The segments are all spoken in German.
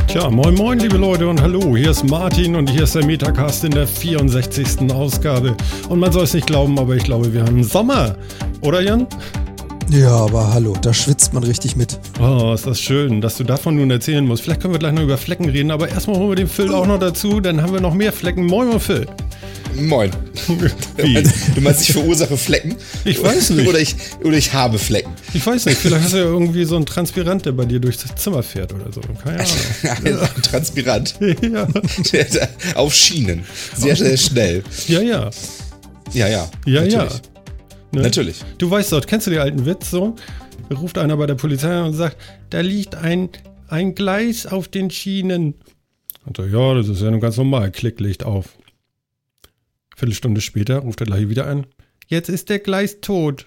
Tja, moin moin liebe Leute und hallo, hier ist Martin und hier ist der Metacast in der 64. Ausgabe. Und man soll es nicht glauben, aber ich glaube, wir haben Sommer. Oder Jan? Ja, aber hallo, da schwitzt man richtig mit. Oh, ist das schön, dass du davon nun erzählen musst. Vielleicht können wir gleich noch über Flecken reden, aber erstmal holen wir den Phil auch noch dazu, dann haben wir noch mehr Flecken. Moin, Phil. Moin. Wie? Du meinst, ich verursache Flecken? Ich weiß nicht. Oder ich habe Flecken. Ich weiß nicht, vielleicht hast du ja irgendwie so einen Transpirant, der bei dir durchs Zimmer fährt oder so. Keine Ahnung. Ein Transpirant. Ja. Auf Schienen. Sehr, sehr schnell. Ja, ja. Ja, ja. Ja, natürlich. ja. Ne? Natürlich. Du weißt doch, kennst du den alten Witz so? Da ruft einer bei der Polizei und sagt, da liegt ein Gleis auf den Schienen. Und so, ja, das ist ja nun ganz normal. Klick, Licht auf. Viertelstunde später ruft er gleich wieder an. Jetzt ist der Gleis tot.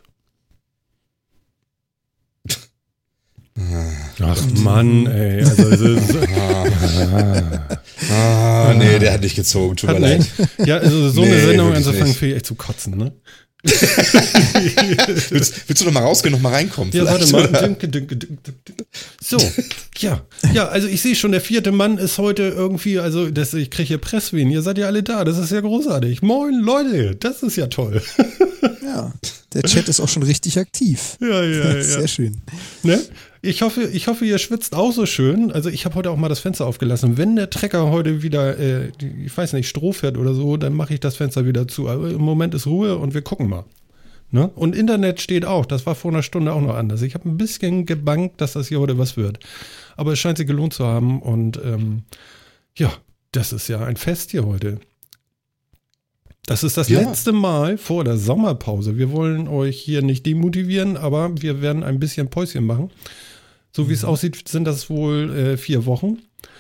Ach Mann, ey. Nee, der hat nicht gezogen. Tut mir leid. Ja, also so eine Sendung wirklich anzufangen, nicht. finde ich echt zu kotzen, ne? Willst du noch mal rausgehen, noch mal reinkommen? Ja, warte vielleicht, mal. oder? So, ja, also ich sehe schon, der vierte Mann ist heute irgendwie, also ich kriege hier Presswehen, ihr seid ja alle da, das ist ja großartig. Moin Leute, das ist ja toll. Ja, der Chat ist auch schon richtig aktiv. Ja. Sehr schön. Ne? Ich hoffe, ihr schwitzt auch so schön. Also ich habe heute auch mal das Fenster aufgelassen. Wenn der Trecker heute wieder, ich weiß nicht, Stroh fährt oder so, dann mache ich das Fenster wieder zu. Aber im Moment ist Ruhe und wir gucken mal. Ne? Und Internet steht auch. Das war vor einer Stunde auch noch anders. Ich habe ein bisschen gebangt, dass das hier heute was wird. Aber es scheint sich gelohnt zu haben. Und ja, das ist ja ein Fest hier heute. Das ist das letzte Mal vor der Sommerpause. Wir wollen euch hier nicht demotivieren, aber wir werden ein bisschen Päuschen machen. So wie es aussieht, sind das wohl 4 Wochen.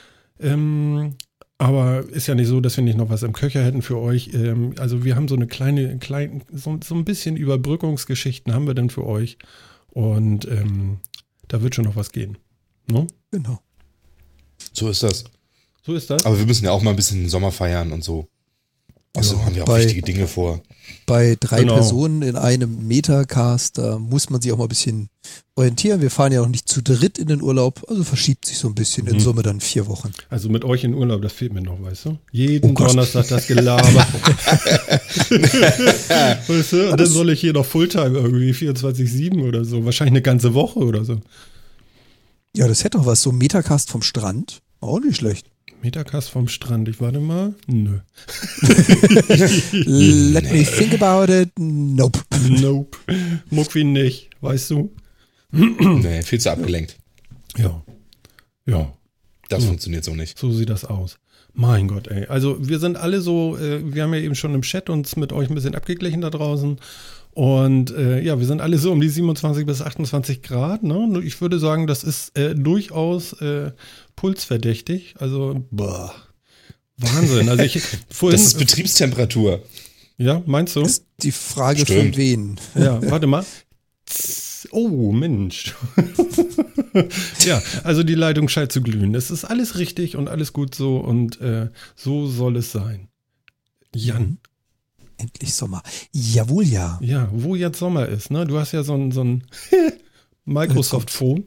Aber ist ja nicht so, dass wir nicht noch was im Köcher hätten für euch. Also wir haben so eine so ein bisschen Überbrückungsgeschichten haben wir dann für euch. Und da wird schon noch was gehen. No? Genau. So ist das. So ist das. Aber wir müssen ja auch mal ein bisschen den Sommer feiern und so. Außerdem haben wir auch wichtige Dinge vor. Bei 3 Personen in einem Metacast, da muss man sich auch mal ein bisschen orientieren. Wir fahren ja auch nicht zu dritt in den Urlaub, also verschiebt sich so ein bisschen in Summe dann 4 Wochen. Also mit euch in Urlaub, das fehlt mir noch, weißt du? Jeden Donnerstag das Gelaber. Weißt du? Und dann soll ich hier noch Fulltime irgendwie 24/7 oder so. Wahrscheinlich eine ganze Woche oder so. Ja, das hätte doch was. So ein Metacast vom Strand, auch nicht schlecht. Metacast vom Strand, ich warte mal. Nö. Let me think about it. Nope. Nope. Muckwi nicht, weißt du? Nee, viel zu abgelenkt. Ja. Das funktioniert so nicht. So sieht das aus. Mein Gott, ey. Also wir sind alle so, wir haben ja eben schon im Chat uns mit euch ein bisschen abgeglichen da draußen. Und ja, wir sind alle so um die 27 bis 28 Grad. Ne? Ich würde sagen, das ist durchaus pulsverdächtig. Also, Wahnsinn. Also vorhin, das ist Betriebstemperatur. Ja, meinst du? Das ist die Frage Stimmt. von wen. Ja, warte mal. Oh, Mensch. Ja, also die Leitung scheint zu glühen. Es ist alles richtig und alles gut so und so soll es sein. Jan. Endlich Sommer. Jawohl, ja. Ja, wo jetzt Sommer ist, ne? Du hast ja so ein Microsoft-Phone.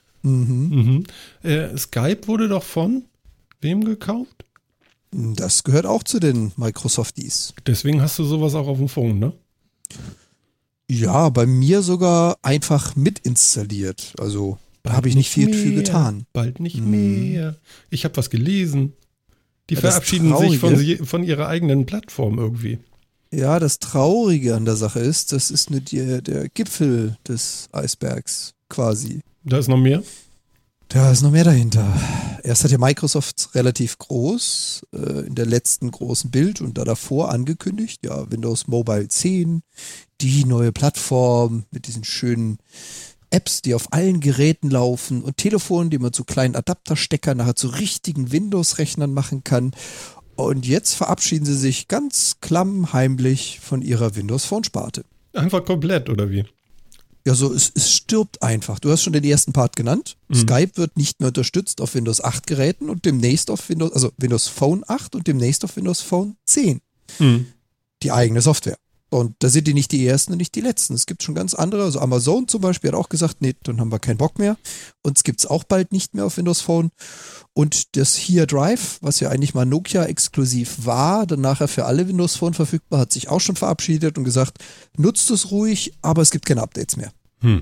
Skype wurde doch von wem gekauft? Das gehört auch zu den Microsofties. Deswegen hast du sowas auch auf dem Phone, ne? Ja, bei mir sogar einfach mitinstalliert. Also da habe ich nicht viel für getan. Bald nicht mehr. Ich habe was gelesen. Die Ja, das verabschieden sich Traurige- von ihrer eigenen Plattform irgendwie. Ja, das Traurige an der Sache ist, das ist nur der Gipfel des Eisbergs quasi. Da ist noch mehr? Da ist noch mehr dahinter. Erst hat ja Microsoft relativ groß in der letzten großen Bild und da davor angekündigt, ja, Windows Mobile 10, die neue Plattform mit diesen schönen Apps, die auf allen Geräten laufen und Telefonen, die man zu kleinen Adaptersteckern nachher zu richtigen Windows-Rechnern machen kann. Und jetzt verabschieden sie sich ganz klammheimlich von ihrer Windows Phone Sparte. Einfach komplett, oder wie? Ja, so, es stirbt einfach. Du hast schon den ersten Part genannt. Skype wird nicht mehr unterstützt auf Windows 8 Geräten und demnächst auf Windows Phone 8 und demnächst auf Windows Phone 10. Die eigene Software. Und da sind die nicht die ersten und nicht die letzten. Es gibt schon ganz andere. Also Amazon zum Beispiel hat auch gesagt, nee, dann haben wir keinen Bock mehr. Uns gibt es auch bald nicht mehr auf Windows Phone. Und das Here Drive, was ja eigentlich mal Nokia-exklusiv war, dann nachher für alle Windows Phone verfügbar, hat sich auch schon verabschiedet und gesagt, nutzt es ruhig, aber es gibt keine Updates mehr.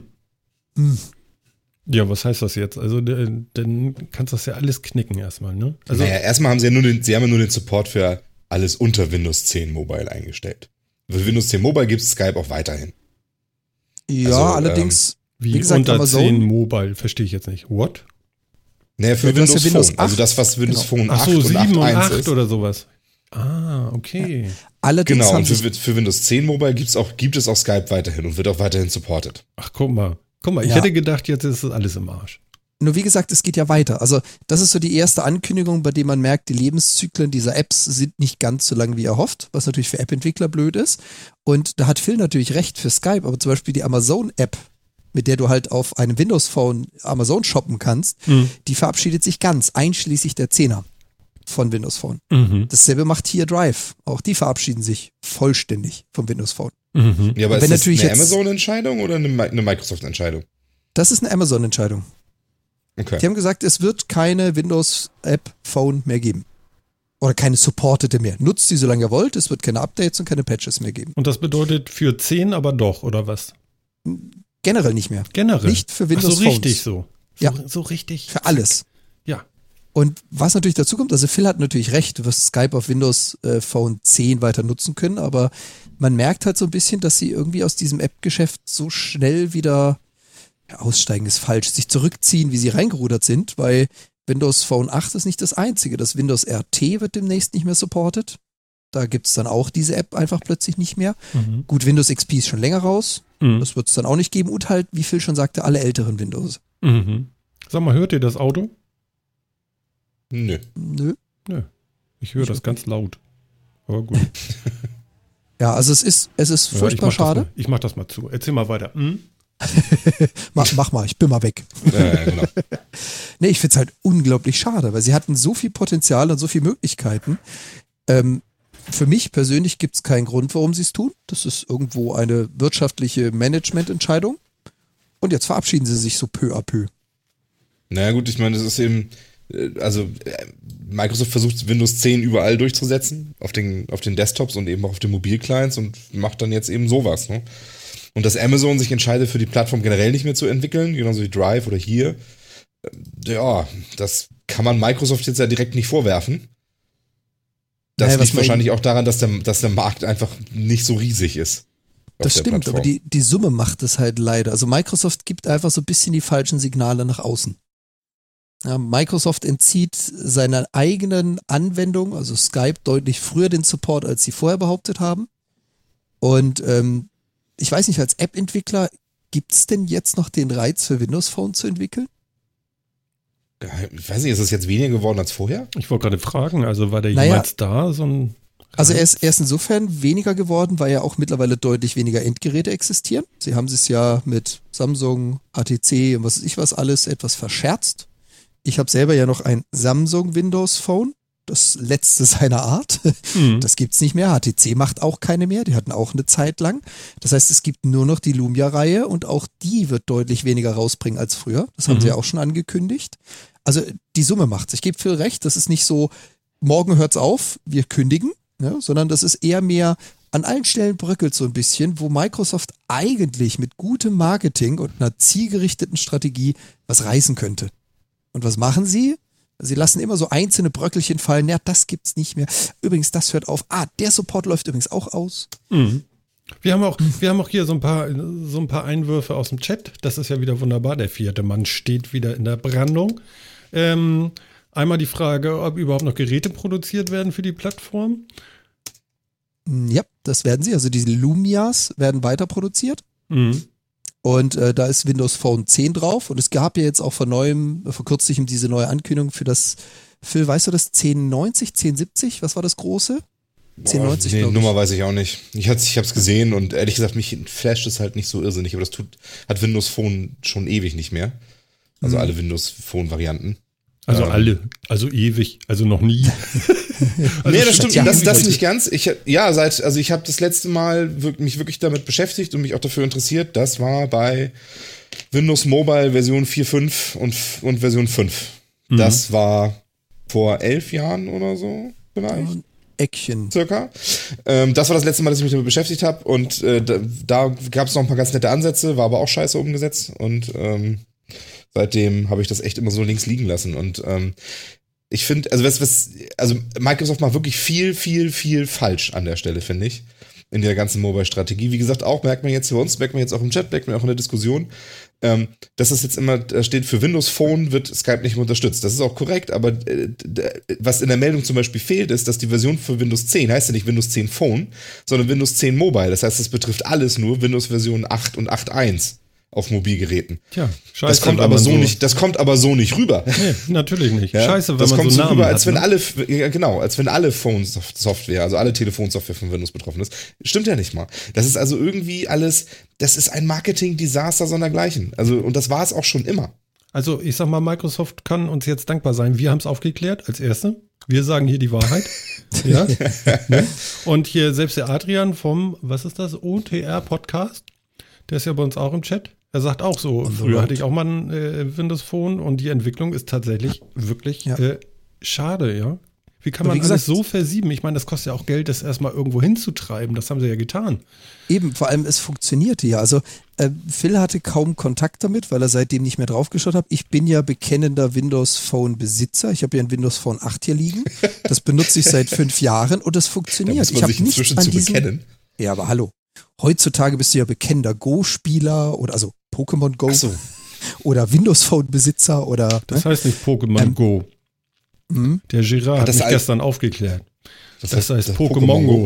Ja, was heißt das jetzt? Also dann kannst du das ja alles knicken erstmal, ne? Also, naja, erstmal haben sie ja nur den Support für alles unter Windows 10 Mobile eingestellt. Für Windows 10 Mobile gibt es Skype auch weiterhin. Ja, also, allerdings, wie gesagt, unter Amazon, 10 Mobile, verstehe ich jetzt nicht. What? Naja, für Ja, du hast Windows ja Windows Phone. Also 8. das, was Windows Phone 8 Ach so, und 7 und 8.1 8 ist. oder sowas. Ah, okay. allerdings Genau, haben und sich für Windows 10 Mobile gibt es auch Skype weiterhin und wird auch weiterhin supported. Ach, guck mal, ich Ja. hätte gedacht, jetzt ist das alles im Arsch. Nur wie gesagt, es geht ja weiter. Also das ist so die erste Ankündigung, bei der man merkt, die Lebenszyklen dieser Apps sind nicht ganz so lang wie erhofft, was natürlich für App-Entwickler blöd ist. Und da hat Phil natürlich recht für Skype, aber zum Beispiel die Amazon-App, mit der du halt auf einem Windows-Phone Amazon shoppen kannst, die verabschiedet sich ganz, einschließlich der 10er von Windows Phone. Dasselbe macht Here Drive. Auch die verabschieden sich vollständig vom Windows Phone. Ja, aber Und ist wenn das natürlich eine jetzt- Amazon-Entscheidung oder eine Microsoft-Entscheidung? Das ist eine Amazon-Entscheidung. Okay. Die haben gesagt, es wird keine Windows-App-Phone mehr geben. Oder keine supportete mehr. Nutzt sie, solange ihr wollt. Es wird keine Updates und keine Patches mehr geben. Und das bedeutet für 10 aber doch, oder was? Generell nicht mehr. Generell? Nicht für Windows Ach so, richtig Phones. so. Ja. So richtig. Für alles. Ja. Und was natürlich dazu kommt, also Phil hat natürlich recht, du wirst Skype auf Windows Phone 10 weiter nutzen können, aber man merkt halt so ein bisschen, dass sie irgendwie aus diesem App-Geschäft so schnell wieder, ja, aussteigen ist falsch, sich zurückziehen, wie sie reingerudert sind, weil Windows Phone 8 ist nicht das einzige. Das Windows RT wird demnächst nicht mehr supported. Da gibt es dann auch diese App einfach plötzlich nicht mehr. Gut, Windows XP ist schon länger raus. Das wird es dann auch nicht geben. Und halt, wie Phil schon sagte, alle älteren Windows. Sag mal, hört ihr das Auto? Nö. Nö. Nö. Ich höre das ganz laut. Aber gut. Ja, also es ist furchtbar schade. Ich mach das mal zu. Erzähl mal weiter. Mach mal, ich bin mal weg. Genau. Nee, ich find's halt unglaublich schade, weil sie hatten so viel Potenzial und so viele Möglichkeiten. Für mich persönlich gibt's keinen Grund, warum sie es tun. Das ist irgendwo eine wirtschaftliche Managemententscheidung. Und jetzt verabschieden sie sich so peu à peu. Naja gut, ich meine, das ist eben, also Microsoft versucht Windows 10 überall durchzusetzen, auf den Desktops und eben auch auf den Mobilclients und macht dann jetzt eben sowas. Ne? Und dass Amazon sich entscheidet, für die Plattform generell nicht mehr zu entwickeln, genauso wie Drive oder hier, ja, das kann man Microsoft jetzt ja direkt nicht vorwerfen. Das Naja, liegt wahrscheinlich auch daran, dass der Markt einfach nicht so riesig ist. Das stimmt, aber die Summe macht es halt leider. Also Microsoft gibt einfach so ein bisschen die falschen Signale nach außen. Ja, Microsoft entzieht seiner eigenen Anwendung, also Skype, deutlich früher den Support, als sie vorher behauptet haben. Und ich weiß nicht, als App-Entwickler, gibt es denn jetzt noch den Reiz für Windows Phone zu entwickeln? Ich weiß nicht, ist es jetzt weniger geworden als vorher? Ich wollte gerade fragen, also war der Naja. jemals da, so ein Also er ist insofern weniger geworden, weil ja auch mittlerweile deutlich weniger Endgeräte existieren. Sie haben es ja mit Samsung, HTC und was weiß ich was alles etwas verscherzt. Ich habe selber ja noch ein Samsung Windows Phone, das letzte seiner Art. Das gibt's nicht mehr. HTC macht auch keine mehr. Die hatten auch eine Zeit lang. Das heißt, es gibt nur noch die Lumia-Reihe und auch die wird deutlich weniger rausbringen als früher. Das haben sie ja auch schon angekündigt. Also die Summe macht's. Ich gebe Phil recht, das ist nicht so, morgen hört's auf, wir kündigen, ja, sondern das ist eher mehr, an allen Stellen bröckelt so ein bisschen, wo Microsoft eigentlich mit gutem Marketing und einer zielgerichteten Strategie was reißen könnte. Und was machen sie? Sie lassen immer so einzelne Bröckelchen fallen. Ja, das gibt's nicht mehr. Übrigens, das hört auf. Der Support läuft übrigens auch aus. Wir haben auch hier so ein paar Einwürfe aus dem Chat. Das ist ja wieder wunderbar. Der vierte Mann steht wieder in der Brandung. Einmal die Frage, ob überhaupt noch Geräte produziert werden für die Plattform. Ja, das werden sie. Also diese Lumias werden weiter produziert. Und da ist Windows Phone 10 drauf. Und es gab ja jetzt auch vor kürzlichem diese neue Ankündigung für das, Phil, weißt du das, 1090, 1070? Was war das große? 1090, nee, glaube ich. Nummer weiß ich auch nicht. Ich hab's gesehen und ehrlich gesagt, mich flasht es halt nicht so irrsinnig, aber das hat Windows Phone schon ewig nicht mehr. Also alle Windows Phone Varianten. Also alle, also ewig, also noch nie. Nee, das stimmt, das nicht ganz. Ich habe das letzte Mal mich wirklich damit beschäftigt und mich auch dafür interessiert. Das war bei Windows Mobile Version 4.5 und Version 5. Das war vor 11 Jahren oder so vielleicht. Eckchen. Circa. Das war das letzte Mal, dass ich mich damit beschäftigt habe. Und da gab es noch ein paar ganz nette Ansätze, war aber auch scheiße umgesetzt. Und seitdem habe ich das echt immer so links liegen lassen. Und ich finde, also Microsoft macht wirklich viel, viel, viel falsch an der Stelle, finde ich. In der ganzen Mobile-Strategie. Wie gesagt, auch merkt man jetzt bei uns, merkt man jetzt auch im Chat, merkt man auch in der Diskussion, dass das jetzt immer da steht, für Windows Phone wird Skype nicht mehr unterstützt. Das ist auch korrekt, aber was in der Meldung zum Beispiel fehlt, ist, dass die Version für Windows 10 heißt ja nicht Windows 10 Phone, sondern Windows 10 Mobile. Das heißt, es betrifft alles nur Windows Version 8 und 8.1 auf Mobilgeräten. Tja, scheiße. Das kommt aber so nicht rüber. Nee, natürlich nicht. Ja? Scheiße, wenn das man kommt so so Namen rüber, hat, als wenn alle Phone-Software, also alle Telefonsoftware von Windows betroffen ist. Stimmt ja nicht mal. Das ist also irgendwie alles, das ist ein Marketing-Desaster sondergleichen. Also, und das war es auch schon immer. Also, ich sag mal, Microsoft kann uns jetzt dankbar sein. Wir haben es aufgeklärt als Erste. Wir sagen hier die Wahrheit. Ja. Ne? Und hier selbst der Adrian vom, was ist das, OTR-Podcast, der ist ja bei uns auch im Chat. Er sagt auch so, früher hatte ich auch mal ein Windows Phone und die Entwicklung ist tatsächlich wirklich schade, ja. Wie kann man alles so versieben? Ich meine, das kostet ja auch Geld, das erstmal irgendwo hinzutreiben. Das haben sie ja getan. Eben, vor allem es funktionierte ja. Also Phil hatte kaum Kontakt damit, weil er seitdem nicht mehr draufgeschaut hat. Ich bin ja bekennender Windows Phone Besitzer. Ich habe ja ein Windows Phone 8 hier liegen. Das benutze ich seit 5 Jahren und das funktioniert. Da muss man sich inzwischen zu bekennen. Ja, aber hallo. Heutzutage bist du ja bekennender Go-Spieler oder also Pokémon Go oder Windows Phone Besitzer oder. Das heißt nicht Pokémon Go. Der Girard hat mich gestern aufgeklärt. Das heißt Pokémon Go.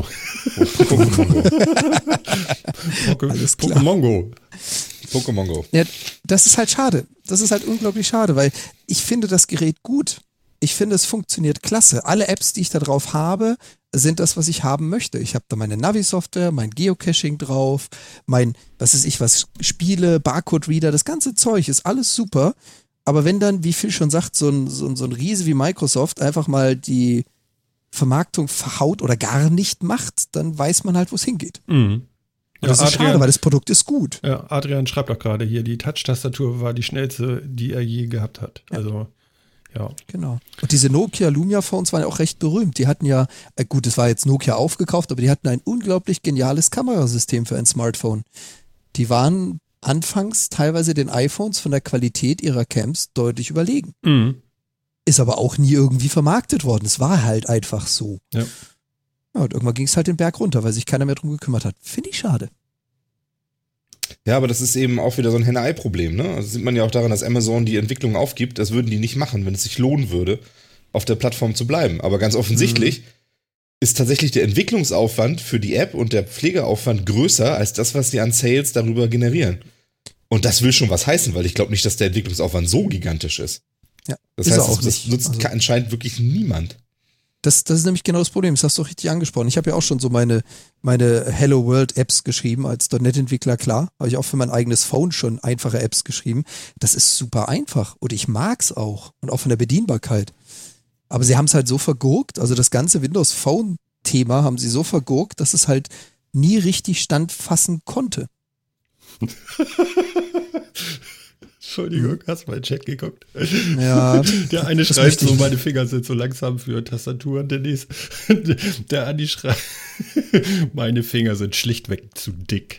Pokémon Go. Pokémon Go. Ja, das ist halt schade. Das ist halt unglaublich schade, weil ich finde das Gerät gut. Ich finde, es funktioniert klasse. Alle Apps, die ich da drauf habe, sind das, was ich haben möchte. Ich habe da meine Navi-Software, mein Geocaching drauf, mein, Spiele, Barcode-Reader, das ganze Zeug ist alles super. Aber wenn dann, wie Phil schon sagt, so ein Riese wie Microsoft einfach mal die Vermarktung verhaut oder gar nicht macht, dann weiß man halt, wo es hingeht. Und das ist schade, weil das Produkt ist gut. Ja, Adrian schreibt auch gerade hier, die Touch-Tastatur war die schnellste, die er je gehabt hat. Ja. Also, ja. Genau. Und diese Nokia Lumia Phones waren ja auch recht berühmt. Die hatten ja, gut, es war jetzt Nokia aufgekauft, aber die hatten ein unglaublich geniales Kamerasystem für ein Smartphone. Die waren anfangs teilweise den iPhones von der Qualität ihrer Cams deutlich überlegen. Ist aber auch nie irgendwie vermarktet worden. Es war halt einfach so. Ja, und irgendwann ging es halt den Berg runter, weil sich keiner mehr drum gekümmert hat. Finde ich schade. Ja, aber das ist eben auch wieder so ein Henne-Ei-Problem, ne? Also sieht man ja auch daran, dass Amazon die Entwicklung aufgibt. Das würden die nicht machen, wenn es sich lohnen würde, auf der Plattform zu bleiben. Aber ganz offensichtlich ist tatsächlich der Entwicklungsaufwand für die App und der Pflegeaufwand größer als das, was die an Sales darüber generieren. Und das will schon was heißen, weil ich glaube nicht, dass der Entwicklungsaufwand so gigantisch ist. Ja, das heißt, das nutzt anscheinend wirklich niemand. Das ist nämlich genau das Problem, das hast du auch richtig angesprochen. Ich habe ja auch schon so meine Hello World Apps geschrieben als .NET-Entwickler, klar. Habe ich auch für mein eigenes Phone schon einfache Apps geschrieben. Das ist super einfach und ich mag's auch und auch von der Bedienbarkeit. Aber sie haben es halt so vergurkt, also das ganze Windows Phone Thema haben sie so vergurkt, dass es halt nie richtig Stand fassen konnte. Entschuldigung, hast du mal in den Chat geguckt? Ja. Der eine schreibt so, meine Finger sind so langsam für Tastaturen. Der Andi schreibt, meine Finger sind schlichtweg zu dick.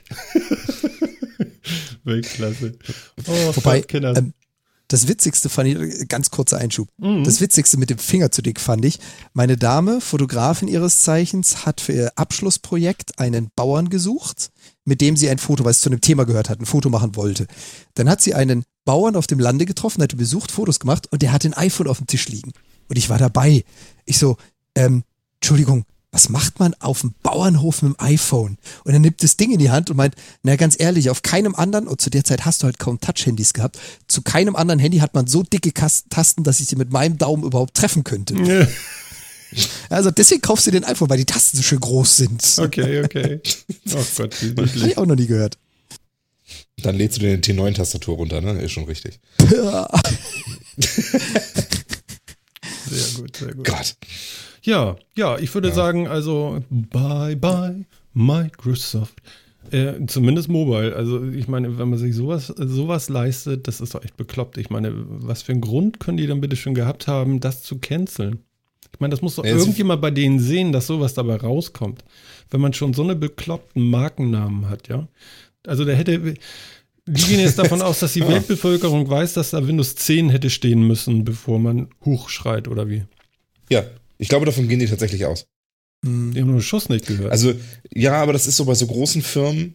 Weltklasse. Oh, wobei, das Witzigste fand ich, ganz kurzer Einschub, das Witzigste mit dem Finger zu dick fand ich, meine Dame, Fotografin ihres Zeichens, hat für ihr Abschlussprojekt einen Bauern gesucht, mit dem sie ein Foto, weil es zu einem Thema gehört hat, ein Foto machen wollte. Dann hat sie einen Bauern auf dem Lande getroffen, hat ihn besucht, Fotos gemacht und der hat ein iPhone auf dem Tisch liegen. Und ich war dabei. Ich so, Entschuldigung, was macht man auf dem Bauernhof mit dem iPhone? Und er nimmt das Ding in die Hand und meint, na ganz ehrlich, auf keinem anderen, und zu der Zeit hast du halt kaum Touch-Handys gehabt, zu keinem anderen Handy hat man so dicke Tasten, dass ich sie mit meinem Daumen überhaupt treffen könnte. Ja. Also deswegen kaufst du den iPhone, weil die Tasten so schön groß sind. Okay. Oh Gott, wie hab ich auch noch nie gehört. Dann lädst du dir eine T9-Tastatur runter, ne? Ist schon richtig. Ja. Sehr sehr gut. Gott. Ja, ich würde sagen, also bye Microsoft. Zumindest Mobile. Also ich meine, wenn man sich sowas leistet, das ist doch echt bekloppt. Ich meine, was für einen Grund können die dann bitte schon gehabt haben, das zu canceln? Ich meine, das muss doch irgendjemand bei denen sehen, dass sowas dabei rauskommt. Wenn man schon so eine bekloppten Markennamen hat, ja. Also die gehen jetzt davon aus, dass die Weltbevölkerung weiß, dass da Windows 10 hätte stehen müssen, bevor man hochschreit, oder wie? Ja, ich glaube, davon gehen die tatsächlich aus. Die haben nur einen Schuss nicht gehört. Also, ja, aber das ist so bei so großen Firmen,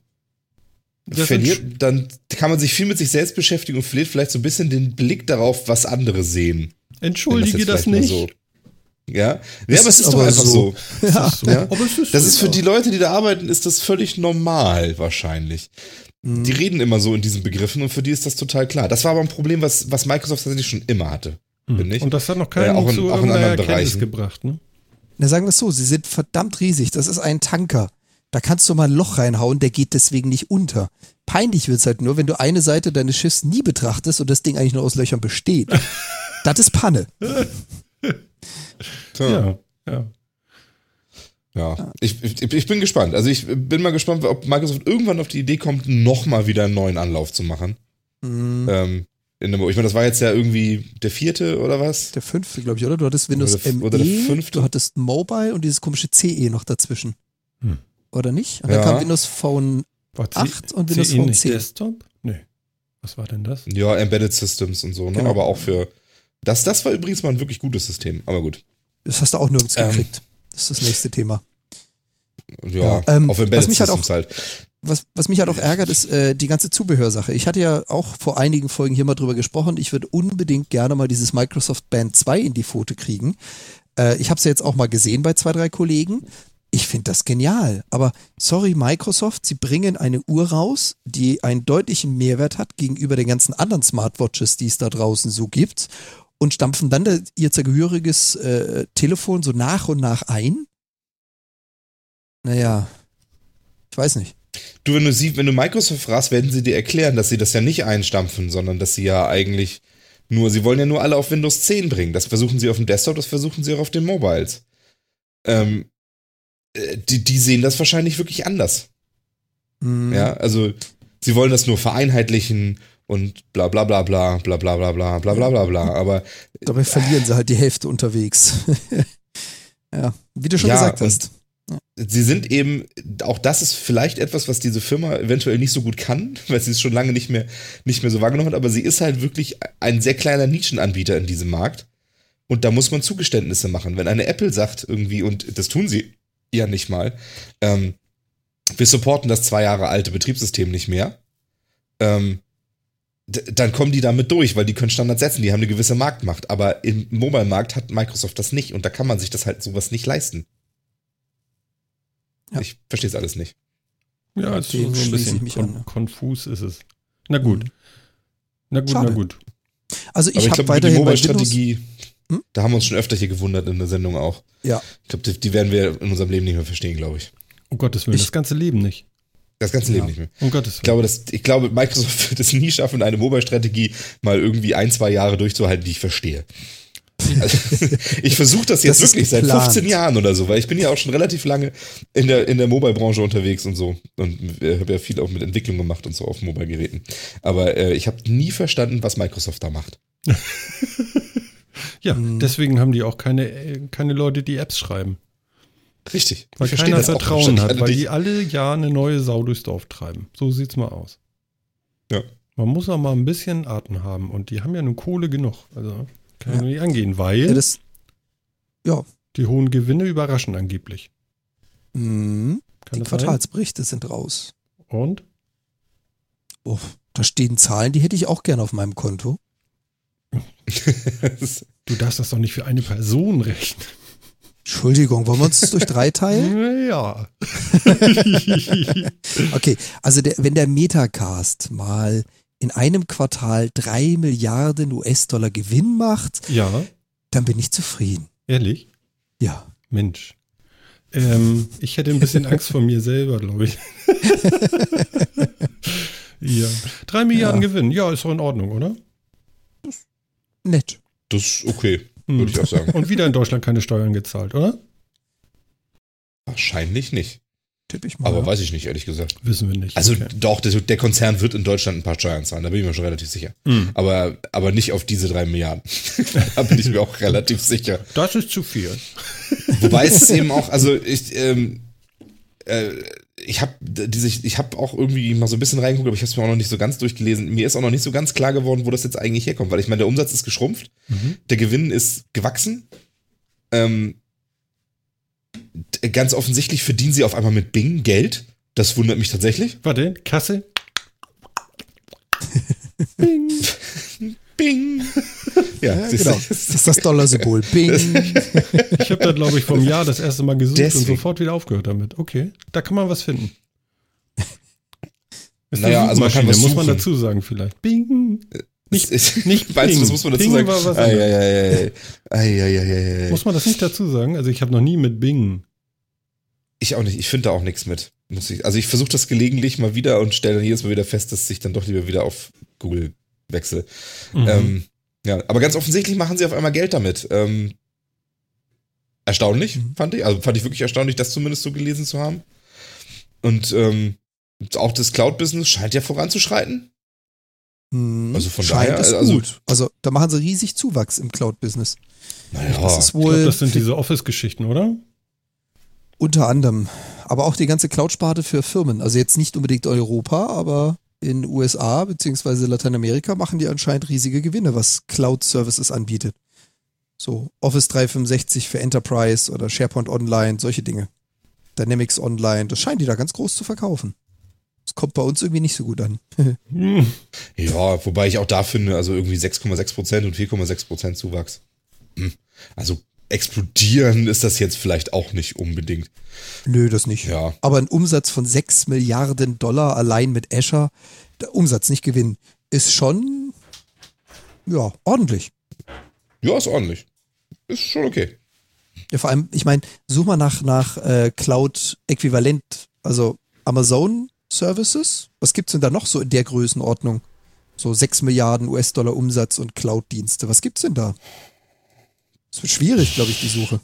dann kann man sich viel mit sich selbst beschäftigen und verliert vielleicht so ein bisschen den Blick darauf, was andere sehen. Entschuldige das nicht. So. Ja, aber es ist doch einfach so. Ja. Aber es ist das ist für die Leute, die da arbeiten, ist das völlig normal wahrscheinlich. Die reden immer so in diesen Begriffen und für die ist das total klar. Das war aber ein Problem, was Microsoft tatsächlich schon immer hatte, finde ich. Und das hat noch keinen auch in irgendeiner anderen Erkenntnis Bereichen gebracht, ne? Na, sagen wir es so, sie sind verdammt riesig. Das ist ein Tanker. Da kannst du mal ein Loch reinhauen, der geht deswegen nicht unter. Peinlich wird es halt nur, wenn du eine Seite deines Schiffs nie betrachtest und das Ding eigentlich nur aus Löchern besteht. Das ist Panne. Ja. Ich bin gespannt. Also ich bin mal gespannt, ob Microsoft irgendwann auf die Idee kommt, nochmal wieder einen neuen Anlauf zu machen. Ich meine, das war jetzt ja irgendwie der 4. oder was? Der 5., glaube ich, oder? Du hattest Windows oder der 5. Du hattest Mobile und dieses komische CE noch dazwischen. Oder nicht? Und dann kam Windows Phone 8 und Windows Phone 10. Desktop? Nee. Was war denn das? Ja, Embedded Systems und so, ne? Genau. Aber auch für. Das war übrigens mal ein wirklich gutes System, aber gut. Das hast du auch nirgends gekriegt. Das ist das nächste Thema. Ja, auf Embedded Systems halt. Was mich halt auch ärgert, ist die ganze Zubehörsache. Ich hatte ja auch vor einigen Folgen hier mal drüber gesprochen. Ich würde unbedingt gerne mal dieses Microsoft Band 2 in die Pfote kriegen. Ich habe es ja jetzt auch mal gesehen bei 2, 3 Kollegen. Ich finde das genial. Aber sorry Microsoft, sie bringen eine Uhr raus, die einen deutlichen Mehrwert hat gegenüber den ganzen anderen Smartwatches, die es da draußen so gibt, und stampfen dann ihr zugehöriges Telefon so nach und nach ein. Naja, ich weiß nicht. Du, wenn du Microsoft fragst, werden sie dir erklären, dass sie das ja nicht einstampfen, sondern dass sie ja eigentlich sie wollen ja nur alle auf Windows 10 bringen. Das versuchen sie auf dem Desktop, das versuchen sie auch auf den Mobiles. Die sehen das wahrscheinlich wirklich anders. Ja, also sie wollen das nur vereinheitlichen und bla bla bla bla bla bla bla bla bla bla bla bla, aber dabei verlieren sie halt die Hälfte unterwegs. Ja, wie du schon gesagt hast. Sie sind eben, auch das ist vielleicht etwas, was diese Firma eventuell nicht so gut kann, weil sie es schon lange nicht mehr so wahrgenommen hat, aber sie ist halt wirklich ein sehr kleiner Nischenanbieter in diesem Markt und da muss man Zugeständnisse machen. Wenn eine Apple sagt irgendwie, und das tun sie ja nicht mal, wir supporten das 2 Jahre alte Betriebssystem nicht mehr, dann kommen die damit durch, weil die können Standards setzen, die haben eine gewisse Marktmacht, aber im Mobile-Markt hat Microsoft das nicht und da kann man sich das halt sowas nicht leisten. Ja. Ich verstehe es alles nicht. Ja, es ist so ein bisschen konfus ist es. Na gut. Na gut. Also ich habe weiterhin die Mobile-Strategie, da haben wir uns schon öfter hier gewundert in der Sendung auch. Ja. Ich glaube, die werden wir in unserem Leben nicht mehr verstehen, glaube ich. Um Gottes Willen, das ganze Leben nicht. Das ganze Leben nicht mehr. Um Gottes Willen. Ich glaube, Microsoft wird es nie schaffen, eine Mobile-Strategie mal irgendwie 1, 2 Jahre durchzuhalten, die ich verstehe. Also, ich versuche das jetzt wirklich seit 15 Jahren oder so, weil ich bin ja auch schon relativ lange in der Mobile-Branche unterwegs und so und habe ja viel auch mit Entwicklung gemacht und so auf Mobile-Geräten. Aber ich habe nie verstanden, was Microsoft da macht. Ja, deswegen haben die auch keine Leute, die Apps schreiben. Richtig. Weil keiner Vertrauen hat, weil die alle Jahr eine neue Sau durchs Dorf treiben. So sieht's mal aus. Ja. Man muss auch mal ein bisschen Atem haben und die haben ja nun Kohle genug. Also kann man nicht angehen, weil die hohen Gewinne überraschen angeblich. Die Quartalsberichte sind raus. Und? Oh, da stehen Zahlen, die hätte ich auch gerne auf meinem Konto. Du darfst das doch nicht für eine Person rechnen. Entschuldigung, wollen wir uns das durch 3 teilen? Ja. Okay, also wenn der Metacast mal in einem Quartal 3 Milliarden US-Dollar Gewinn macht, dann bin ich zufrieden. Ehrlich? Ja. Mensch. Ich hätte ein bisschen Angst vor mir selber, glaube ich. Ja. 3 Milliarden Gewinn, ja, ist doch in Ordnung, oder? Nett. Das ist okay. würde ich auch sagen. Und wieder in Deutschland keine Steuern gezahlt, oder? Wahrscheinlich nicht. Tipp ich mal. Aber weiß ich nicht, ehrlich gesagt. Wissen wir nicht. Also okay. doch, der Konzern wird in Deutschland ein paar Steuern zahlen, da bin ich mir schon relativ sicher. Aber nicht auf diese 3 Milliarden. Da bin ich mir auch relativ sicher. Das ist zu viel. Wobei es eben auch, also ich habe auch irgendwie mal so ein bisschen reingeguckt, aber ich habe es mir auch noch nicht so ganz durchgelesen. Mir ist auch noch nicht so ganz klar geworden, wo das jetzt eigentlich herkommt, weil ich meine, der Umsatz ist geschrumpft, der Gewinn ist gewachsen. Ganz offensichtlich verdienen sie auf einmal mit Bing Geld. Das wundert mich tatsächlich. Warte, Kasse. Bing. Bing. Ja, genau. Das ist das Dollarsymbol. Bing. Ich habe da, glaube ich, vom Jahr das erste Mal gesucht Deswegen. und sofort wieder aufgehört damit. Okay, da kann man was finden. Ist Naja, also man kann was muss man suchen. dazu sagen vielleicht. Bing. Nicht Meinst Bing. du, das muss man dazu Bing sagen? war was anderes. Muss man das nicht dazu sagen? Also ich habe noch nie mit Bing. Ich auch nicht. Ich finde da auch nichts mit. Also ich versuche das gelegentlich mal wieder und stelle dann jedes Mal wieder fest, dass ich dann doch lieber wieder auf Google wechsle. Ja, aber ganz offensichtlich machen sie auf einmal Geld damit. Erstaunlich, fand ich. Also fand ich wirklich erstaunlich, das zumindest so gelesen zu haben. Und auch das Cloud-Business scheint ja voranzuschreiten. Also von Scheint daher, es also gut. Also da machen sie riesig Zuwachs im Cloud-Business. naja, Das ist Ich glaube, wohl das sind diese Office-Geschichten, oder? unter anderem. Aber auch die ganze Cloud-Sparte für Firmen. Also jetzt nicht unbedingt Europa, aber in USA bzw. Lateinamerika machen die anscheinend riesige Gewinne, was Cloud-Services anbietet. So Office 365 für Enterprise oder SharePoint Online, solche Dinge. Dynamics Online, das scheinen die da ganz groß zu verkaufen. Das kommt bei uns irgendwie nicht so gut an. ja, wobei ich auch da finde, also irgendwie 6,6% und 4,6% Zuwachs. Also explodieren ist das jetzt vielleicht auch nicht unbedingt. Nö, das nicht. Ja. Aber ein Umsatz von 6 Milliarden Dollar allein mit Azure, der Umsatz, nicht Gewinn, ist schon, ja, ordentlich. Ja, ist ordentlich. Ist schon okay. Ja, vor allem, ich meine, such mal nach Cloud-Äquivalent, also Amazon Services. Was gibt's denn da noch so in der Größenordnung? So 6 Milliarden US-Dollar Umsatz und Cloud-Dienste. Was gibt's denn da? Das wird schwierig, glaube ich, die Suche.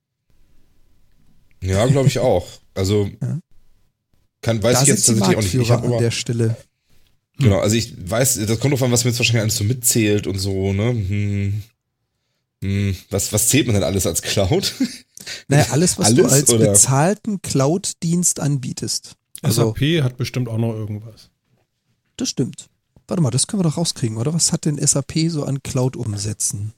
Ja, glaube ich auch. Also Ja. weiß Da ich jetzt sind die tatsächlich auch nicht. Ich Marktführer habe an aber der Stelle. genau, also ich weiß, das kommt drauf an, was mir jetzt wahrscheinlich alles so mitzählt und so, ne? Was zählt man denn alles als Cloud? Naja, alles, was du Alles, als oder? bezahlten Cloud-Dienst anbietest. Also, SAP hat bestimmt auch noch irgendwas. das stimmt. Warte mal, das können wir doch rauskriegen, oder? Was hat denn SAP so an Cloud-Umsätzen?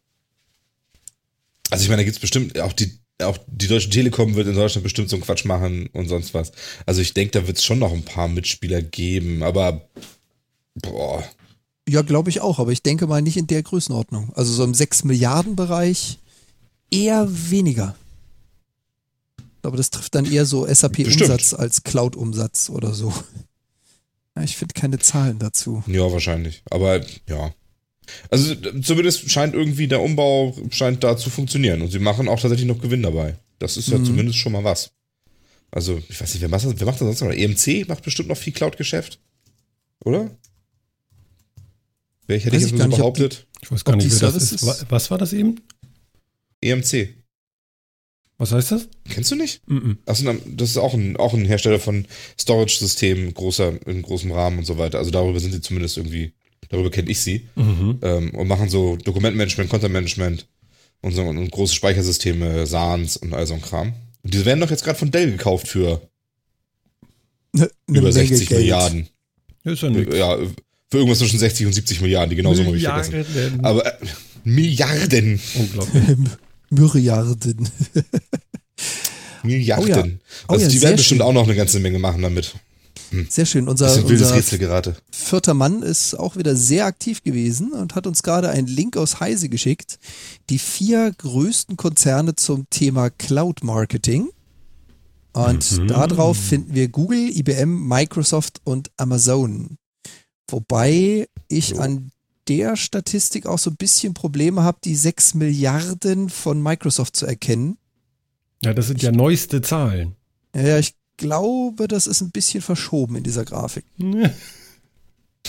Also ich meine, da gibt's bestimmt, auch die Deutsche Telekom wird in Deutschland bestimmt so einen Quatsch machen und sonst was. Also ich denke, da wird es schon noch ein paar Mitspieler geben, aber boah. Ja, glaube ich auch, aber ich denke mal nicht in der Größenordnung. Also so im 6 Milliarden Bereich eher weniger. Aber das trifft dann eher so SAP-Umsatz als Cloud-Umsatz oder so. Ja, ich finde keine Zahlen dazu. Ja, wahrscheinlich. Aber ja. Also zumindest scheint irgendwie der Umbau scheint da zu funktionieren und sie machen auch tatsächlich noch Gewinn dabei. Das ist ja zumindest schon mal was. Also ich weiß nicht, wer macht das sonst noch? EMC macht bestimmt noch viel Cloud-Geschäft, oder? Hätte ich Weiß jetzt ich mal gar so nicht, ob behauptet. Ich weiß gar Ob nicht, die wer das Services- ist. Was war das eben? EMC. Was heißt das? Kennst du nicht? Mhm. Achso, das ist auch ein Hersteller von Storage-Systemen in großem Rahmen und so weiter. Also darüber sind sie zumindest irgendwie, darüber kenne ich sie. Und machen so Dokumentmanagement, Content-Management und große Speichersysteme, SANs und all so ein Kram. Und diese werden doch jetzt gerade von Dell gekauft für Eine über Menge 60 Geld. Milliarden. Ist ja nix. Ja, für irgendwas zwischen 60 und 70 Milliarden, die genauso habe ich vergessen. Milliarden. Aber Milliarden. Unglaublich. Myriarden. Milliarden. Oh ja. Oh Also ja, die sehr werden bestimmt schön. auch noch eine ganze Menge machen damit. Sehr schön. Das ist ein wildes Unser Rätselgerate. 4. Mann ist auch wieder sehr aktiv gewesen und hat uns gerade einen Link aus Heise geschickt. Die 4 größten Konzerne zum Thema Cloud Marketing. Und darauf finden wir Google, IBM, Microsoft und Amazon. Wobei ich an der Statistik auch so ein bisschen Probleme habe, die 6 Milliarden von Microsoft zu erkennen. Ja, das sind ja neueste Zahlen. Ja, ich glaube, das ist ein bisschen verschoben in dieser Grafik.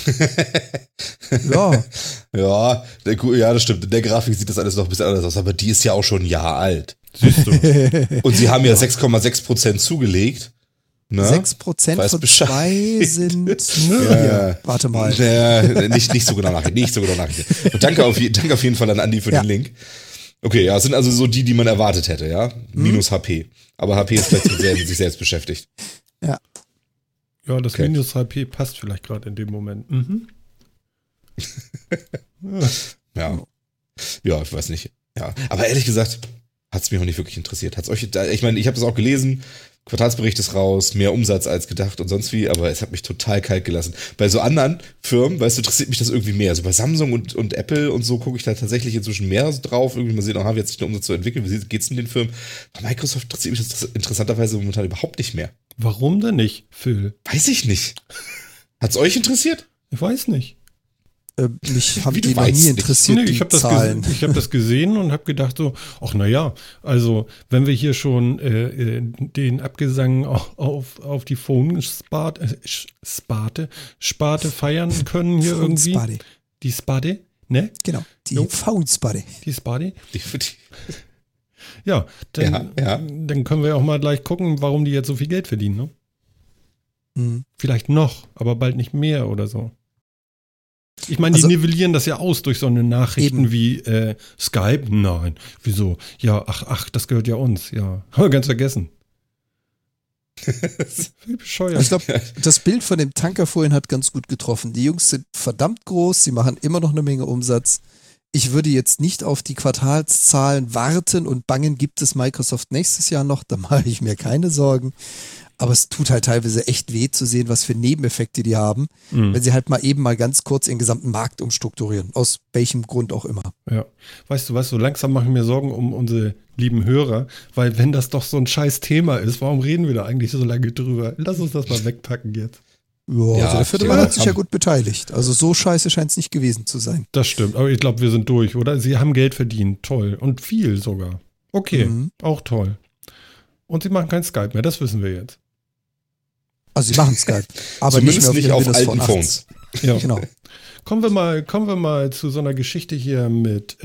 Ja, Ja, das stimmt. In der Grafik sieht das alles noch ein bisschen anders aus, aber die ist ja auch schon ein Jahr alt. Siehst du. Und sie haben ja 6,6% zugelegt. Ne? 6% Weiß von Bescheid. 2 sind. Ja. Hier, warte mal. Nicht so genau nachrichten. Und danke auf jeden Fall an Andi für den Link. Okay, ja, es sind also so die man erwartet hätte, ja. Minus HP. Aber HP ist vielleicht mit sich selbst beschäftigt. Ja. Ja, das Okay. Minus HP passt vielleicht gerade in dem Moment. Ja. Ja, ich weiß nicht. Ja. Aber ehrlich gesagt, hat es mich auch nicht wirklich interessiert. Ich meine, ich habe das auch gelesen, Quartalsbericht ist raus, mehr Umsatz als gedacht und sonst wie, aber es hat mich total kalt gelassen. Bei so anderen Firmen, weißt du, interessiert mich das irgendwie mehr. Also bei Samsung und Apple und so gucke ich da tatsächlich inzwischen mehr drauf. Irgendwie mal sehen, aha, wie hat sich der Umsatz so entwickelt, wie geht's in den Firmen? Bei Microsoft interessiert mich das interessanterweise momentan überhaupt nicht mehr. Warum denn nicht, Phil? Weiß ich nicht. Hat's euch interessiert? Ich weiß nicht. Mich haben Wie du die noch weißt nie nicht. interessiert, Nee, die ich habe das, Zahlen. hab das gesehen und habe gedacht so, ach naja, also wenn wir hier schon den Abgesang auf die Phone-Sparte feiern können hier irgendwie. Spade. Die Spade, ne? Genau, die Jo. Phone-Spade. Die Spade. Die- Ja, dann, Ja. dann können wir auch mal gleich gucken, warum die jetzt so viel Geld verdienen, ne? Mhm. Vielleicht noch, aber bald nicht mehr oder so. Ich meine, die Also- nivellieren das ja aus durch so eine Nachrichten Eben. wie Skype. Nein, wieso? Ja, ach, das gehört ja uns. Ja, haben wir ganz vergessen. Wie bescheuert. Ich glaube, das Bild von dem Tanker vorhin hat ganz gut getroffen. Die Jungs sind verdammt groß, sie machen immer noch eine Menge Umsatz. Ich würde jetzt nicht auf die Quartalszahlen warten und bangen, gibt es Microsoft nächstes Jahr noch, da mache ich mir keine Sorgen. Aber es tut halt teilweise echt weh zu sehen, was für Nebeneffekte die haben, wenn sie halt mal ganz kurz ihren gesamten Markt umstrukturieren. Aus welchem Grund auch immer. Ja, weißt du, so langsam mache ich mir Sorgen um unsere lieben Hörer, weil wenn das doch so ein scheiß Thema ist, warum reden wir da eigentlich so lange drüber? Lass uns das mal wegpacken jetzt. Ja, Ja, also der vierte ja, Mann hat sich ja haben- gut beteiligt. Also so scheiße scheint es nicht gewesen zu sein. Das stimmt, aber ich glaube, wir sind durch, oder? Sie haben Geld verdient, toll. Und viel sogar. Okay, auch toll. Und sie machen kein Skype mehr, das wissen wir jetzt. Also sie machen Skype, aber Zumindest nicht ihren auf Windows alten Phone 8. Phones. Ja. Genau. Kommen wir mal zu so einer Geschichte hier mit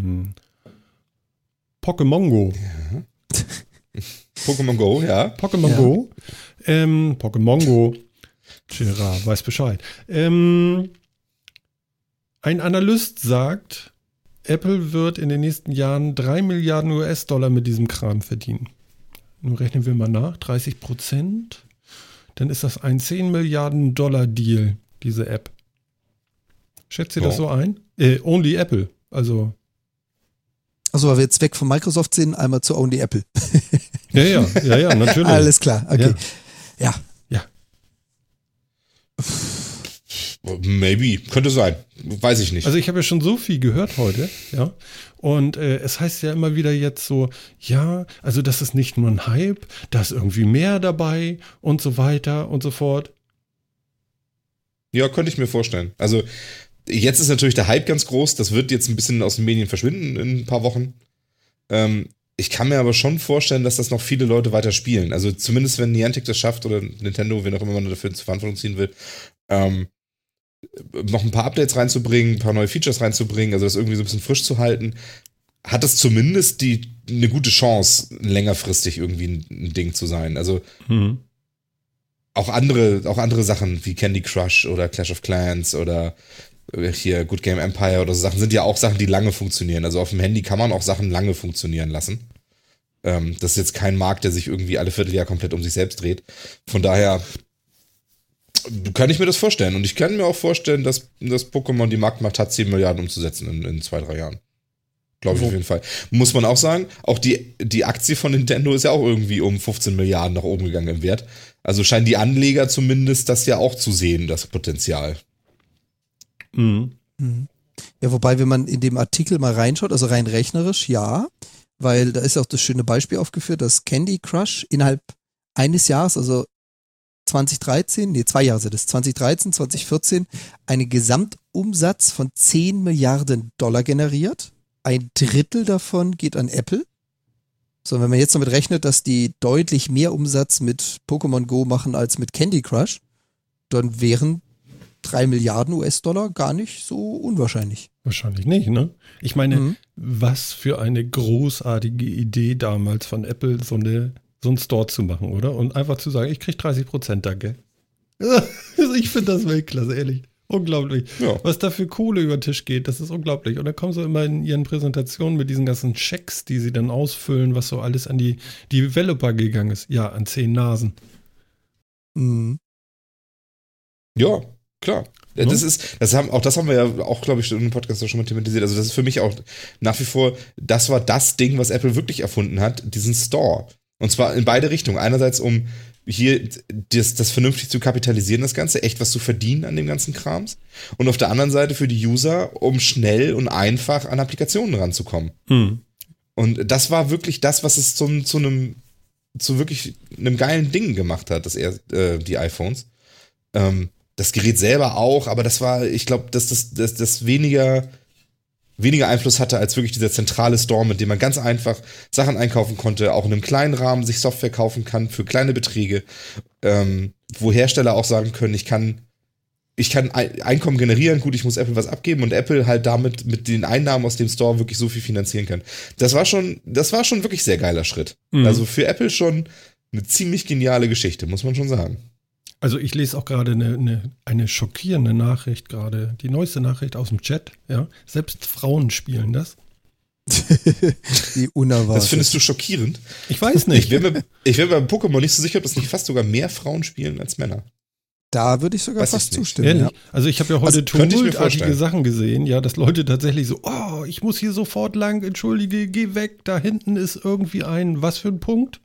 Pokémon Go. Pokémon Go, ja. Pokémon Ja. Go. Pokémon Go. Gerard weiß Bescheid. Ein Analyst sagt, Apple wird in den nächsten Jahren 3 Milliarden US-Dollar mit diesem Kram verdienen. Nun rechnen wir mal nach, 30%. Dann ist das ein 10 Milliarden Dollar Deal, diese App. Schätzt ihr das Ja. so ein? Only Apple, also Also weil wir jetzt weg von Microsoft sind, einmal zu Only Apple. ja, natürlich. Alles klar, okay. Ja. Maybe. Könnte sein. Weiß ich nicht. Also ich habe ja schon so viel gehört heute, ja. Und es heißt ja immer wieder jetzt so, ja, also das ist nicht nur ein Hype, da ist irgendwie mehr dabei und so weiter und so fort. Ja, könnte ich mir vorstellen. Also jetzt ist natürlich der Hype ganz groß. Das wird jetzt ein bisschen aus den Medien verschwinden in ein paar Wochen. Ich kann mir aber schon vorstellen, dass das noch viele Leute weiter spielen. Also zumindest wenn Niantic das schafft oder Nintendo, wen auch immer man dafür zur Verantwortung ziehen will, noch ein paar Updates reinzubringen, ein paar neue Features reinzubringen, also das irgendwie so ein bisschen frisch zu halten, hat es zumindest eine gute Chance, längerfristig irgendwie ein Ding zu sein. Also auch andere Sachen wie Candy Crush oder Clash of Clans oder hier Good Game Empire oder so Sachen sind ja auch Sachen, die lange funktionieren. Also auf dem Handy kann man auch Sachen lange funktionieren lassen. Das ist jetzt kein Markt, der sich irgendwie alle Vierteljahr komplett um sich selbst dreht. Von daher kann ich mir das vorstellen. Und ich kann mir auch vorstellen, dass Pokémon die Marktmacht hat, 10 Milliarden umzusetzen in 2-3 Jahren. Glaube ich auf jeden Fall. Muss man auch sagen, auch die Aktie von Nintendo ist ja auch irgendwie um 15 Milliarden nach oben gegangen im Wert. Also scheinen die Anleger zumindest das ja auch zu sehen, das Potenzial. Ja, wobei, wenn man in dem Artikel mal reinschaut, also rein rechnerisch, ja, weil da ist auch das schöne Beispiel aufgeführt, dass Candy Crush innerhalb eines Jahres, also 2 Jahre sind es, 2013, 2014, einen Gesamtumsatz von 10 Milliarden Dollar generiert. Ein Drittel davon geht an Apple. So, wenn man jetzt damit rechnet, dass die deutlich mehr Umsatz mit Pokémon Go machen als mit Candy Crush, dann wären 3 Milliarden US-Dollar gar nicht so unwahrscheinlich. Wahrscheinlich nicht, ne? Ich meine, was für eine großartige Idee damals von Apple, so einen Store zu machen, oder? Und einfach zu sagen, ich krieg 30% da, gell? Ich finde das Weltklasse, ehrlich. Unglaublich. Ja. Was da für Kohle über den Tisch geht, das ist unglaublich. Und dann kommen sie immer in ihren Präsentationen mit diesen ganzen Checks, die sie dann ausfüllen, was so alles an die Developer gegangen ist. Ja, an 10 Nasen. Mhm. Ja, klar. Ja, das haben wir ja auch, glaube ich, in einem Podcast schon mal thematisiert. Also das ist für mich auch nach wie vor, das war das Ding, was Apple wirklich erfunden hat, diesen Store. Und zwar in beide Richtungen. Einerseits, um hier das vernünftig zu kapitalisieren, das Ganze, echt was zu verdienen an dem ganzen Krams. Und auf der anderen Seite für die User, um schnell und einfach an Applikationen ranzukommen. Und das war wirklich das, was es zu wirklich einem geilen Ding gemacht hat, die iPhones. Das Gerät selber auch, aber das war, ich glaube, dass das weniger Einfluss hatte als wirklich dieser zentrale Store, mit dem man ganz einfach Sachen einkaufen konnte, auch in einem kleinen Rahmen sich Software kaufen kann für kleine Beträge, wo Hersteller auch sagen können, ich kann Einkommen generieren, gut, ich muss Apple was abgeben und Apple halt damit mit den Einnahmen aus dem Store wirklich so viel finanzieren kann. Das war schon wirklich sehr geiler Schritt. Also für Apple schon eine ziemlich geniale Geschichte, muss man schon sagen. Also ich lese auch gerade eine schockierende Nachricht gerade, die neueste Nachricht aus dem Chat, ja. Selbst Frauen spielen das. Wie unerwartet. Das findest du schockierend? Ich weiß nicht. Ich wäre beim Pokémon nicht so sicher, ob das nicht fast sogar mehr Frauen spielen als Männer. Da würde ich sogar fast zustimmen. Ja. Also ich habe ja heute tumultartige Sachen gesehen, ja, dass Leute tatsächlich so, oh, ich muss hier sofort lang, entschuldige, geh weg, da hinten ist irgendwie was für ein Punkt?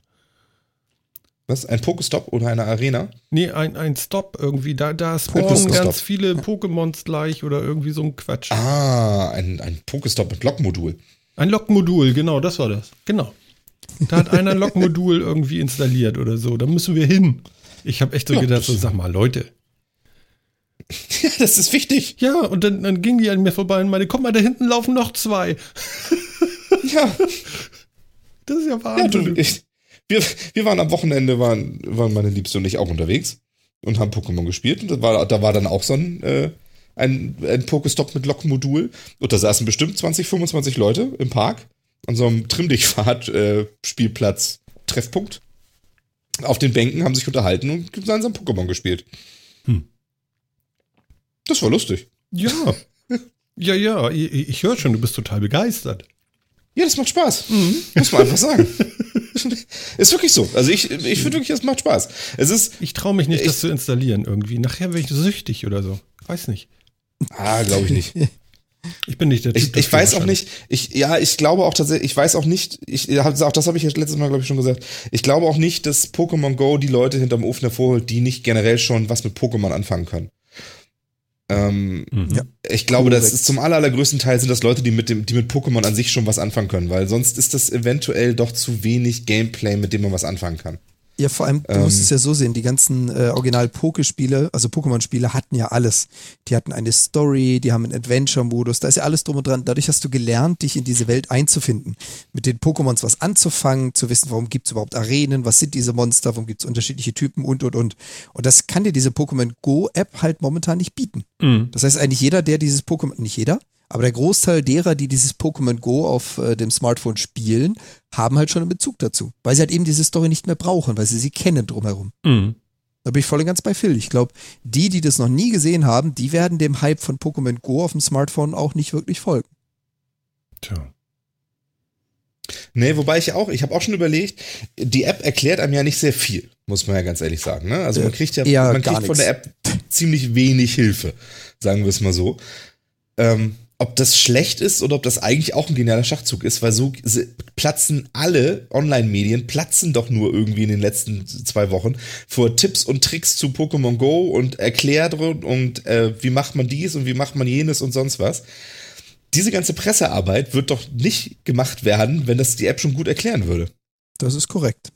Was? Ein Pokestop oder eine Arena? Nee, ein Stop irgendwie. Da spawnen ganz viele Pokémons gleich oder irgendwie so ein Quatsch. Ah, ein Pokestop mit Lockmodul. Ein Lockmodul, genau, das war das. Genau. Da hat einer ein Lockmodul irgendwie installiert oder so. Da müssen wir hin. Ich habe echt so gedacht, so, sag mal, Leute. Ja, das ist wichtig. Ja, und dann ging die an mir vorbei und meinte, guck mal, da hinten laufen noch 2. Ja. Das ist ja Wahnsinn. Ja, wir waren am Wochenende, waren meine Liebste und ich auch unterwegs und haben Pokémon gespielt. Und da war dann auch so ein Pokestop mit Lockmodul. Und da saßen bestimmt 20, 25 Leute im Park an so einem Trimm-dich-Fahrt-Spielplatz, Treffpunkt. Auf den Bänken, haben sich unterhalten und gemeinsam Pokémon gespielt. Das war lustig. Ja. Ja, ich höre schon, du bist total begeistert. Ja, das macht Spaß. Muss man einfach sagen. Ist wirklich so. Also ich finde wirklich, es macht Spaß. Ich traue mich nicht, das zu installieren irgendwie. Nachher werde ich süchtig oder so. Weiß nicht. Glaube ich nicht. Ich bin nicht der Typ. Ich weiß auch nicht, ich glaube auch tatsächlich, ich weiß auch nicht, das habe ich letztes Mal, glaube ich, schon gesagt, ich glaube auch nicht, dass Pokémon Go die Leute hinterm Ofen hervorholt, die nicht generell schon was mit Pokémon anfangen können. Ich glaube, das ist zum allergrößten Teil sind das Leute, die mit Pokémon an sich schon was anfangen können, weil sonst ist das eventuell doch zu wenig Gameplay, mit dem man was anfangen kann. Ja, vor allem, du musst es ja so sehen, die ganzen Original-Poke-Spiele, also Pokémon-Spiele hatten ja alles. Die hatten eine Story, die haben einen Adventure-Modus, da ist ja alles drum und dran. Dadurch hast du gelernt, dich in diese Welt einzufinden, mit den Pokémons was anzufangen, zu wissen, warum gibt es überhaupt Arenen, was sind diese Monster, warum gibt es unterschiedliche Typen und. Und das kann dir diese Pokémon Go-App halt momentan nicht bieten. Das heißt, eigentlich jeder, der dieses Pokémon, nicht jeder, aber der Großteil derer, die dieses Pokémon Go auf dem Smartphone spielen, haben halt schon einen Bezug dazu. Weil sie halt eben diese Story nicht mehr brauchen, weil sie kennen drumherum. Da bin ich voll und ganz bei Phil. Ich glaube, die das noch nie gesehen haben, die werden dem Hype von Pokémon Go auf dem Smartphone auch nicht wirklich folgen. Tja. Nee, wobei ich habe auch schon überlegt, die App erklärt einem ja nicht sehr viel, muss man ja ganz ehrlich sagen. Ne? Also man kriegt von der App ziemlich wenig Hilfe, sagen wir es mal so. Ob das schlecht ist oder ob das eigentlich auch ein genialer Schachzug ist, weil so platzen alle Online-Medien, doch nur irgendwie in den letzten 2 Wochen vor Tipps und Tricks zu Pokémon Go und erklärt und wie macht man dies und wie macht man jenes und sonst was. Diese ganze Pressearbeit wird doch nicht gemacht werden, wenn das die App schon gut erklären würde. Das ist korrekt.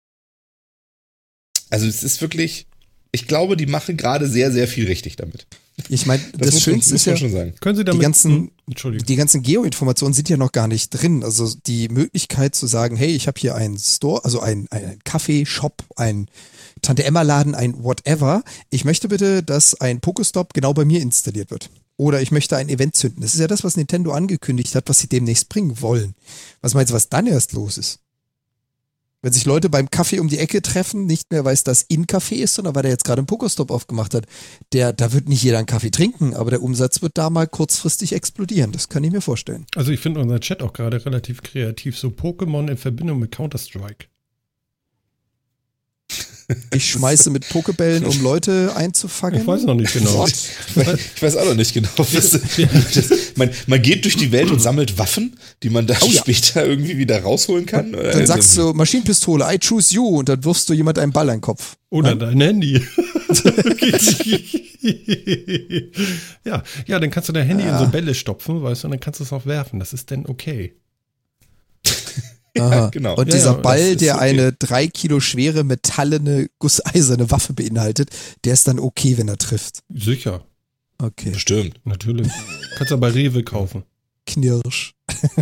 Also es ist wirklich, ich glaube, die machen gerade sehr, sehr viel richtig damit. Ich meine, das Schönste ist ja, schon sagen. Können Sie damit, die ganzen Geo-Informationen sind ja noch gar nicht drin. Also die Möglichkeit zu sagen, hey, ich habe hier einen Store, also einen Kaffee-Shop, einen Tante-Emma-Laden, ein whatever. Ich möchte bitte, dass ein Pokestop genau bei mir installiert wird. Oder ich möchte ein Event zünden. Das ist ja das, was Nintendo angekündigt hat, was sie demnächst bringen wollen. Was meinst du, was dann erst los ist? Wenn sich Leute beim Kaffee um die Ecke treffen, nicht mehr, weil es das In-Café ist, sondern weil der jetzt gerade einen Pokestop aufgemacht hat. Da wird nicht jeder einen Kaffee trinken, aber der Umsatz wird da mal kurzfristig explodieren. Das kann ich mir vorstellen. Also ich finde unseren Chat auch gerade relativ kreativ. So Pokémon in Verbindung mit Counter-Strike. Ich schmeiße mit Pokebällen, um Leute einzufangen. Ich weiß noch nicht genau. Ich weiß auch noch nicht genau. Man geht durch die Welt und sammelt Waffen, die man dann später irgendwie wieder rausholen kann. Dann sagst du Maschinenpistole, I choose you, und dann wirfst du jemand einen Ball an den Kopf. Oder dein Handy. ja, dann kannst du dein Handy in so Bälle stopfen, weißt du, und dann kannst du es auch werfen. Das ist dann okay. Ja, genau. Und dieser Ball, der eine 3 Kilo schwere metallene, gusseiserne Waffe beinhaltet, der ist dann okay, wenn er trifft. Sicher. Okay. Bestimmt. Natürlich. Kannst du bei Rewe kaufen. Knirsch.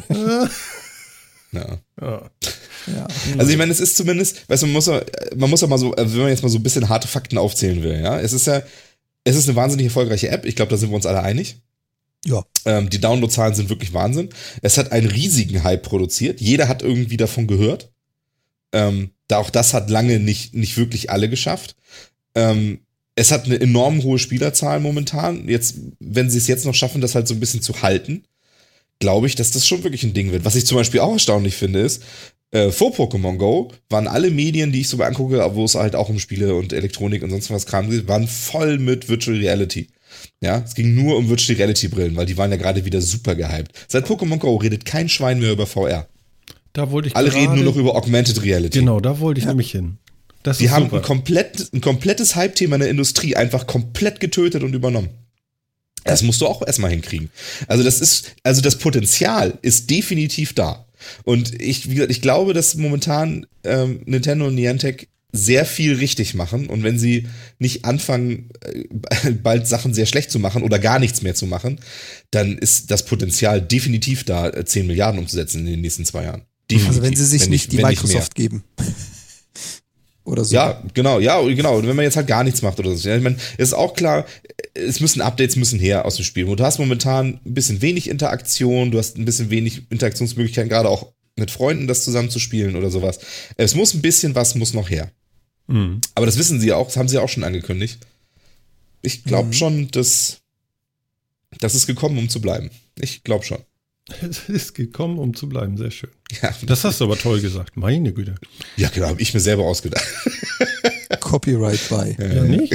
Ja. Ja. Also ich meine, es ist zumindest, weißt du, man muss ja mal so, wenn man jetzt mal so ein bisschen harte Fakten aufzählen will, ja, es ist eine wahnsinnig erfolgreiche App. Ich glaube, da sind wir uns alle einig. Ja. Die Downloadzahlen sind wirklich Wahnsinn. Es hat einen riesigen Hype produziert. Jeder hat irgendwie davon gehört. Auch das hat lange nicht wirklich alle geschafft. Es hat eine enorm hohe Spielerzahl momentan. Jetzt, wenn sie es jetzt noch schaffen, das halt so ein bisschen zu halten, glaube ich, dass das schon wirklich ein Ding wird. Was ich zum Beispiel auch erstaunlich finde, ist, vor Pokémon Go waren alle Medien, die ich so angucke, wo es halt auch um Spiele und Elektronik und sonst was kam, waren voll mit Virtual Reality. Ja, es ging nur um Virtual Reality Brillen, weil die waren ja gerade wieder super gehypt. Seit Pokémon Go redet kein Schwein mehr über VR. Da wollte ich Alle reden nur noch über Augmented Reality. Genau, da wollte ich nämlich hin. Die haben ein komplettes Hype-Thema in der Industrie einfach komplett getötet und übernommen. Das musst du auch erstmal hinkriegen. Also das Potenzial ist definitiv da. Und wie gesagt, ich glaube, dass momentan Nintendo und Niantic sehr viel richtig machen, und wenn sie nicht anfangen, bald Sachen sehr schlecht zu machen oder gar nichts mehr zu machen, dann ist das Potenzial definitiv da, 10 Milliarden umzusetzen in den nächsten 2 Jahren. Definitiv. Also wenn sie sich nicht die Microsoft geben. Oder so. Ja, genau. Und wenn man jetzt halt gar nichts macht oder so. Ja, ich meine, es ist auch klar, Updates müssen her aus dem Spiel. Und du hast momentan ein bisschen wenig Interaktion, du hast ein bisschen wenig Interaktionsmöglichkeiten, gerade auch mit Freunden das zusammen zu spielen oder sowas. Es muss ein bisschen muss noch her. Mhm. Aber das wissen sie ja auch, das haben sie ja auch schon angekündigt. Ich glaube schon, dass das ist gekommen, um zu bleiben. Ich glaube schon. Es ist gekommen, um zu bleiben, sehr schön. Ja. Das hast du aber toll gesagt, meine Güte. Ja, genau, habe ich mir selber ausgedacht. Copyright by. Ja, nicht?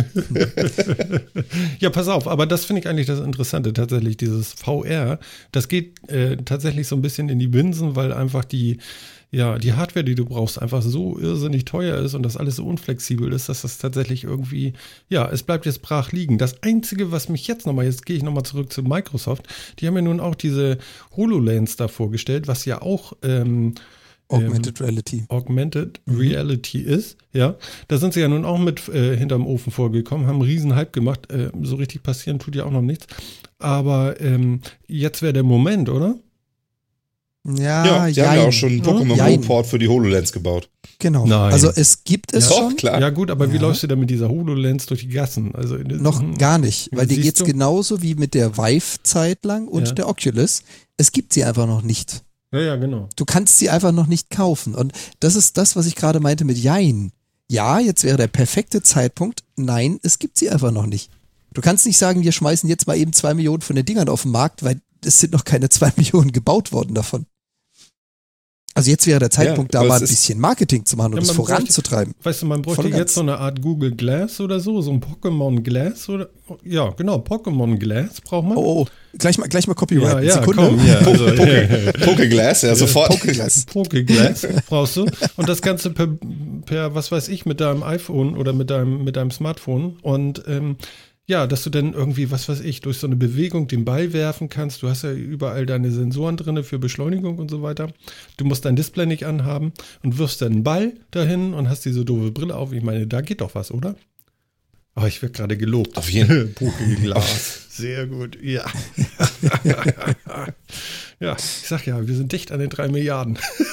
Ja, pass auf, aber das finde ich eigentlich das Interessante, tatsächlich, dieses VR, das geht tatsächlich so ein bisschen in die Binsen, weil einfach die Hardware, die du brauchst, einfach so irrsinnig teuer ist und das alles so unflexibel ist, dass das tatsächlich irgendwie, es bleibt jetzt brach liegen. Das Einzige, was mich jetzt gehe ich nochmal zurück zu Microsoft, die haben ja nun auch diese HoloLens da vorgestellt, was ja auch Augmented Reality ist, ja. Da sind sie ja nun auch mit hinterm Ofen vorgekommen, haben einen riesen Hype gemacht, so richtig passieren tut ja auch noch nichts. Aber jetzt wäre der Moment, oder? Ja, sie haben ja auch schon einen Pokémon Go-Port für die HoloLens gebaut. Genau. Nein. Also es gibt es schon. Klar. Ja gut, aber wie läufst du denn mit dieser HoloLens durch die Gassen? Also noch gar nicht, weil dir geht's genauso wie mit der Vive zeitlang und der Oculus. Es gibt sie einfach noch nicht. Ja, genau. Du kannst sie einfach noch nicht kaufen. Und das ist das, was ich gerade meinte mit Jein. Ja, jetzt wäre der perfekte Zeitpunkt. Nein, es gibt sie einfach noch nicht. Du kannst nicht sagen, wir schmeißen jetzt mal eben 2 Millionen von den Dingern auf den Markt, weil es sind noch keine 2 Millionen gebaut worden davon. Also jetzt wäre der Zeitpunkt, da mal ein bisschen Marketing zu machen und es voranzutreiben. Weißt du, man bräuchte jetzt so eine Art Google Glass oder so ein Pokémon Glass oder, ja, genau, Pokémon Glass braucht man. Oh, gleich mal Copyright. Ja, Sekunde. Komm, ja, also, Pokéglass, ja, sofort. Pokéglass brauchst du. Und das Ganze per, was weiß ich, mit deinem iPhone oder mit deinem Smartphone und, dass du dann irgendwie, was weiß ich, durch so eine Bewegung den Ball werfen kannst. Du hast ja überall deine Sensoren drin für Beschleunigung und so weiter. Du musst dein Display nicht anhaben und wirfst dann einen Ball dahin und hast diese doofe Brille auf. Ich meine, da geht doch was, oder? Oh, ich werde gerade gelobt. Auf jeden Pokeglas. Sehr gut, ja. Ja, ich sag ja, wir sind dicht an den 3 Milliarden.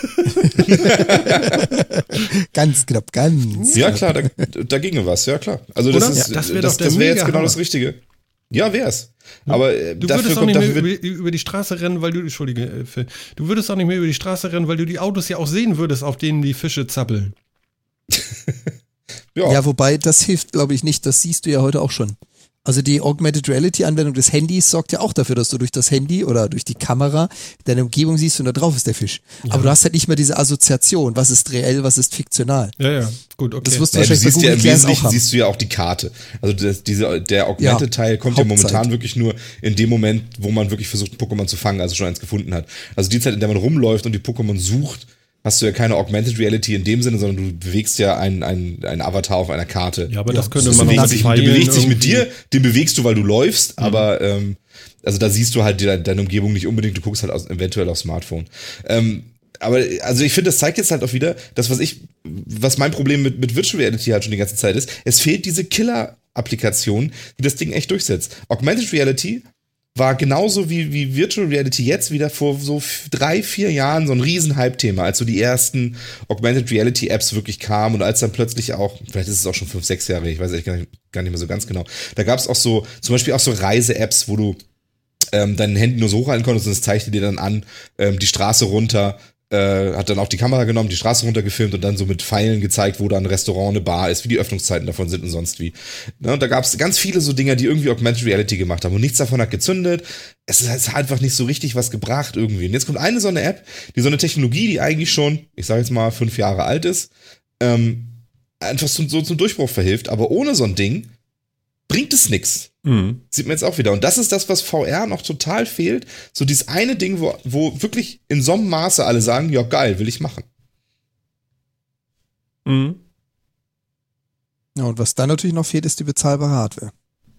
Ganz knapp, ganz. Ja, klar, da ginge was, ja klar. Also Oder? das ist, Ja, das wär das doch der wäre jetzt mega genau das Hammer. Richtige. Ja, wär's. Aber Du dafür würdest auch nicht mehr wird, über die Straße rennen, weil du, Entschuldige, Phil, du würdest auch nicht mehr über die Straße rennen, weil du die Autos ja auch sehen würdest, auf denen die Fische zappeln. Ja, wobei, das hilft, glaube ich, nicht. Das siehst du ja heute auch schon. Also die Augmented Reality Anwendung des Handys sorgt ja auch dafür, dass du durch das Handy oder durch die Kamera deine Umgebung siehst und da drauf ist der Fisch. Ja. Aber du hast halt nicht mehr diese Assoziation, was ist reell, was ist fiktional. Ja, gut, okay. Das wirst du du wahrscheinlich bei siehst ja Google im Glass auch Wesentlichen haben. siehst du ja auch die Karte. Also der Augmented-Teil kommt ja momentan wirklich nur in dem Moment, wo man wirklich versucht, ein Pokémon zu fangen, also schon eins gefunden hat. Also die Zeit, in der man rumläuft und die Pokémon sucht, hast du ja keine Augmented Reality in dem Sinne, sondern du bewegst ja ein Avatar auf einer Karte. Ja, aber das könnte Das man bewegt auch sich, mit der bewegt sich mit irgendwie. dir, den bewegst du, weil du läufst, aber also da siehst du halt deine Umgebung nicht unbedingt, du guckst halt eventuell aufs Smartphone. Aber also ich finde, das zeigt jetzt halt auch wieder, das, was mein Problem mit Virtual Reality halt schon die ganze Zeit ist, es fehlt diese Killer-Applikation, die das Ding echt durchsetzt. Augmented Reality war genauso wie Virtual Reality jetzt wieder vor so 3-4 Jahren so ein Riesen-Hype-Thema, als so die ersten Augmented Reality-Apps wirklich kamen und als dann plötzlich auch, vielleicht ist es auch schon 5-6 Jahre, ich weiß echt gar nicht mehr so ganz genau, da gab es auch so, zum Beispiel auch so Reise-Apps, wo du dein Handy nur so hochhalten konntest und es zeichnet dir dann an, die Straße runter, hat dann auch die Kamera genommen, die Straße runtergefilmt und dann so mit Pfeilen gezeigt, wo da ein Restaurant, eine Bar ist, wie die Öffnungszeiten davon sind und sonst wie. Ne, und da gab es ganz viele so Dinger, die irgendwie Augmented Reality gemacht haben und nichts davon hat gezündet. Es hat einfach nicht so richtig was gebracht irgendwie. Und jetzt kommt eine so eine App, die so eine Technologie, die eigentlich schon, ich sage jetzt mal 5 Jahre alt ist, einfach so zum Durchbruch verhilft, aber ohne so ein Ding bringt es nix. Sieht man jetzt auch wieder. Und das ist das, was VR noch total fehlt. So dieses eine Ding, wo wirklich in so einem Maße alle sagen, ja geil, will ich machen. Ja, und was dann natürlich noch fehlt, ist die bezahlbare Hardware.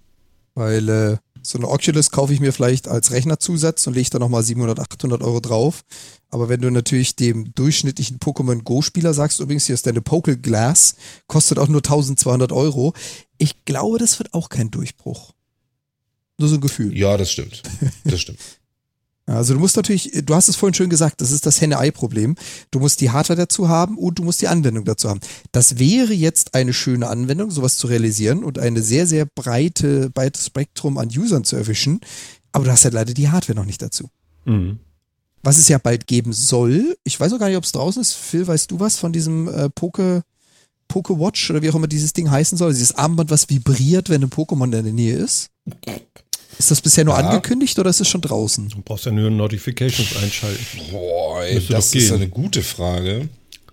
Weil so eine Oculus kaufe ich mir vielleicht als Rechnerzusatz und lege da nochmal 700, 800 Euro drauf. Aber wenn du natürlich dem durchschnittlichen Pokémon Go-Spieler sagst, übrigens, hier ist deine Pokeglass, kostet auch nur 1200 Euro. Ich glaube, das wird auch kein Durchbruch. Nur so ein Gefühl. Ja, das stimmt. Das stimmt. Also du musst natürlich, du hast es vorhin schön gesagt, das ist das Henne-Ei-Problem. Du musst die Hardware dazu haben und du musst die Anwendung dazu haben. Das wäre jetzt eine schöne Anwendung, sowas zu realisieren und eine sehr, sehr breites Spektrum an Usern zu erwischen. Aber du hast halt leider die Hardware noch nicht dazu. Was es ja bald geben soll. Ich weiß auch gar nicht, ob es draußen ist. Phil, weißt du was von diesem Poke-Watch oder wie auch immer dieses Ding heißen soll? Dieses Armband, was vibriert, wenn ein Pokémon in der Nähe ist? Ist das bisher nur angekündigt oder ist es schon draußen? Du brauchst ja nur Notifications einschalten. Boah, ey, das ist eine gute Frage.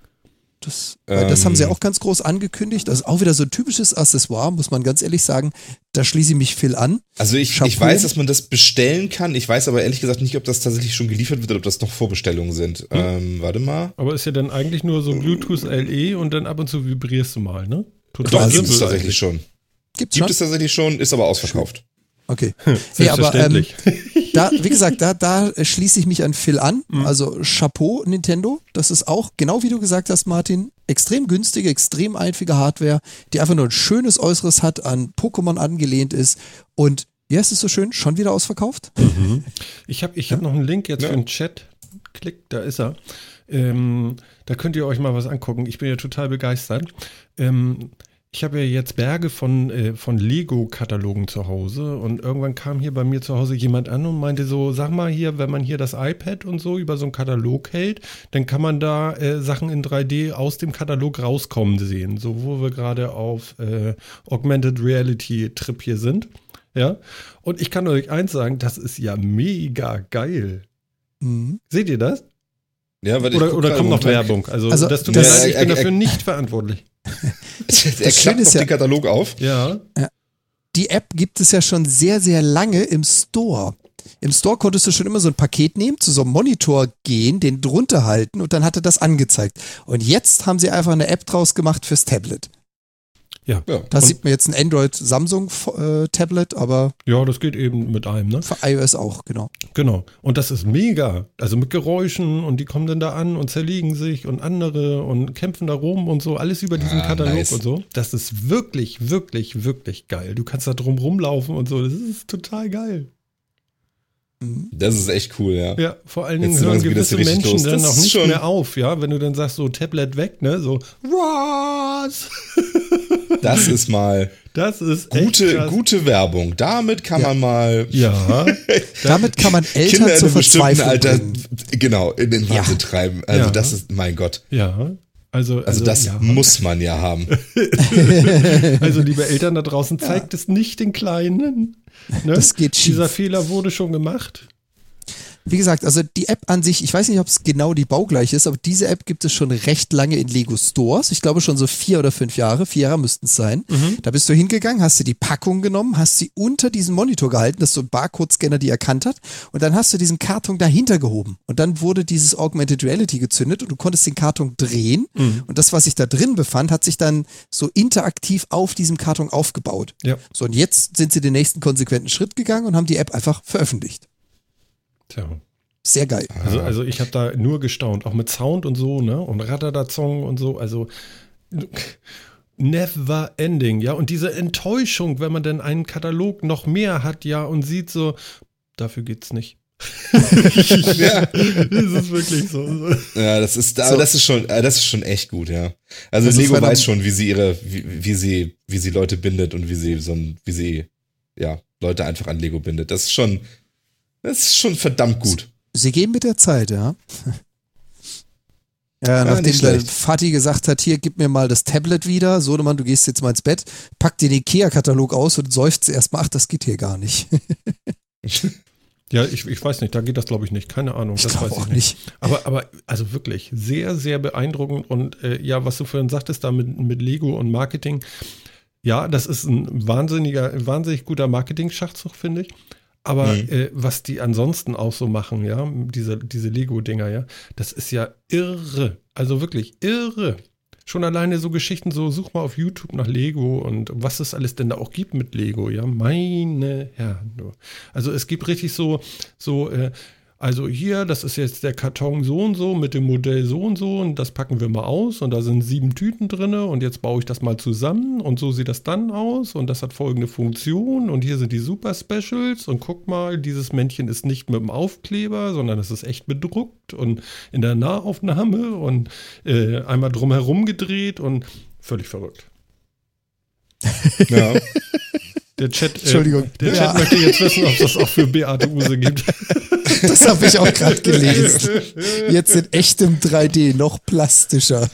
Das haben sie auch ganz groß angekündigt. Das ist auch wieder so ein typisches Accessoire, muss man ganz ehrlich sagen. Da schließe ich mich Phil an. Also ich weiß, dass man das bestellen kann. Ich weiß aber ehrlich gesagt nicht, ob das tatsächlich schon geliefert wird oder ob das noch Vorbestellungen sind. Warte mal. Aber ist ja dann eigentlich nur so Bluetooth LE und dann ab und zu vibrierst du mal, ne? Doch, gibt es tatsächlich schon. Gibt es tatsächlich schon, ist aber ausverkauft. Okay. Selbstverständlich. Aber wie gesagt, da schließe ich mich an Phil an. Also Chapeau Nintendo. Das ist auch, genau wie du gesagt hast, Martin, extrem günstige, extrem einfache Hardware, die einfach nur ein schönes Äußeres hat, an Pokémon angelehnt ist. Und ja, es ist so schön, schon wieder ausverkauft. Ich hab noch einen Link jetzt für den Chat. Klick, da ist er. Da könnt ihr euch mal was angucken. Ich bin ja total begeistert. Ich habe ja jetzt Berge von Lego-Katalogen zu Hause und irgendwann kam hier bei mir zu Hause jemand an und meinte so, sag mal hier, wenn man hier das iPad und so über so einen Katalog hält, dann kann man da Sachen in 3D aus dem Katalog rauskommen sehen, so wo wir gerade auf Augmented Reality Trip hier sind. Ja, und ich kann euch eins sagen, das ist ja mega geil. Seht ihr das? Ja, oder kommt noch Werbung? Also das tut mir leid, ich bin dafür nicht verantwortlich. Er klappt noch den Katalog auf. Ja. Die App gibt es ja schon sehr, sehr lange im Store. Im Store konntest du schon immer so ein Paket nehmen, zu so einem Monitor gehen, den drunter halten und dann hat er das angezeigt. Und jetzt haben sie einfach eine App draus gemacht fürs Tablet. Ja. Da sieht man jetzt ein Android-Samsung-Tablet, aber Ja, das geht eben mit einem, ne? für iOS auch, genau. Genau. Und das ist mega. Also mit Geräuschen und die kommen dann da an und zerlegen sich und andere und kämpfen da rum und so. Alles über diesen Katalog nice. und so. Das ist wirklich, wirklich, wirklich geil. Du kannst da drum rumlaufen und so. Das ist total geil. Das ist echt cool, ja. Ja, vor allen Dingen Jetzt hören geht das gewisse richtig Menschen los. dann Das auch ist nicht schon- mehr auf, ja. Wenn du dann sagst, so Tablet weg, ne? So, was? Das ist mal Das ist echt krass. gute Werbung. Damit kann man mal Ja, Damit kann man Eltern Kinder in zur einem bestimmten Verzweiflung Alter, bringen. genau, in den Wahnsinn treiben. Also Ja. das ist, mein Gott. ja. Also Das ja. muss man ja haben. Also, liebe Eltern da draußen, zeigt es nicht den Kleinen. Ne? Das geht schief. Dieser Fehler wurde schon gemacht. Wie gesagt, also die App an sich, ich weiß nicht, ob es genau die baugleiche ist, aber diese App gibt es schon recht lange in Lego Stores. Ich glaube schon so 4 oder 5 Jahre. 4 Jahre müssten es sein. Da bist du hingegangen, hast dir die Packung genommen, hast sie unter diesen Monitor gehalten, dass so ein Barcode-Scanner die erkannt hat. Und dann hast du diesen Karton dahinter gehoben. Und dann wurde dieses Augmented Reality gezündet und du konntest den Karton drehen. Und das, was sich da drin befand, hat sich dann so interaktiv auf diesem Karton aufgebaut. Ja. So, und jetzt sind sie den nächsten konsequenten Schritt gegangen und haben die App einfach veröffentlicht. Tja. Sehr geil. Also ich habe da nur gestaunt, auch mit Sound und so, ne? Und Radadazong und so, also never ending, ja? Und diese Enttäuschung, wenn man denn einen Katalog noch mehr hat, ja, und sieht so, dafür geht's nicht. Ja. Das ist wirklich so. Ja, das ist schon echt gut, ja. Also Das ist, Lego wenn man- weiß schon, wie sie Leute bindet und wie sie Leute einfach an Lego bindet. Das ist schon verdammt gut. Sie gehen mit der Zeit, ja. Ja, nachdem nicht der schlecht. Vati gesagt hat, hier, gib mir mal das Tablet wieder, Sohnemann, du gehst jetzt mal ins Bett, pack den Ikea-Katalog aus und seufzt erstmal, ach, das geht hier gar nicht. Ja, ich weiß nicht, da geht das glaube ich nicht, keine Ahnung, das glaub weiß ich auch nicht. Aber also wirklich sehr, sehr beeindruckend und ja, was du vorhin sagtest da mit Lego und Marketing, ja, das ist ein wahnsinnig guter Marketing-Schachzug, finde ich. Aber was die ansonsten auch so machen, ja, diese Lego-Dinger, ja, das ist ja irre. Also wirklich irre. Schon alleine so Geschichten, so such mal auf YouTube nach Lego und was es alles denn da auch gibt mit Lego, ja, meine Herren. Du. Also es gibt richtig also hier, das ist jetzt der Karton so und so mit dem Modell so und das packen wir mal aus und da sind 7 Tüten drin und jetzt baue ich das mal zusammen und so sieht das dann aus und das hat folgende Funktion und hier sind die Super Specials und guck mal, dieses Männchen ist nicht mit dem Aufkleber, sondern es ist echt bedruckt und in der Nahaufnahme und einmal drumherum gedreht und völlig verrückt. Ja. Der Chat, Entschuldigung. Der Chat Ja. möchte jetzt wissen, ob es das auch für Beate Use gibt. Das habe ich auch gerade gelesen. Jetzt in echtem 3D, noch plastischer.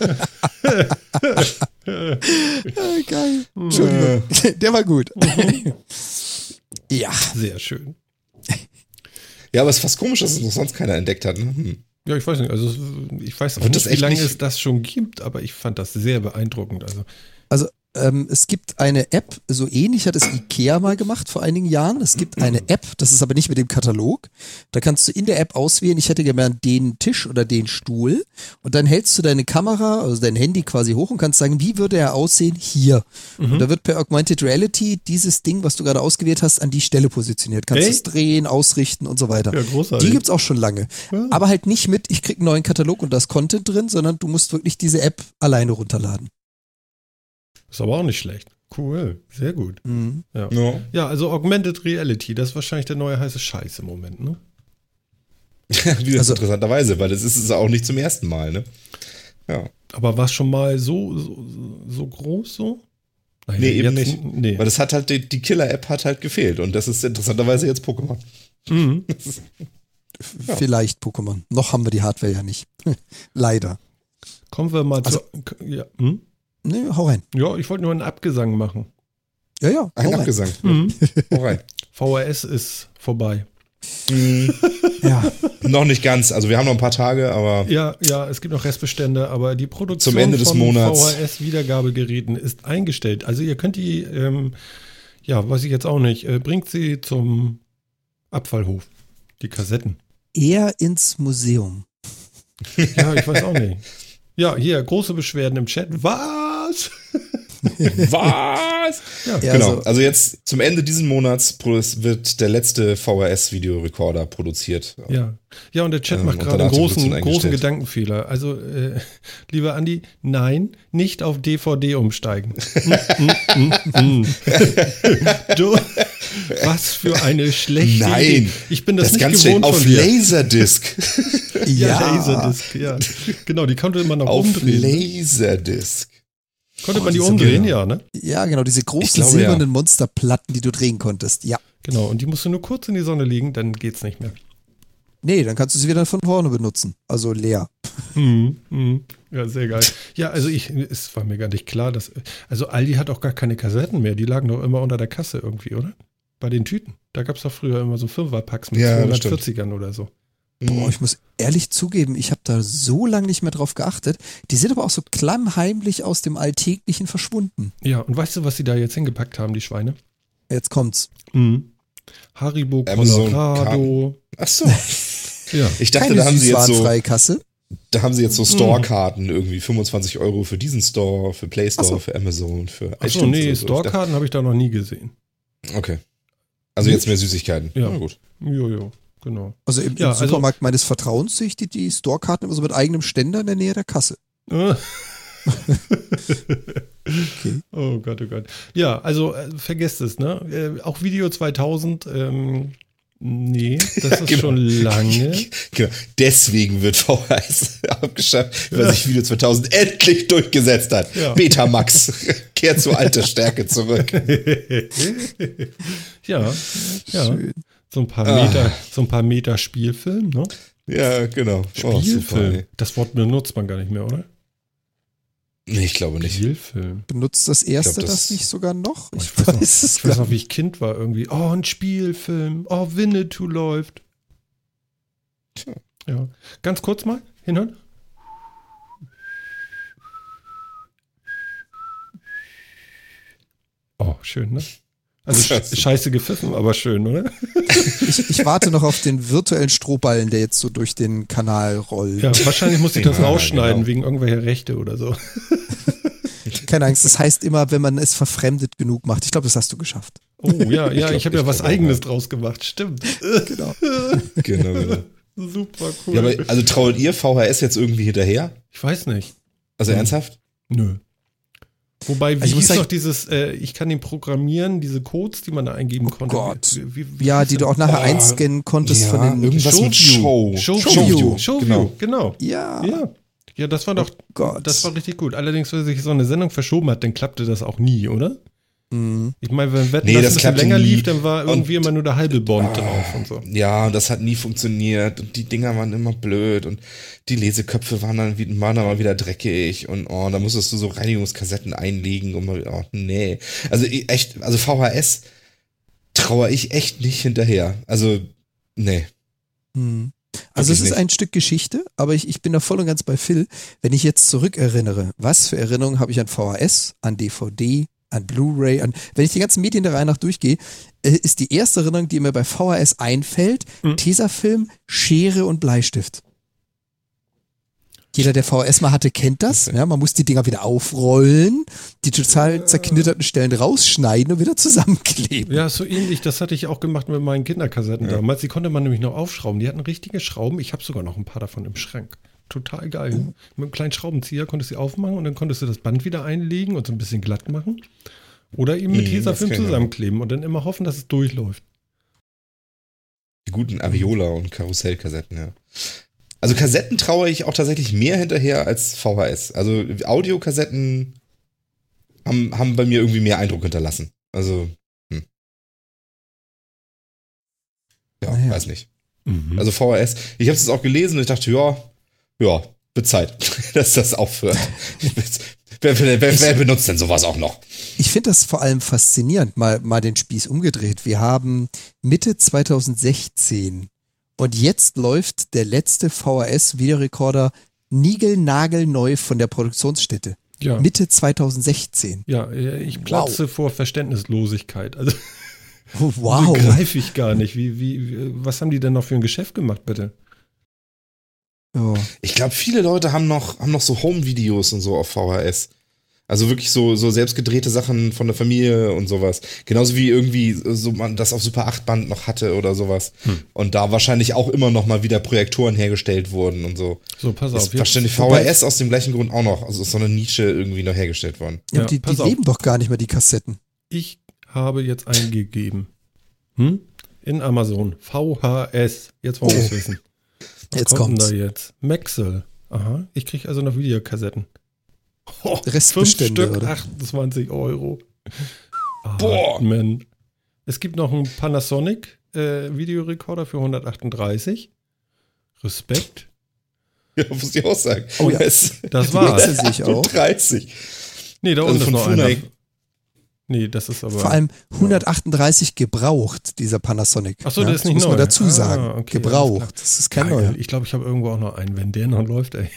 Geil. Entschuldigung. Der war gut. Ja. Sehr schön. Ja, aber es ist fast komisch, dass es noch sonst keiner entdeckt hat. Ne? Ja, ich weiß nicht. Also ich weiß auch Wird nicht, das wie echt lange nicht- es das schon gibt, aber ich fand das sehr beeindruckend. Also Es gibt eine App, so ähnlich hat es Ikea mal gemacht vor einigen Jahren. Es gibt eine App, das ist aber nicht mit dem Katalog. Da kannst du in der App auswählen, ich hätte gerne den Tisch oder den Stuhl. Und dann hältst du deine Kamera, also dein Handy quasi hoch und kannst sagen, wie würde er aussehen hier? Und da wird per Augmented Reality dieses Ding, was du gerade ausgewählt hast, an die Stelle positioniert. Kannst Echt? es drehen, ausrichten und so weiter. Ja, großartig. Die gibt's auch schon lange. Aber halt nicht mit, ich krieg einen neuen Katalog und da ist Content drin, sondern du musst wirklich diese App alleine runterladen. ist aber auch nicht schlecht. Cool, sehr gut. Mhm. Ja. Ja. Ja, also Augmented Reality, das ist wahrscheinlich der neue heiße Scheiß im Moment, ne? Wie das Also- interessanterweise, weil das ist es auch nicht zum ersten Mal, ne? Ja. Aber war es schon mal so groß so? Naja, Nee, eben jetzt- nicht. Nee. Weil das hat halt, die Killer-App hat halt gefehlt und das ist interessanterweise jetzt Pokémon. Mhm. Ja. Vielleicht Pokémon. Noch haben wir die Hardware ja nicht. Leider. Kommen wir mal Also- zu. Ja, hm? Ne, hau rein. Ja, ich wollte nur einen Abgesang machen. Ja, ja. Ein hau rein. Abgesang. Mhm. Hau rein. VHS ist vorbei. Ja. Noch nicht ganz, also wir haben noch ein paar Tage, aber Ja, es gibt noch Restbestände, aber die Produktion Zum Ende des von Monats. VHS-Wiedergabegeräten ist eingestellt. Also ihr könnt die, weiß ich jetzt auch nicht, bringt sie zum Abfallhof, die Kassetten. Eher ins Museum. Ja, ich weiß auch nicht. Ja, hier, große Beschwerden im Chat. Was? Was? Ja, Genau. Also jetzt zum Ende diesen Monats wird der letzte VHS-Videorekorder produziert. Ja. Ja, und der Chat macht und gerade einen danach die Produktion großen eingestellt. Gedankenfehler. Also, lieber Andi, nein, nicht auf DVD umsteigen. Du, was für eine schlechte Nein, Idee. Ich bin das nicht ganz gewohnt schön. Auf von dir. Laserdisc. Ja, Laserdisc, ja. Genau, die konnte man noch Auf umdrehen. Laserdisc. Konnte man die diese umdrehen, genau. ja, ne? Ja, genau, diese großen Ich glaube, silbernen Monsterplatten, die du drehen konntest. Ja. Genau, und die musst du nur kurz in die Sonne legen, dann geht's nicht mehr. Nee, dann kannst du sie wieder von vorne benutzen. Also leer. Ja, sehr geil. Ja, also es war mir gar nicht klar, also Aldi hat auch gar keine Kassetten mehr, die lagen doch immer unter der Kasse irgendwie, oder? Bei den Tüten. Da gab es doch früher immer so 5er-Packs mit Ja, das 240ern oder so. Boah, ich muss ehrlich zugeben, ich habe da so lange nicht mehr drauf geachtet. Die sind aber auch so klammheimlich aus dem Alltäglichen verschwunden. Ja, und weißt du, was sie da jetzt hingepackt haben, die Schweine? Jetzt kommt's. Haribo, Amazon Colorado. Ach so. Ja. Ich dachte, Keine da haben sie jetzt so, süßwarenfreie Kasse. Store-Karten irgendwie 25 € für diesen Store, für Play Store, Ach so. für Amazon, für Achso, nee, oder so. Store-Karten habe ich da noch nie gesehen. Okay. Also jetzt mehr Süßigkeiten. Ja. Na gut. Jojo, genau. Also im Ja, also- Supermarkt meines Vertrauens sehe ich die Store-Karten immer so mit eigenem Ständer in der Nähe der Kasse. Oh Gott, oh Gott. Ja, also vergesst es, ne? Auch Video 2000, nee, das ist Genau. schon lange. Genau. Deswegen wird VHS abgeschafft, weil sich Video 2000 endlich durchgesetzt hat. Ja. Betamax kehrt zu alter Stärke zurück. Ja, ja. Schön. So ein paar Meter Spielfilm, ne? Ja, genau. Oh, super, Spielfilm. ey. Das Wort benutzt man gar nicht mehr, oder? Nee, ich glaube nicht. Spielfilm. Benutzt das erste Ich glaub, das das- nicht sogar noch? Ich weiß noch, wie ich Kind war irgendwie. Oh, ein Spielfilm. Oh, Winnetou läuft. Tja. Ja. Ganz kurz mal hinhören. Oh, schön, ne? Also scheiße gepfiffen, aber schön, oder? Ich warte noch auf den virtuellen Strohballen, der jetzt so durch den Kanal rollt. Ja, wahrscheinlich muss ich das Ja, rausschneiden genau. wegen irgendwelcher Rechte oder so. Keine Angst, das heißt immer, wenn man es verfremdet genug macht. Ich glaube, das hast du geschafft. Oh, ja, ja, glaub, ich habe ja ich was glaub auch, Eigenes ja. draus gemacht, stimmt. Genau. Genau. Super cool. Ja, aber also trauert ihr VHS jetzt irgendwie hinterher? Ich weiß nicht. Also ernsthaft? Nö. Wobei, wie Also ich muss hieß sagen- doch dieses, ich kann den programmieren, diese Codes, die man da eingeben konnte. Gott. Wie Ja, hieß die du denn? auch nachher einscannen konntest von den. irgendwas mit Show. Showview, Genau. genau. Ja. Ja. Ja, das war doch, Gott. das war richtig gut. Allerdings, wenn sich so eine Sendung verschoben hat, dann klappte das auch nie, oder? Mhm. Ich meine, wenn Wetten, Nee, das das ein bisschen klappte länger nie. lief, dann war irgendwie Und- immer nur der halbe Bond drauf und so. Ja, und das hat nie funktioniert und die Dinger waren immer blöd und die Leseköpfe waren dann mal wieder dreckig und da musstest du so Reinigungskassetten einlegen und nee. Also echt, also VHS trauere ich echt nicht hinterher. Also, nee. Mhm. Also es Wirklich ist nicht. ein Stück Geschichte, aber ich bin da voll und ganz bei Phil. Wenn ich jetzt zurückerinnere, was für Erinnerungen habe ich an VHS, an DVD, an Blu-ray, wenn ich die ganzen Medien der Reihe nach durchgehe, ist die erste Erinnerung, die mir bei VHS einfällt, Tesafilm, Schere und Bleistift. Jeder, der VHS mal hatte, kennt das. Ja, man muss die Dinger wieder aufrollen, die total zerknitterten Stellen rausschneiden und wieder zusammenkleben. Ja, so ähnlich, das hatte ich auch gemacht mit meinen Kinderkassetten damals. Die konnte man nämlich noch aufschrauben. Die hatten richtige Schrauben. Ich habe sogar noch ein paar davon im Schrank. Total geil. Mit einem kleinen Schraubenzieher konntest du sie aufmachen und dann konntest du das Band wieder einlegen und so ein bisschen glatt machen. Oder eben mit Tesafilm das kenn ich zusammenkleben und dann immer hoffen, dass es durchläuft. Die guten Aviola und Karussellkassetten, ja. Also Kassetten trauere ich auch tatsächlich mehr hinterher als VHS. Also Audiokassetten haben bei mir irgendwie mehr Eindruck hinterlassen. Also, ja, Naja. weiß nicht. Also VHS, ich habe es auch gelesen und ich dachte, ja, wird Zeit, dass das aufhört. Wer benutzt denn sowas auch noch? Ich finde das vor allem faszinierend, mal den Spieß umgedreht. Wir haben Mitte 2016 und jetzt läuft der letzte VHS-Videorekorder niegelnagelneu von der Produktionsstätte. Ja. Mitte 2016. Ja, ich platze vor Verständnislosigkeit. Also Wow. begreife ich gar nicht. Was haben die denn noch für ein Geschäft gemacht, bitte? Ja. Ich glaube, viele Leute haben noch so Home-Videos und so auf VHS. Also wirklich so selbstgedrehte Sachen von der Familie und sowas. Genauso wie irgendwie so man das auf Super 8 Band noch hatte oder sowas. Und da wahrscheinlich auch immer noch mal wieder Projektoren hergestellt wurden und so. So, pass auf. Ist wahrscheinlich VHS aus dem gleichen Grund auch noch, also aus so einer Nische irgendwie noch hergestellt worden. Ja, die leben doch gar nicht mehr, die Kassetten. Ich habe jetzt eingegeben. In Amazon. VHS. Jetzt wollen wir es wissen. Was jetzt kommt kommt's. denn da jetzt? Maxell. Aha. Ich kriege also noch Videokassetten. Restbestände, 5 Stück, oder? 28 €. Boah. Man. Es gibt noch einen Panasonic Videorekorder für 138. Respekt. Ja, muss ich auch sagen. Oh ja. Das war's. Wechsel sehe ich auch. 30. Nee, da Also unten ist von noch Funai. einer. Nee, das ist aber... Vor allem 138 gebraucht, dieser Panasonic. Ach so, der ist nicht muss neu. man dazu sagen. Okay, alles klar. Gebraucht. Das ist kein Geil. neuer. Ich glaube, ich habe irgendwo auch noch einen, wenn der noch läuft, ey.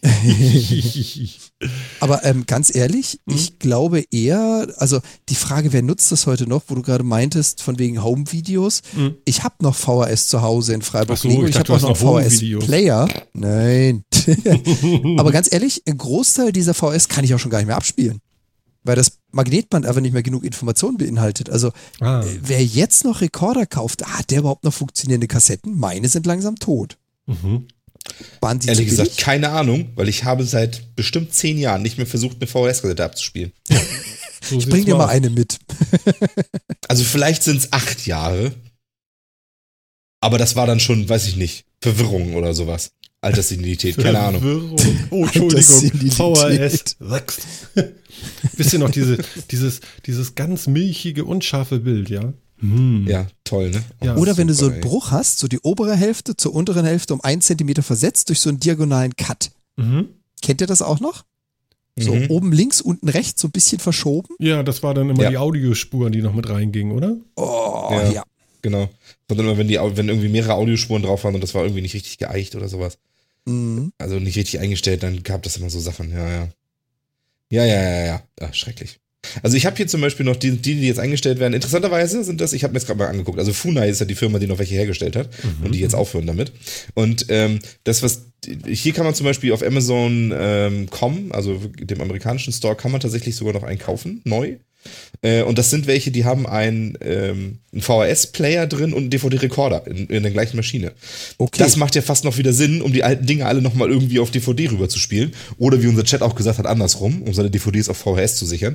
Aber ganz ehrlich, ich glaube eher, also die Frage, wer nutzt das heute noch, wo du gerade meintest, von wegen Home-Videos. Ich habe noch VHS zu Hause in Freiburg Ach so, liegen und ich ich dachte, habe du auch hast noch noch einen Home-Videos. VHS-Player. Nein. Aber ganz ehrlich, ein Großteil dieser VHS kann ich auch schon gar nicht mehr abspielen. Weil das Magnetband einfach nicht mehr genug Informationen beinhaltet. Also wer jetzt noch Rekorder kauft, hat der überhaupt noch funktionierende Kassetten? Meine sind langsam tot. Waren die Ehrlich zu gesagt, billig? keine Ahnung, weil ich habe seit bestimmt 10 Jahren nicht mehr versucht, eine VHS-Kassette abzuspielen. So Ich bring dir mal aus. eine mit. Also vielleicht sind es 8 Jahre. Aber das war dann schon, weiß ich nicht, Verwirrung oder sowas. Alterssenilität, keine Ahnung. Verwirrung. Oh, Entschuldigung. Alterssenilität. VHS. Wächst. Wisst ihr noch, dieses ganz milchige, unscharfe Bild, ja? Ja, toll, ne? Ja. Oder wenn du so Super, einen ey. Bruch hast, so die obere Hälfte zur unteren Hälfte um 1 Zentimeter versetzt durch so einen diagonalen Cut. Kennt ihr das auch noch? So oben links, unten rechts, so ein bisschen verschoben. Ja, das war dann immer Ja. die Audiospuren, die noch mit reingingen, oder? Oh, Ja. ja. Genau. Sondern immer, wenn irgendwie mehrere Audiospuren drauf waren und das war irgendwie nicht richtig geeicht oder sowas. Mhm. Also nicht richtig eingestellt, dann gab das immer so Sachen, ja. Ja, schrecklich. Also ich habe hier zum Beispiel noch die jetzt eingestellt werden. Interessanterweise sind das, ich habe mir jetzt gerade mal angeguckt, also Funai ist ja die Firma, die noch welche hergestellt hat und die jetzt aufhören damit. Und hier kann man zum Beispiel auf Amazon.com, also dem amerikanischen Store, kann man tatsächlich sogar noch einen kaufen, neu. Und das sind welche, die haben einen VHS-Player drin und einen DVD-Rekorder in der gleichen Maschine. Okay. Das macht ja fast noch wieder Sinn, um die alten Dinge alle nochmal irgendwie auf DVD rüber zu spielen. Oder wie unser Chat auch gesagt hat, andersrum, um seine DVDs auf VHS zu sichern.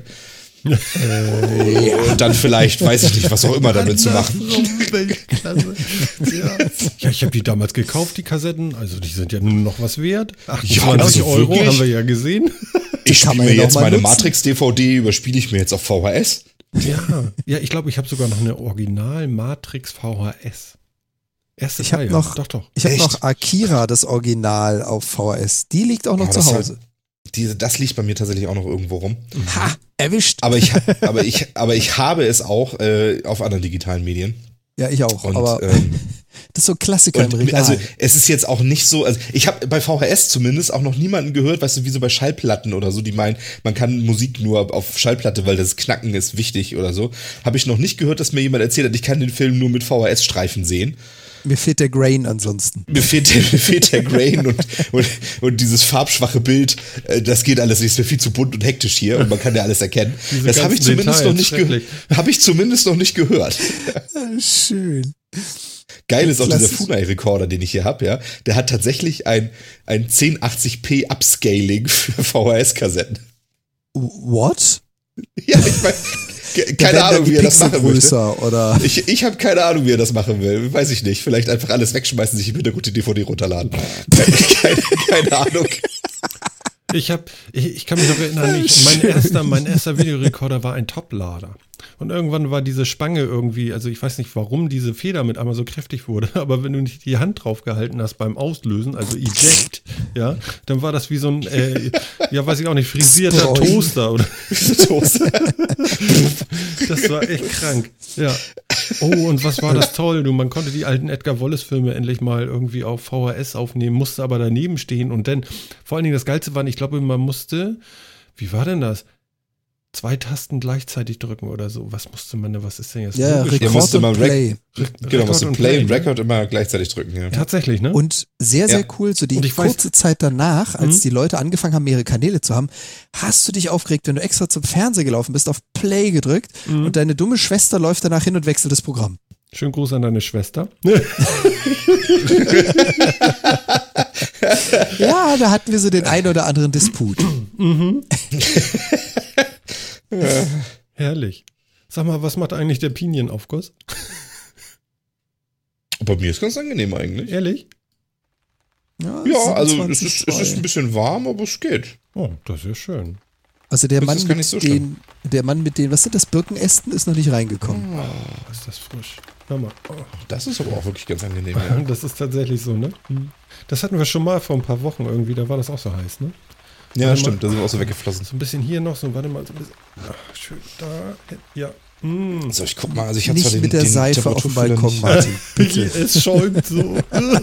Und dann vielleicht, weiß ich nicht, was auch immer damit zu machen. Ja, ich habe die damals gekauft, die Kassetten. Also die sind ja nun noch was wert. 28 also € wirklich? haben wir ja gesehen. Ich kann spiele man mir ja noch jetzt mal meine nutzen. Matrix-DVD, überspiele ich mir jetzt auf VHS. Ja, ich glaube, ich habe sogar noch eine Original Matrix VHS. Erste Ich habe Teil, noch, doch. ich hab Echt? noch Akira, das Original auf VHS. Die liegt auch noch zu das Hause. Das liegt bei mir tatsächlich auch noch irgendwo rum. Ha, erwischt. Aber ich habe es auch auf anderen digitalen Medien. Ja, ich auch. Und, aber das ist so ein Klassiker im Regal. also es ist jetzt auch nicht so, also ich habe bei VHS zumindest auch noch niemanden gehört, weißt du, wie so bei Schallplatten oder so, die meinen, man kann Musik nur auf Schallplatte, weil das Knacken ist wichtig oder so. Habe ich noch nicht gehört, dass mir jemand erzählt hat, ich kann den Film nur mit VHS-Streifen sehen. Mir fehlt der Grain ansonsten. Mir fehlt der Grain und dieses farbschwache Bild, das geht alles nicht, ist mir viel zu bunt und hektisch hier und man kann ja alles erkennen. Diese Das habe ich ganzen zumindest Details, noch nicht schrecklich. habe ich zumindest noch nicht gehört. Schön. Geil ist auch dieser Klassisch. Funai-Rekorder, den ich hier habe, ja. Der hat tatsächlich ein 1080p Upscaling für VHS-Kassetten. What? Ja, ich meine, keine Ahnung, wie er das machen möchte. größer oder Ich habe keine Ahnung, wie er das machen will. Weiß ich nicht. Vielleicht einfach alles wegschmeißen, sich im Hintergrund die DVD runterladen. Keine Ahnung. Ich kann mich noch erinnern, mein erster Videorekorder war ein Toplader. Und irgendwann war diese Spange irgendwie, also ich weiß nicht, warum diese Feder mit einmal so kräftig wurde, aber wenn du nicht die Hand drauf gehalten hast beim Auslösen, also Eject, ja, dann war das wie so ein, ja, weiß ich auch nicht, frisierter Sproing. Toaster oder Toaster. das war echt krank. Ja. Oh, und was war das toll, du, man konnte die alten Edgar Wallace-Filme endlich mal irgendwie auf VHS aufnehmen, musste aber daneben stehen und dann, vor allen Dingen das Geilste war, ich glaube, man musste, wie war denn das? 2 Tasten gleichzeitig drücken oder so. Was musste man denn, was ist denn jetzt? Ja, logisch? Rekord musste und man Play. Genau, musst du Play und ne? Record immer gleichzeitig drücken. Ja. Tatsächlich, ne? Und sehr, sehr cool, so die Und ich weiß- kurze Zeit danach, als die Leute angefangen haben, mehrere Kanäle zu haben, hast du dich aufgeregt, wenn du extra zum Fernseher gelaufen bist, auf Play gedrückt und deine dumme Schwester läuft danach hin und wechselt das Programm. Schönen Gruß an deine Schwester. Ja, da hatten wir so den ein oder anderen Disput. Herrlich. Sag mal, was macht eigentlich der Pinienaufguss? Bei mir ist ganz angenehm eigentlich. Ehrlich? Ja, also es 27,2. ist ein bisschen warm, aber es geht. Oh, das ist ja schön. Also der Das Mann, ist gar nicht so schlimm. der Mann mit den, was sind das, Birkenästen, ist noch nicht reingekommen. Oh, ist das frisch. Hör mal. Oh. Das ist aber auch wirklich ganz angenehm. Ja. Das ist tatsächlich so, ne? Das hatten wir schon mal vor ein paar Wochen irgendwie, da war das auch so heiß, ne? Ja, Warte stimmt, mal. da sind wir auch so weggeflossen. So ein bisschen hier noch, so, warte mal, so ein bisschen. Ach, schön, da, ja. So, ich guck mal, also ich habe Nicht zwar den, mit der den Seife auf dem Temperaturfühler Balkon, nicht. Martin. Bitte. Es schäumt so.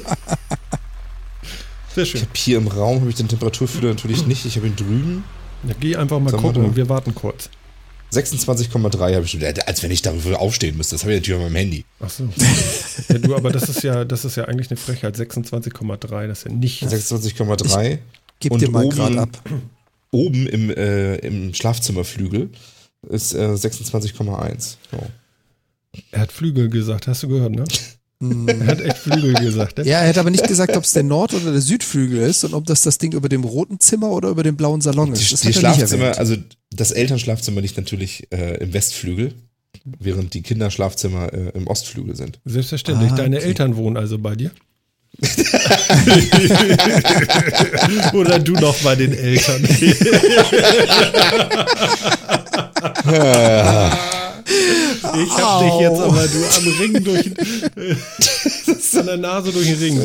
Sehr schön. Ich habe hier im Raum habe ich den Temperaturfühler natürlich nicht. Ich habe ihn drüben. Ja, geh einfach mal Sag mal gucken, da. wir warten kurz. 26,3 habe ich schon. Als wenn ich dafür aufstehen müsste. Das habe ich natürlich auf meinem Handy. Ach so. Ja, du, aber das ist ja eigentlich eine Frechheit. 26,3, das ist ja nicht. 26,3. Gib Und dir mal oben- gerade ab. Oben im Schlafzimmerflügel ist 26,1. So. Er hat Flügel gesagt, hast du gehört, ne? Er hat echt Flügel gesagt, ne? Ja, er hat aber nicht gesagt, ob es der Nord- oder der Südflügel ist und ob das Ding über dem roten Zimmer oder über dem blauen Salon ist. Das Die hat er nicht Schlafzimmer, erwähnt. also das Elternschlafzimmer liegt natürlich im Westflügel, während die Kinderschlafzimmer im Ostflügel sind. Selbstverständlich. Ah, Deine okay. Eltern wohnen also bei dir? Oder du noch bei den Eltern? Ich hab dich jetzt aber, du am Ring durch an der Nase durch den Ring.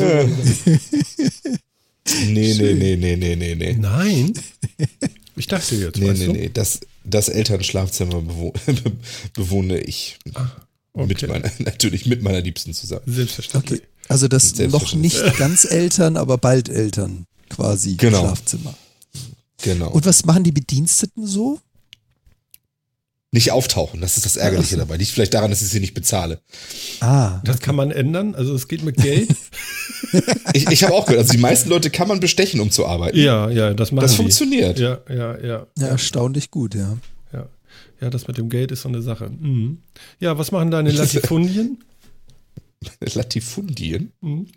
Nee. Nein? Ich dachte jetzt, weißt du? Nee. Das Elternschlafzimmer bewohne ich. Okay. Natürlich mit meiner Liebsten zusammen. Selbstverständlich. Okay. Also das noch Selbstverständlich. nicht ganz Eltern, aber bald Eltern quasi Genau. Schlafzimmer. Genau. Und was machen die Bediensteten so? Nicht auftauchen, das ist das Ärgerliche dabei. Liegt vielleicht daran, dass ich sie nicht bezahle. Ah, Das kann man ändern, also es geht mit Geld. Ich habe auch gehört, also die meisten Leute kann man bestechen, um zu arbeiten. Ja, das machen Das die. funktioniert. Ja. ja, erstaunlich gut, ja. Ja, das mit dem Geld ist so eine Sache. Mhm. Ja, was machen deine Latifundien? Latifundien? Mhm.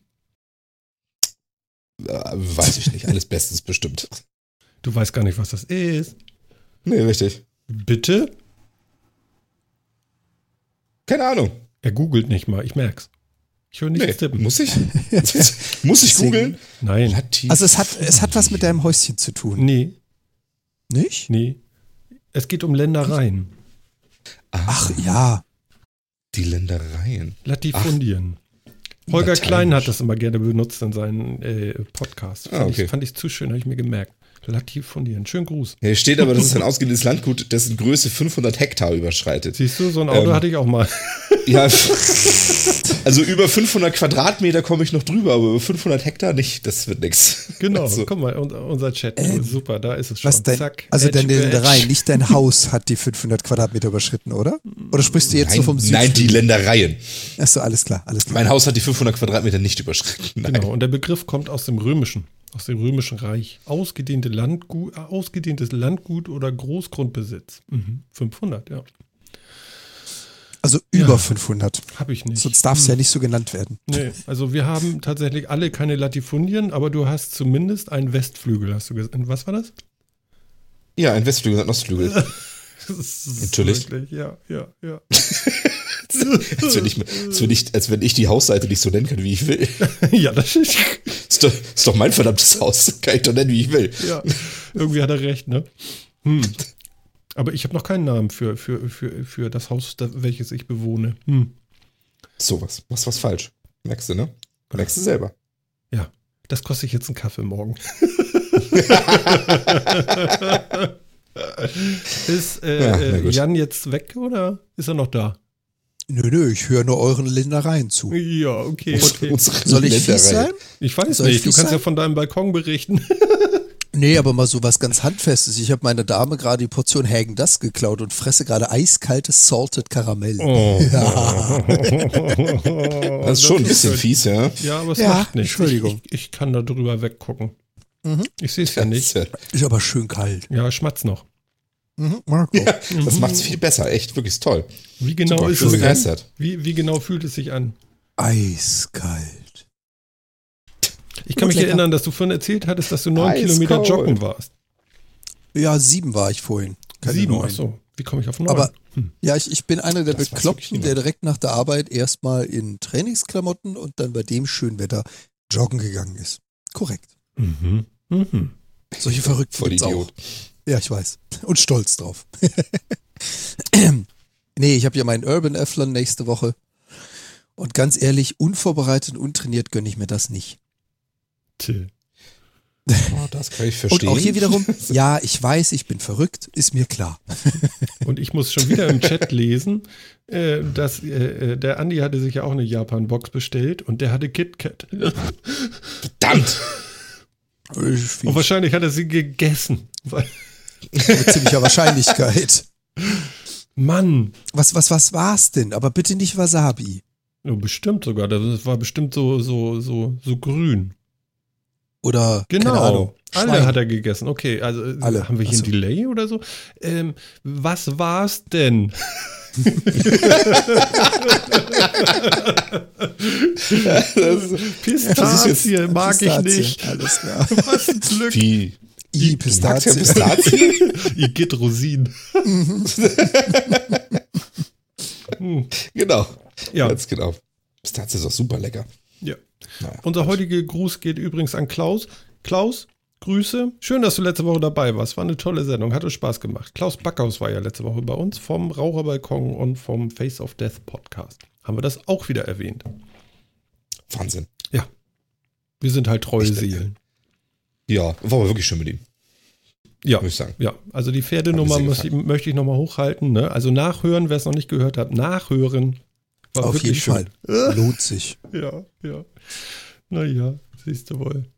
Weiß ich nicht, alles Bestes bestimmt. Du weißt gar nicht, was das ist. Nee, richtig. Bitte? Keine Ahnung. Er googelt nicht mal, ich merk's. Ich höre nichts Nee, tippen. muss ich? Muss ich googeln? Nein, Also es hat was mit deinem Häuschen zu tun. nee. Nicht? Es geht um Ländereien. Ach ja. Die Ländereien. Latifundien. Holger Lateinisch. Klein hat das immer gerne benutzt in seinen Podcasts. Okay. Fand ich zu schön, habe ich mir gemerkt. Latifundien. Schönen Gruß. Hier steht aber, das ist ein ausgedehntes Landgut, dessen Größe 500 Hektar überschreitet. Siehst du, so ein Auto hatte ich auch mal. Ja, also über 500 Quadratmeter komme ich noch drüber, aber über 500 Hektar nicht. Das wird nix. Genau, Also, guck mal, unser Chat. Super, da ist es schon. Was dein, Zack. also Edge, deine Ländereien, Edge. nicht dein Haus hat die 500 Quadratmeter überschritten, oder? Oder sprichst du jetzt so vom nein, die Ländereien. Achso, alles klar, alles klar. Mein Haus hat die 500 Quadratmeter nicht überschritten. Nein. Genau, und der Begriff kommt aus dem Römischen Reich. Ausgedehntes Landgut oder Großgrundbesitz. 500, ja. Also über 500. Habe ich nicht. Sonst darf es ja nicht so genannt werden. Nee, also wir haben tatsächlich alle keine Latifundien, aber du hast zumindest einen Westflügel, hast du gesagt. Was war das? Ja, ein Westflügel und ein Ostflügel. Das ist Natürlich. Wirklich, ja. als wenn ich die Hausseite nicht so nennen kann, wie ich will. Ja, das ist. Ist doch mein verdammtes Haus. Kann ich doch nennen, wie ich will. Ja, irgendwie hat er recht, ne? Aber ich habe noch keinen Namen für das Haus, welches ich bewohne. Sowas. Machst was falsch. Merkst du, ne? Merkst du selber. Ja, das kostet ich jetzt einen Kaffee morgen. Ist na gut. Jan jetzt weg oder ist er noch da? Nö, ich höre nur euren Ländereien zu. Ja, okay. Soll Soll ich fies sein? Ich weiß Soll ich nicht, du fies kannst ja sein? von deinem Balkon berichten. Nee, aber mal so was ganz Handfestes. Ich habe meiner Dame gerade die Portion Häagen-Dazs geklaut und fresse gerade eiskaltes Salted Karamell. Oh. Das ist schon ein bisschen fies, ja. Ja, aber es Ja, macht nichts. Entschuldigung. Ich kann da drüber weggucken. Mhm. Ich sehe es ja nicht. Ist aber schön kalt. Ja, schmatz noch. Mhm. Marco. Ja, das macht's viel besser. Echt, wirklich ist toll. Wie genau Super, ist ich bin es denn? begeistert. Wie genau fühlt es sich an? Eiskalt. Ich kann mich lecker. erinnern, dass du vorhin erzählt hattest, dass du 9 Eiskalt. Kilometer joggen warst. Ja, 7 war ich vorhin. Keine 7, 9. achso. Wie komme ich auf 9? Aber ja, ich bin einer der Das weiß Bekloppten, wirklich der direkt nach der Arbeit erstmal in Trainingsklamotten und dann bei dem schönen Wetter joggen gegangen ist. Korrekt. Mhm. Mhm. Solche Verrückten Voll gibt's auch. Idiot. Ja, ich weiß. Und stolz drauf. Nee, ich habe ja meinen Urban Athlon nächste Woche. Und ganz ehrlich, unvorbereitet und untrainiert gönne ich mir das nicht. Tö. Oh, das kann ich verstehen. Und auch hier wiederum, ja, ich weiß, ich bin verrückt, ist mir klar. Und ich muss schon wieder im Chat lesen, dass der Andi hatte sich ja auch eine Japan-Box bestellt und der hatte KitKat. Verdammt! Und wahrscheinlich hat er sie gegessen. Mit ziemlicher Wahrscheinlichkeit. Mann. Was war's denn? Aber bitte nicht Wasabi. Ja, bestimmt sogar. Das war bestimmt so grün. Oder, Genau. keine Ahnung, Alle Schwein. hat er gegessen. Okay, also Alle. haben wir hier Ach so. ein Delay oder so? Was war's denn? Pistazie mag Pistazie, ich nicht. Alles klar. Was ein Glück. Wie? Pistazie. Pistazie? Igitt Rosinen. Genau. Ja. Ganz genau. Pistazie ist auch super lecker. Ja. Naja. Unser heutiger Gruß geht übrigens an Klaus. Klaus, Grüße. Schön, dass du letzte Woche dabei warst. War eine tolle Sendung. Hat uns Spaß gemacht. Klaus Backhaus war ja letzte Woche bei uns vom Raucherbalkon und vom Face of Death Podcast. Haben wir das auch wieder erwähnt. Wahnsinn. Ja. Wir sind halt treue Echt? Seelen. Ja, war aber wirklich schön mit ihm, Ja. muss ich sagen. Ja, also die Pferdenummer Hat mir sehr möchte ich nochmal hochhalten. Ne? Also nachhören, wer es noch nicht gehört hat, nachhören. War Auf wirklich jeden schön. Fall. Lohnt sich. Ja, ja. Naja, siehst du wohl.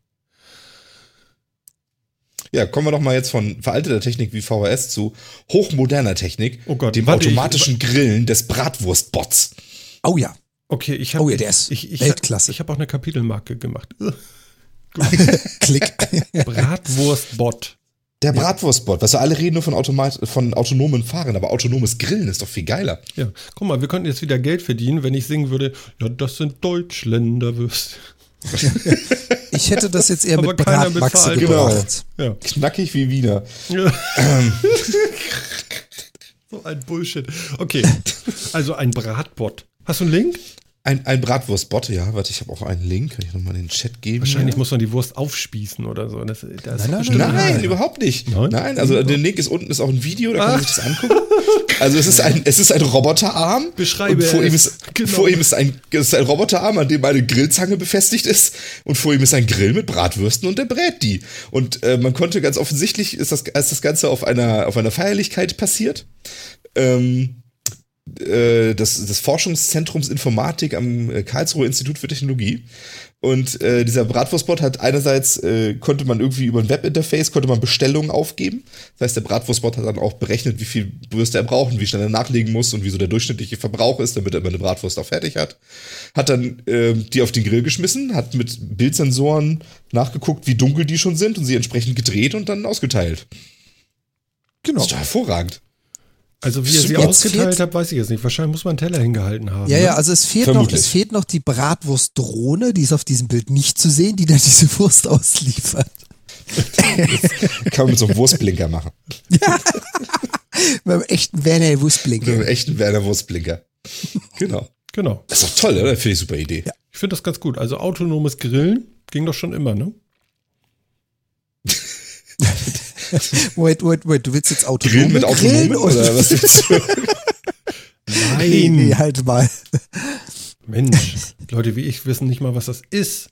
Ja, kommen wir doch mal jetzt von veralteter Technik wie VHS zu hochmoderner Technik, Oh Gott, dem warte, automatischen Grillen des Bratwurstbots. Oh ja. Okay, ich habe Oh ja, der ist Weltklasse. Ich habe auch eine Kapitelmarke gemacht. Klick. Bratwurstbot. Der Bratwurstbot, was alle reden nur von autonomen Fahren, aber autonomes Grillen ist doch viel geiler. Ja, guck mal, wir könnten jetzt wieder Geld verdienen, wenn ich singen würde, ja, das sind Deutschländerwürste. Ich hätte das jetzt eher Aber mit keiner Bratmaxe bezahlt. gebracht. Ja. Knackig wie Wiener. Ja. So ein Bullshit. Okay, also ein Bratbot. Hast du einen Link? Ein Bratwurstbot, ja, warte, ich habe auch einen Link, kann ich nochmal in den Chat geben? Wahrscheinlich ja. muss man die Wurst aufspießen oder so. Das ist Nein, bestimmt- Nein, überhaupt nicht. Nein? Nein, also der Link ist unten, ist auch ein Video, da kann man sich das angucken. Also es ist ein Roboterarm. Beschreibe und vor ihm es. ist, Genau. vor ihm ist ein Roboterarm, an dem eine Grillzange befestigt ist. Und vor ihm ist ein Grill mit Bratwürsten und der brät die. Und man konnte ganz offensichtlich, ist das Ganze auf einer Feierlichkeit passiert. Des Forschungszentrums Informatik am Karlsruher Institut für Technologie. Und dieser Bratwurstbot hat einerseits, konnte man irgendwie über ein Webinterface, konnte man Bestellungen aufgeben. Das heißt, der Bratwurstbot hat dann auch berechnet, wie viel Würste er braucht und wie schnell er nachlegen muss und wie so der durchschnittliche Verbrauch ist, damit er immer eine Bratwurst auch fertig hat. Hat dann die auf den Grill geschmissen, hat mit Bildsensoren nachgeguckt, wie dunkel die schon sind und sie entsprechend gedreht und dann ausgeteilt. Genau. Das ist doch hervorragend. Also wie er sie Jetzt ausgeteilt fehlt- hat, weiß ich jetzt nicht. Wahrscheinlich muss man einen Teller hingehalten haben. Ja, ne? ja, also es fehlt Vermutlich. noch die Bratwurstdrohne, die ist auf diesem Bild nicht zu sehen, die dann diese Wurst ausliefert. Kann man mit so einem Wurstblinker machen. Beim echten Werner Mit Wurstblinker. einem echten Werner Wurstblinker. Genau. Genau. Das ist doch toll, oder? Finde ich super Idee. Ja. Ich finde das ganz gut. Also autonomes Grillen ging doch schon immer, ne? Wait, du willst jetzt autonom Grillen mit Autonomen oder was willst du? Nee, halt mal. Mensch, Leute wie ich wissen nicht mal, was das ist.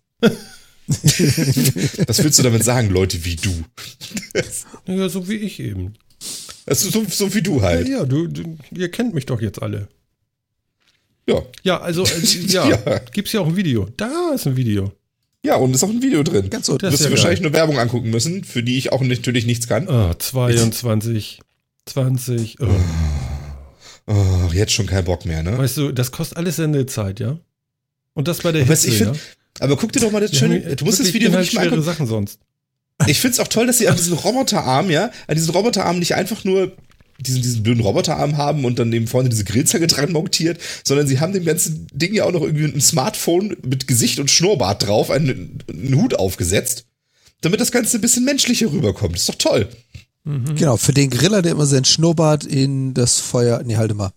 Was willst du damit sagen, Leute wie du? Ja, so wie ich eben. Also so wie du halt. Ja, ihr kennt mich doch jetzt alle. Ja. Ja, also, ja, Ja. gibt's ja auch ein Video. Da ist ein Video. Ja, und ist auch ein Video drin. Ganz so. Du wirst dir wahrscheinlich nur Werbung angucken müssen, für die ich auch natürlich nichts kann. 22, 20. Jetzt schon kein Bock mehr, ne? Weißt du, das kostet alles Sendezeit, ja? Und das bei der Weißt, Hitze, ich aber guck dir doch mal das schöne, du musst das Video wirklich mal schwere angucken. Sachen sonst. Ich find's auch toll, dass sie an diesen Roboterarm nicht einfach nur diesen blöden Roboterarm haben und dann neben vorne diese Grillzange dran montiert, sondern sie haben dem ganzen Ding ja auch noch irgendwie ein Smartphone mit Gesicht und Schnurrbart drauf, einen Hut aufgesetzt, damit das Ganze ein bisschen menschlicher rüberkommt. Das ist doch toll. Mhm. Genau, für den Griller, der immer sein Schnurrbart in das Feuer, halte mal.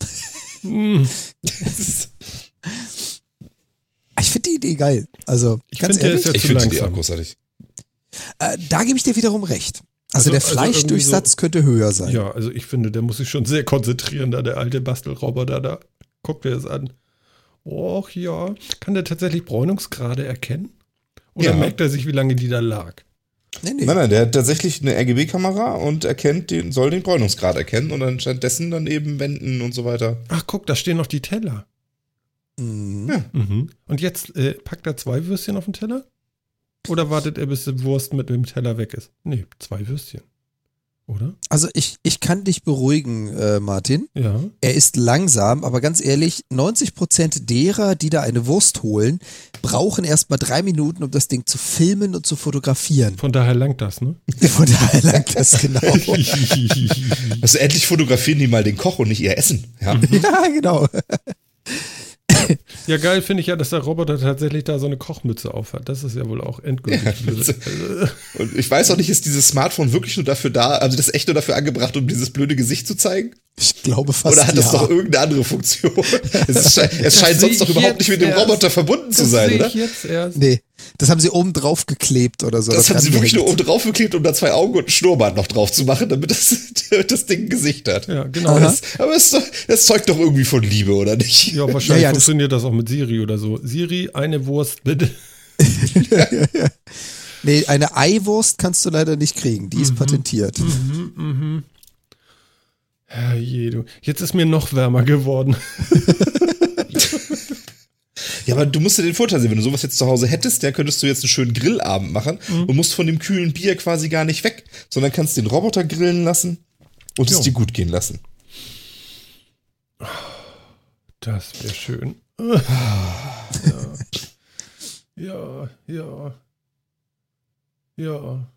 Ich finde die Idee geil. Also, ich ganz finde, ehrlich, der ist ja zu finde die langsam. auch großartig. Da gebe ich dir wiederum recht. Also der Fleischdurchsatz könnte höher sein. Ja, also ich finde, der muss sich schon sehr konzentrieren, da der alte Bastelroboter da. Guckt er es an. Och ja, kann der tatsächlich Bräunungsgrade erkennen? Oder merkt er sich, wie lange die da lag? Nee. Nein, der hat tatsächlich eine RGB-Kamera und soll den Bräunungsgrad erkennen und dann stattdessen dann eben wenden und so weiter. Ach guck, da stehen noch die Teller. Mhm. Ja. Mhm. Und jetzt packt er 2 Würstchen auf den Teller? Oder wartet er, bis die Wurst mit dem Teller weg ist? Nee, 2 Würstchen. Oder? Also ich kann dich beruhigen, Martin. Ja. Er ist langsam, aber ganz ehrlich, 90% derer, die da eine Wurst holen, brauchen erstmal 3 Minuten, um das Ding zu filmen und zu fotografieren. Von daher langt das, ne? Von daher langt das genau. Also endlich fotografieren die mal den Koch und nicht ihr Essen. Ja, Ja, genau. Ja, geil finde ich ja, dass der Roboter tatsächlich da so eine Kochmütze aufhat. Das ist ja wohl auch endgültig. Und ich weiß auch nicht, ist dieses Smartphone wirklich nur dafür da, also das ist echt nur dafür angebracht, um dieses blöde Gesicht zu zeigen? Ich glaube fast Oder hat das ja. doch irgendeine andere Funktion? Es scheint sonst doch überhaupt nicht mit dem Roboter verbunden zu sein, oder? Das sehe ich jetzt erst. Nee, das haben sie oben drauf geklebt oder so. Das haben sie wirklich nur angehängt. oben drauf geklebt, um da 2 Augen und ein Schnurrbart noch drauf zu machen, damit das Ding ein Gesicht hat. Ja, genau. Aber das zeugt doch irgendwie von Liebe, oder nicht? Ja, wahrscheinlich Ja, funktioniert das auch mit Siri oder so. Siri, eine Wurst, bitte. Nee, eine Eiwurst kannst du leider nicht kriegen. Die ist patentiert. Herrje, du. Jetzt ist mir noch wärmer geworden. Ja, aber du musst dir den Vorteil sehen, wenn du sowas jetzt zu Hause hättest, könntest du jetzt einen schönen Grillabend machen und musst von dem kühlen Bier quasi gar nicht weg, sondern kannst den Roboter grillen lassen und es dir gut gehen lassen. Das wäre schön. Ja. Ja. Ja.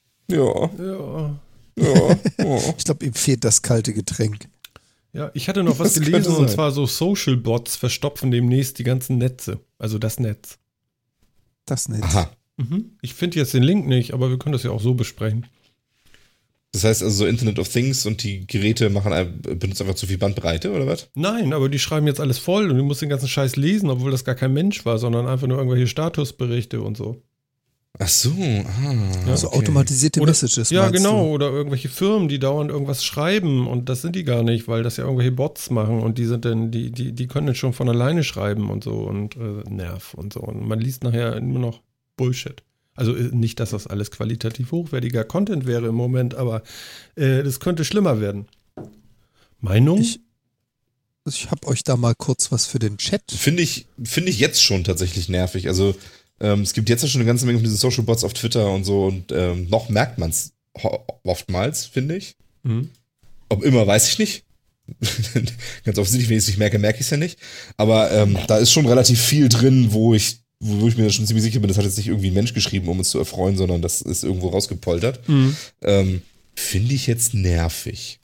Ich glaube, ihm fehlt das kalte Getränk. Ja, ich hatte noch was Das gelesen, könnte und sein. zwar so Social Bots verstopfen demnächst die ganzen Netze. Also das Netz. Das nicht. Aha. Ich finde jetzt den Link nicht, aber wir können das ja auch so besprechen. Das heißt also so Internet of Things und die Geräte benutzen einfach zu viel Bandbreite, oder was? Nein, aber die schreiben jetzt alles voll und du musst den ganzen Scheiß lesen, obwohl das gar kein Mensch war, sondern einfach nur irgendwelche Statusberichte und so. Ach so, Also automatisierte Messages. Ja, meinst genau. Du? Oder irgendwelche Firmen, die dauernd irgendwas schreiben und das sind die gar nicht, weil das ja irgendwelche Bots machen und die sind dann, die können dann schon von alleine schreiben und so und Nerv und so. Und man liest nachher nur noch Bullshit. Also nicht, dass das alles qualitativ hochwertiger Content wäre im Moment, aber das könnte schlimmer werden. Meinung? Ich habe euch da mal kurz was für den Chat. Finde ich jetzt schon tatsächlich nervig. Also es gibt jetzt ja schon eine ganze Menge von diesen Social Bots auf Twitter und so und noch merkt man es oftmals, finde ich. Mhm. Ob immer, weiß ich nicht. Ganz offensichtlich, wenn ich es nicht merke, merke ich es ja nicht. Aber da ist schon relativ viel drin, wo ich mir schon ziemlich sicher bin, das hat jetzt nicht irgendwie ein Mensch geschrieben, um uns zu erfreuen, sondern das ist irgendwo rausgepoltert. Mhm. Finde ich jetzt nervig.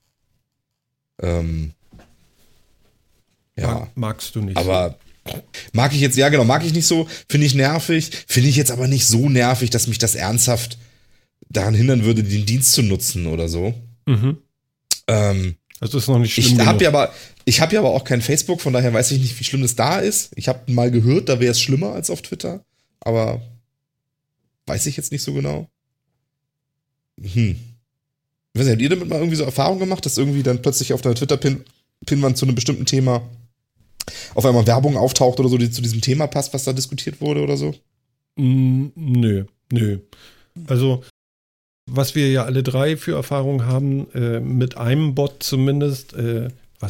Ja. Magst du nicht. Aber mag ich jetzt, ja genau, mag ich nicht so, finde ich nervig, finde ich jetzt aber nicht so nervig, dass mich das ernsthaft daran hindern würde, den Dienst zu nutzen oder so. Mhm. Also das ist noch nicht schlimm. Ich habe ja aber auch kein Facebook, von daher weiß ich nicht, wie schlimm das da ist. Ich habe mal gehört, da wäre es schlimmer als auf Twitter, aber weiß ich jetzt nicht so genau. Ich weiß nicht, habt ihr damit mal irgendwie so Erfahrung gemacht, dass irgendwie dann plötzlich auf deiner Twitter-Pinwand zu einem bestimmten Thema auf einmal Werbung auftaucht oder so, die zu diesem Thema passt, was da diskutiert wurde oder so? Nö. Also, was wir ja alle drei für Erfahrung haben, mit einem Bot zumindest,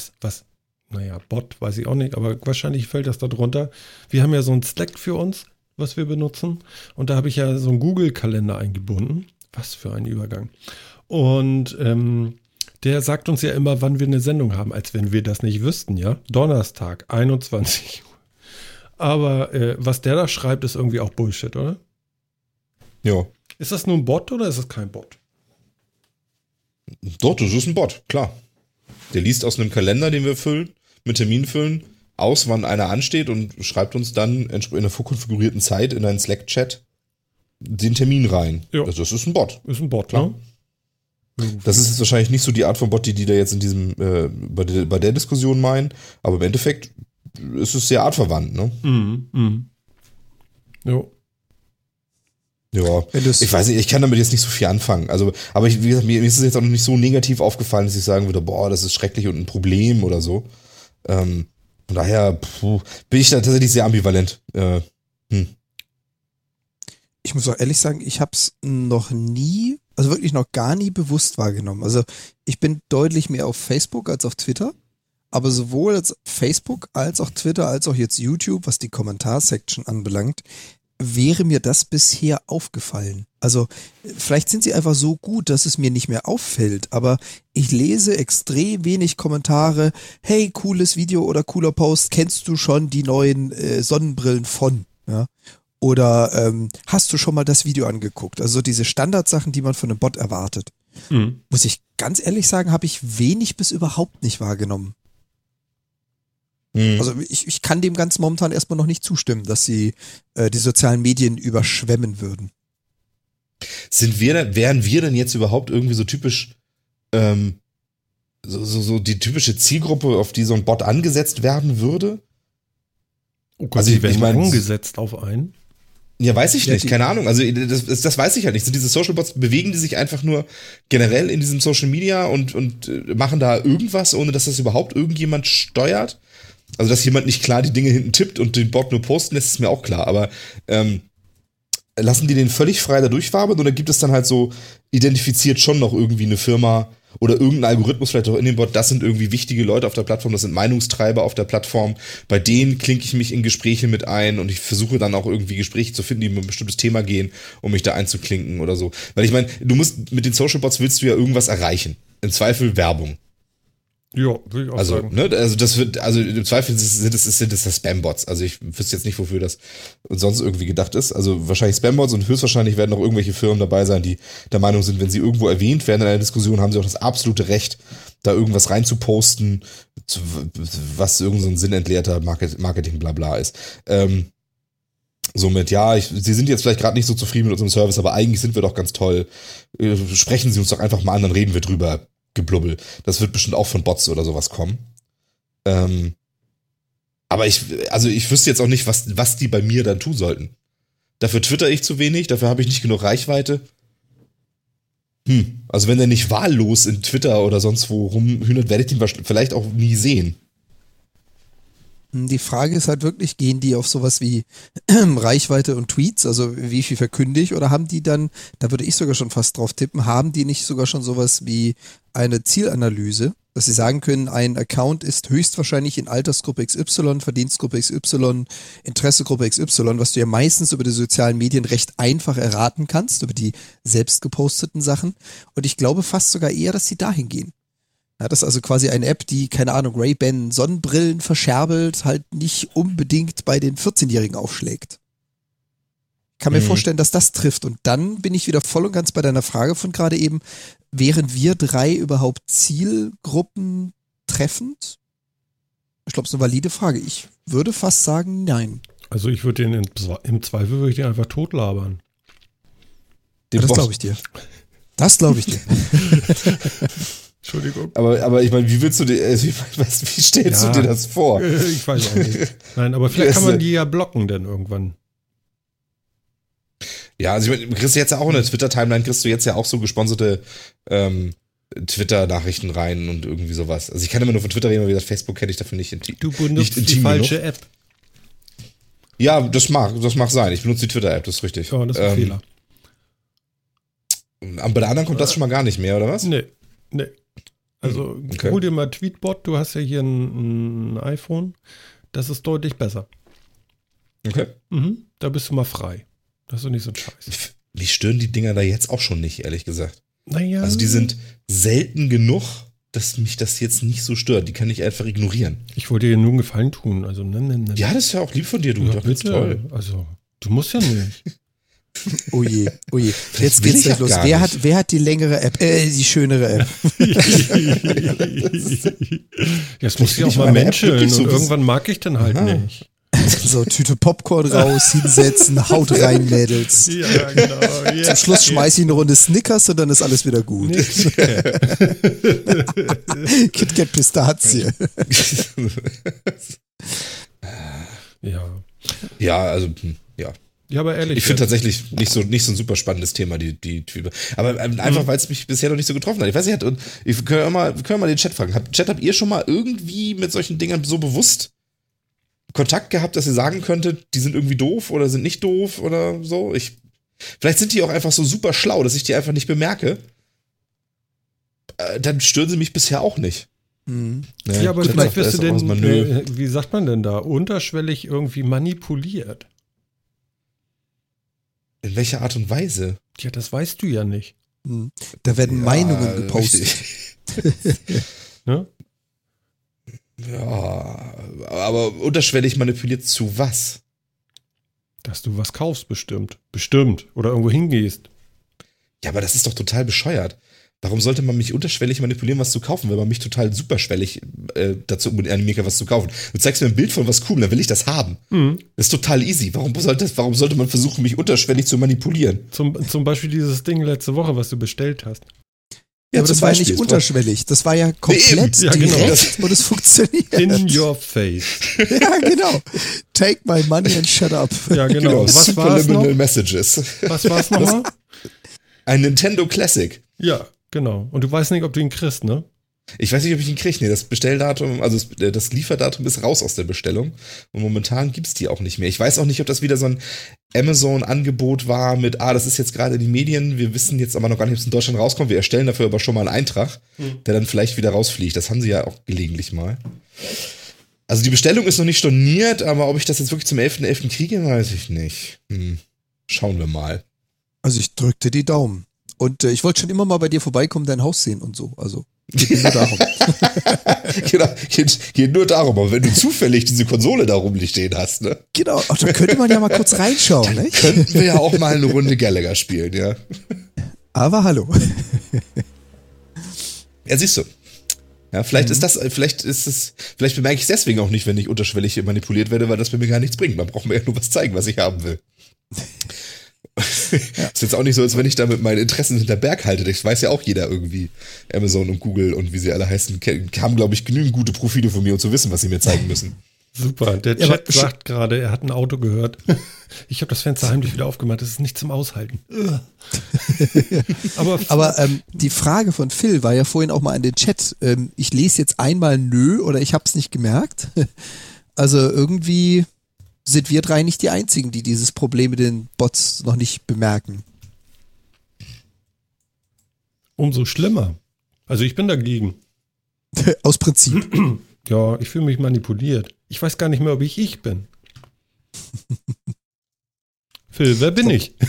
Bot weiß ich auch nicht, aber wahrscheinlich fällt das da drunter. Wir haben ja so ein Slack für uns was wir benutzen. Und da habe ich ja so einen Google-Kalender eingebunden. Was für ein Übergang. Und der sagt uns ja immer, wann wir eine Sendung haben, als wenn wir das nicht wüssten, ja? Donnerstag, 21 Uhr. Aber was der da schreibt, ist irgendwie auch Bullshit, oder? Ja. Ist das nur ein Bot oder ist das kein Bot? Doch, das ist ein Bot, klar. Der liest aus einem Kalender, den wir füllen, mit Termin füllen, aus, wann einer ansteht und schreibt uns dann in einer vorkonfigurierten Zeit in einen Slack-Chat den Termin rein. Ja. Also das ist ein Bot. Ist ein Bot, klar. Ne? Das ist jetzt wahrscheinlich nicht so die Art von Bot, die da jetzt in diesem bei der Diskussion meinen, aber im Endeffekt ist es sehr artverwandt, ne? Jo. Ja, ich weiß nicht, ich kann damit jetzt nicht so viel anfangen. Also, aber wie gesagt, mir ist es jetzt auch noch nicht so negativ aufgefallen, dass ich sagen würde, boah, das ist schrecklich und ein Problem oder so. Von daher bin ich da tatsächlich sehr ambivalent. Ich muss auch ehrlich sagen, ich habe es noch nie, also wirklich noch gar nie bewusst wahrgenommen. Also ich bin deutlich mehr auf Facebook als auf Twitter, aber sowohl als Facebook als auch Twitter als auch jetzt YouTube, was die Kommentarsection anbelangt, wäre mir das bisher aufgefallen. Also vielleicht sind sie einfach so gut, dass es mir nicht mehr auffällt, aber ich lese extrem wenig Kommentare, hey, cooles Video oder cooler Post, kennst du schon die neuen Sonnenbrillen von? Ja? Oder hast du schon mal das Video angeguckt? Also diese Standardsachen, die man von einem Bot erwartet. Muss ich ganz ehrlich sagen, habe ich wenig bis überhaupt nicht wahrgenommen. Also ich kann dem Ganzen momentan erstmal noch nicht zustimmen, dass sie die sozialen Medien überschwemmen würden. Wären wir denn jetzt überhaupt irgendwie so typisch so die typische Zielgruppe, auf die so ein Bot angesetzt werden würde? Oh Gott, Also die werden meine, angesetzt auf einen? Ja, weiß ich nicht, keine Ahnung. Also das weiß ich halt nicht. Sind diese Social Bots, bewegen die sich einfach nur generell in diesem Social Media und machen da irgendwas, ohne dass das überhaupt irgendjemand steuert? Also, dass jemand nicht klar die Dinge hinten tippt und den Bot nur posten lässt, ist mir auch klar. Aber lassen die den völlig frei da durchwabern oder gibt es dann halt so, identifiziert schon noch irgendwie eine Firma oder irgendein Algorithmus vielleicht auch in dem Bot, das sind irgendwie wichtige Leute auf der Plattform, das sind Meinungstreiber auf der Plattform, bei denen klinke ich mich in Gespräche mit ein und ich versuche dann auch irgendwie Gespräche zu finden, die um ein bestimmtes Thema gehen, um mich da einzuklinken oder so. Weil ich meine, du musst mit den Social Bots willst du ja irgendwas erreichen. Im Zweifel Werbung. Ja, würde ich auch sagen. Ne, also im Zweifel sind es Spam-Bots. Also ich wüsste jetzt nicht, wofür das sonst irgendwie gedacht ist. Also wahrscheinlich Spam-Bots und höchstwahrscheinlich werden auch irgendwelche Firmen dabei sein, die der Meinung sind, wenn sie irgendwo erwähnt werden in einer Diskussion, haben sie auch das absolute Recht, da irgendwas reinzuposten, was irgend so ein sinnentleerter Marketing-Blabla ist. Somit, ja, Sie sind jetzt vielleicht gerade nicht so zufrieden mit unserem Service, aber eigentlich sind wir doch ganz toll. Sprechen Sie uns doch einfach mal an, dann reden wir drüber. Geblubbel. Das wird bestimmt auch von Bots oder sowas kommen. Aber ich wüsste jetzt auch nicht, was die bei mir dann tun sollten. Dafür twitter ich zu wenig, dafür habe ich nicht genug Reichweite. Also wenn der nicht wahllos in Twitter oder sonst wo rumhühnert, werde ich den vielleicht auch nie sehen. Die Frage ist halt wirklich, gehen die auf sowas wie Reichweite und Tweets, also wie viel verkünde ich, oder haben die dann, da würde ich sogar schon fast drauf tippen, haben die nicht sogar schon sowas wie eine Zielanalyse, dass sie sagen können, ein Account ist höchstwahrscheinlich in Altersgruppe XY, Verdienstgruppe XY, Interessegruppe XY, was du ja meistens über die sozialen Medien recht einfach erraten kannst, über die selbst geposteten Sachen. Und ich glaube fast sogar eher, dass sie dahin gehen. Ja, das ist also quasi eine App, die, keine Ahnung, Ray-Ban Sonnenbrillen verscherbelt, halt nicht unbedingt bei den 14-Jährigen aufschlägt. Ich kann mir vorstellen, dass das trifft. Und dann bin ich wieder voll und ganz bei deiner Frage von gerade eben, wären wir drei überhaupt Zielgruppen treffend? Ich glaube, es ist eine valide Frage. Ich würde fast sagen, nein. Also ich würde den im Zweifel würde ich den einfach totlabern. Ja, das glaube ich dir. Das glaube ich dir. Entschuldigung. Aber ich meine, wie willst du dir, wie stellst du dir das vor? Ich weiß auch nicht. Nein, aber vielleicht kann man die ja blocken dann irgendwann. Ja, also ich meine, kriegst du jetzt ja auch in der Twitter-Timeline, kriegst du jetzt ja auch so gesponserte Twitter-Nachrichten rein und irgendwie sowas. Also ich kann immer nur von Twitter reden, aber wie gesagt, Facebook kenne ich dafür nicht. Du benutzt die falsche App. Ja, das mag sein. Ich benutze die Twitter-App, das ist richtig. Ja, das ist ein Fehler. Aber bei der anderen kommt das schon mal gar nicht mehr, oder was? Nee. Also hol dir mal Tweetbot, du hast ja hier ein iPhone, das ist deutlich besser. Okay. Da bist du mal frei. Das ist doch nicht so ein Scheiß. Mich stören die Dinger da jetzt auch schon nicht, ehrlich gesagt. Naja. Also die sind selten genug, dass mich das jetzt nicht so stört. Die kann ich einfach ignorieren. Ich wollte dir nur einen Gefallen tun. Also, ne. Ja, das ist ja auch lieb von dir, du. Ja, Doch, ganz bitte. toll. Also, du musst ja nicht. Oh je. Jetzt will geht's ich gleich auch los. gar Wer nicht. hat die längere App? Die schönere App. Jetzt muss ich auch ich mal meine App menscheln wirklich so und irgendwann mag ich dann halt Aha. nicht. So, Tüte Popcorn raus, hinsetzen, Haut rein, Mädels. Ja, genau. Zum Schluss schmeiß ich eine Runde Snickers und dann ist alles wieder gut. KitKat Pistazie. Ja. Ja, also, ja. Ja, aber ehrlich. Ich finde tatsächlich nicht so ein super spannendes Thema, die aber einfach, weil es mich bisher noch nicht so getroffen hat. Ich weiß nicht, und wir können mal den Chat fragen. Habt ihr schon mal irgendwie mit solchen Dingern so bewusst Kontakt gehabt, dass ihr sagen könntet, die sind irgendwie doof oder sind nicht doof oder so? Vielleicht sind die auch einfach so super schlau, dass ich die einfach nicht bemerke. Dann stören sie mich bisher auch nicht. Ja, aber vielleicht wirst du denn, wie sagt man denn da, unterschwellig irgendwie manipuliert. In welcher Art und Weise? Ja, das weißt du ja nicht. Da werden Meinungen gepostet. Ne? Ja, aber unterschwellig manipuliert zu was? Dass du was kaufst, bestimmt. Bestimmt. Oder irgendwo hingehst. Ja, aber das ist doch total bescheuert. Warum sollte man mich unterschwellig manipulieren, was zu kaufen, wenn man mich total superschwellig dazu animieren kann, was zu kaufen? Du zeigst mir ein Bild von was cool, dann will ich das haben. Das ist total easy. Warum sollte man versuchen, mich unterschwellig zu manipulieren? Zum Beispiel dieses Ding letzte Woche, was du bestellt hast. Ja, aber das war ja nicht unterschwellig. Das war ja komplett direkt und es funktioniert. In your face. Ja, genau. Take my money and shut up. Ja, genau. Was war es noch? Messages. Was war es nochmal? Ein Nintendo Classic. Ja, genau. Und du weißt nicht, ob du ihn kriegst, ne? Ich weiß nicht, ob ich ihn kriege. Nee, das Bestelldatum, also das Lieferdatum ist raus aus der Bestellung. Und momentan gibt's die auch nicht mehr. Ich weiß auch nicht, ob das wieder so ein Amazon-Angebot war mit, das ist jetzt gerade in die Medien, wir wissen jetzt aber noch gar nicht, ob es in Deutschland rauskommt. Wir erstellen dafür aber schon mal einen Eintrag, der dann vielleicht wieder rausfliegt. Das haben sie ja auch gelegentlich mal. Also die Bestellung ist noch nicht storniert, aber ob ich das jetzt wirklich zum 11.11. kriege, weiß ich nicht. Schauen wir mal. Also ich drückte die Daumen. Und ich wollte schon immer mal bei dir vorbeikommen, dein Haus sehen und so. Also geht nur darum. Genau, geht nur darum. Aber wenn du zufällig diese Konsole da rumstehen hast, ne? Genau, da könnte man ja mal kurz reinschauen, ne? Könnten wir ja auch mal eine Runde Gallagher spielen, ja. Aber hallo. Ja, siehst du. Ja, vielleicht bemerke ich es deswegen auch nicht, wenn ich unterschwellig manipuliert werde, weil das bei mir gar nichts bringt. Man braucht mir ja nur was zeigen, was ich haben will. Ist jetzt auch nicht so, als wenn ich da mit meinen Interessen hinter Berg halte. Das weiß ja auch jeder irgendwie. Amazon und Google und wie sie alle heißen, haben, glaube ich, genügend gute Profile von mir, um zu wissen, was sie mir zeigen müssen. Super, der Chat sagt gerade, er hat ein Auto gehört. Ich habe das Fenster heimlich wieder aufgemacht, das ist nicht zum Aushalten. Aber die Frage von Phil war ja vorhin auch mal in den Chat. Ich lese jetzt einmal nö oder ich habe es nicht gemerkt. Also irgendwie sind wir drei nicht die Einzigen, die dieses Problem mit den Bots noch nicht bemerken. Umso schlimmer. Also ich bin dagegen. Aus Prinzip. Ja, ich fühle mich manipuliert. Ich weiß gar nicht mehr, ob ich bin. Phil, wer bin ich?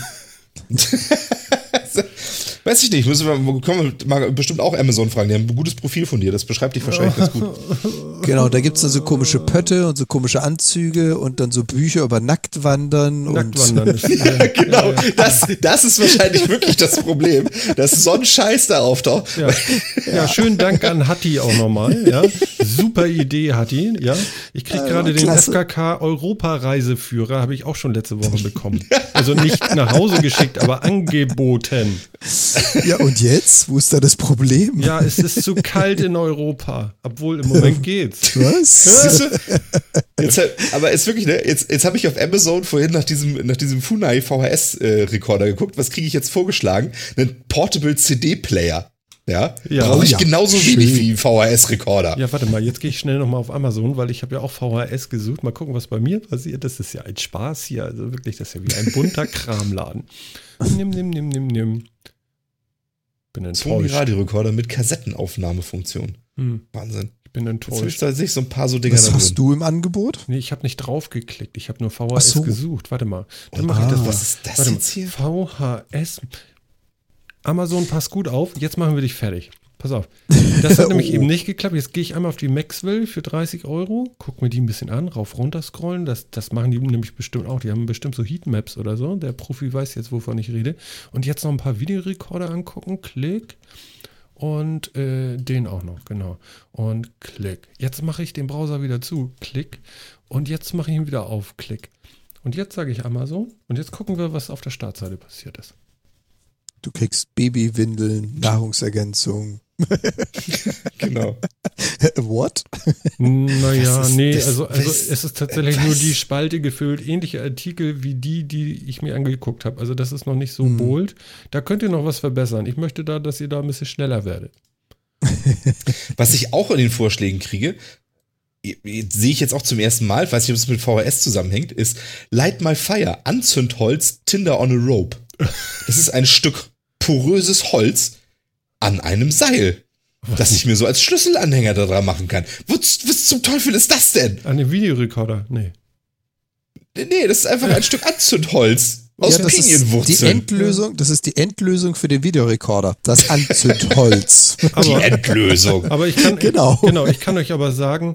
Weiß ich nicht, können wir mal bestimmt auch Amazon fragen. Die haben ein gutes Profil von dir, das beschreibt dich wahrscheinlich ganz gut. Genau, da gibt es dann so komische Pötte und so komische Anzüge und dann so Bücher über Nacktwandern. Nacktwandern ist genau, das ist wahrscheinlich wirklich das Problem, dass so ein Scheiß da auftaucht. Ja, schönen Dank an Hatti auch nochmal. Ja. Super Idee, Hatti. Ja. Ich kriege gerade den FKK-Europareiseführer, habe ich auch schon letzte Woche bekommen. Also nicht nach Hause geschickt, aber angeboten. Ja, und jetzt? Wo ist da das Problem? Ja, es ist zu kalt in Europa. Obwohl, im Moment geht's. Was? Aber ist wirklich, ne? Jetzt habe ich auf Amazon vorhin nach diesem Funai VHS-Rekorder geguckt. Was kriege ich jetzt vorgeschlagen? Einen Portable CD-Player. Ja, brauche ich genauso wenig wie VHS-Rekorder. Ja, warte mal, jetzt gehe ich schnell nochmal auf Amazon, weil ich habe ja auch VHS gesucht. Mal gucken, was bei mir passiert. Das ist ja ein Spaß hier. Also wirklich, das ist ja wie ein bunter Kramladen. Nimm. Bin Sony enttäuscht. Radiorekorder mit Kassettenaufnahmefunktion. Wahnsinn. Ich bin enttäuscht. Da sehe ich so ein paar so Dinger Was da hast drin. du im Angebot? Nee, ich habe nicht draufgeklickt. Ich habe nur Ach VHS so. gesucht. Warte mal. Dann mache ich das. Was ist das Warte jetzt hier? mal. VHS. Amazon, pass gut auf. Jetzt machen wir dich fertig. Pass auf. Das hat nämlich Oh. eben nicht geklappt. Jetzt gehe ich einmal auf die Maxwell für 30 €. Guck mir die ein bisschen an. Rauf, runter scrollen. Das machen die nämlich bestimmt auch. Die haben bestimmt so Heatmaps oder so. Der Profi weiß jetzt, wovon ich rede. Und jetzt noch ein paar Videorekorder angucken. Klick. Und den auch noch, genau. Und klick. Jetzt mache ich den Browser wieder zu. Klick. Und jetzt mache ich ihn wieder auf. Klick. Und jetzt sage ich Amazon. Und jetzt gucken wir, was auf der Startseite passiert ist. Du kriegst Babywindeln, Nahrungsergänzung. Genau. What? Naja, Was ist nee, das? also Was? es ist tatsächlich Was? nur die Spalte gefüllt. Ähnliche Artikel wie die ich mir angeguckt habe. Also das ist noch nicht so bold. Da könnt ihr noch was verbessern. Ich möchte da, dass ihr da ein bisschen schneller werdet. Was ich auch in den Vorschlägen kriege, sehe ich jetzt auch zum ersten Mal, ich weiß nicht, ob es mit VHS zusammenhängt, ist Light My Fire, Anzündholz, Tinder on a Rope. Das ist ein Stück poröses Holz an einem Seil, das ich mir so als Schlüsselanhänger da dran machen kann. Was zum Teufel ist das denn? An dem Videorekorder? Nee. Nee, das ist einfach ein Stück Anzündholz aus das ist die Pinienwurzeln. Endlösung, das ist die Endlösung für den Videorekorder. Das Anzündholz. Die Endlösung. Aber ich kann, Genau. Ich kann euch aber sagen,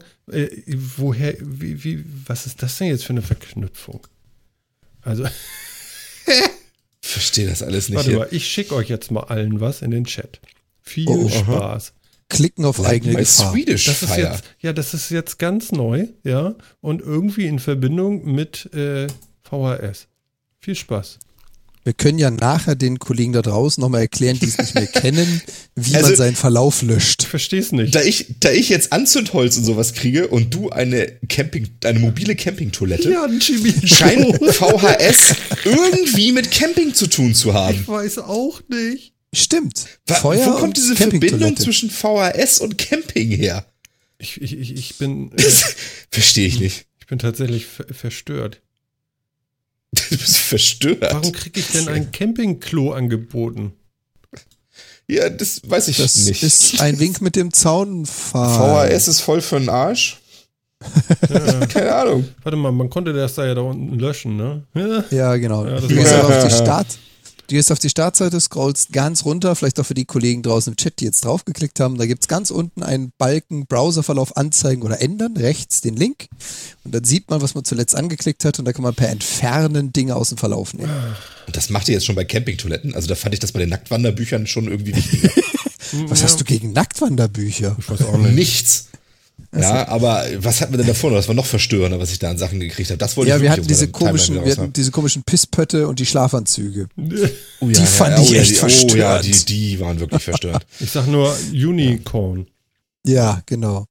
was ist das denn jetzt für eine Verknüpfung? Also, Verstehe das alles nicht. warte Hier. mal, ich schicke euch jetzt mal allen was in den Chat. Viel Oh, aha. Spaß. Klicken auf eigene My Gefahr. Swedish Das ist Fire. das ist jetzt ganz neu, ja, und irgendwie in Verbindung mit VHS. Viel Spaß. Wir können ja nachher den Kollegen da draußen nochmal erklären, die es nicht mehr kennen, wie Also- man seinen Verlauf löscht. Ich verstehe es nicht. Da ich jetzt Anzündholz und sowas kriege und du eine mobile Campingtoilette, ein Chibi. scheint VHS irgendwie mit Camping zu tun zu haben. Ich weiß auch nicht. Stimmt. Wo kommt und diese Verbindung Campingtoilette. zwischen VHS und Camping her? Ich bin Verstehe ich nicht. ich bin tatsächlich verstört. Du bist verstört. Warum kriege ich denn ein Campingklo angeboten? Ja, das weiß ich Das nicht. ist ein Wink mit dem Zaunpfahl. VHS ist voll für den Arsch. Keine Ahnung. Warte mal, man konnte das da ja unten löschen, ne? Ja. Ja, genau. Ja, das du, gehst war- aber du gehst auf die Startseite, scrollst ganz runter, vielleicht auch für die Kollegen draußen im Chat, die jetzt draufgeklickt haben. Da gibt es ganz unten einen Balken Browserverlauf anzeigen oder ändern, rechts den Link. Und dann sieht man, was man zuletzt angeklickt hat und da kann man per Entfernen Dinge aus dem Verlauf nehmen. Und das macht ihr jetzt schon bei Campingtoiletten? Also da fand ich das bei den Nacktwanderbüchern schon irgendwie wichtiger. Was hast du gegen Nacktwanderbücher? Ich weiß auch nicht. Nichts. Ja, aber was hatten wir denn davor noch? Das war noch verstörender, was ich da an Sachen gekriegt habe. Das wollte Ja, ich wir wirklich hatten auf meiner Timeline wieder raushaben. diese komischen Pisspötte und die Schlafanzüge. Oh die fand ich echt verstörend. Oh ja, die waren wirklich verstörend. Ich sag nur Unicorn. Ja, genau.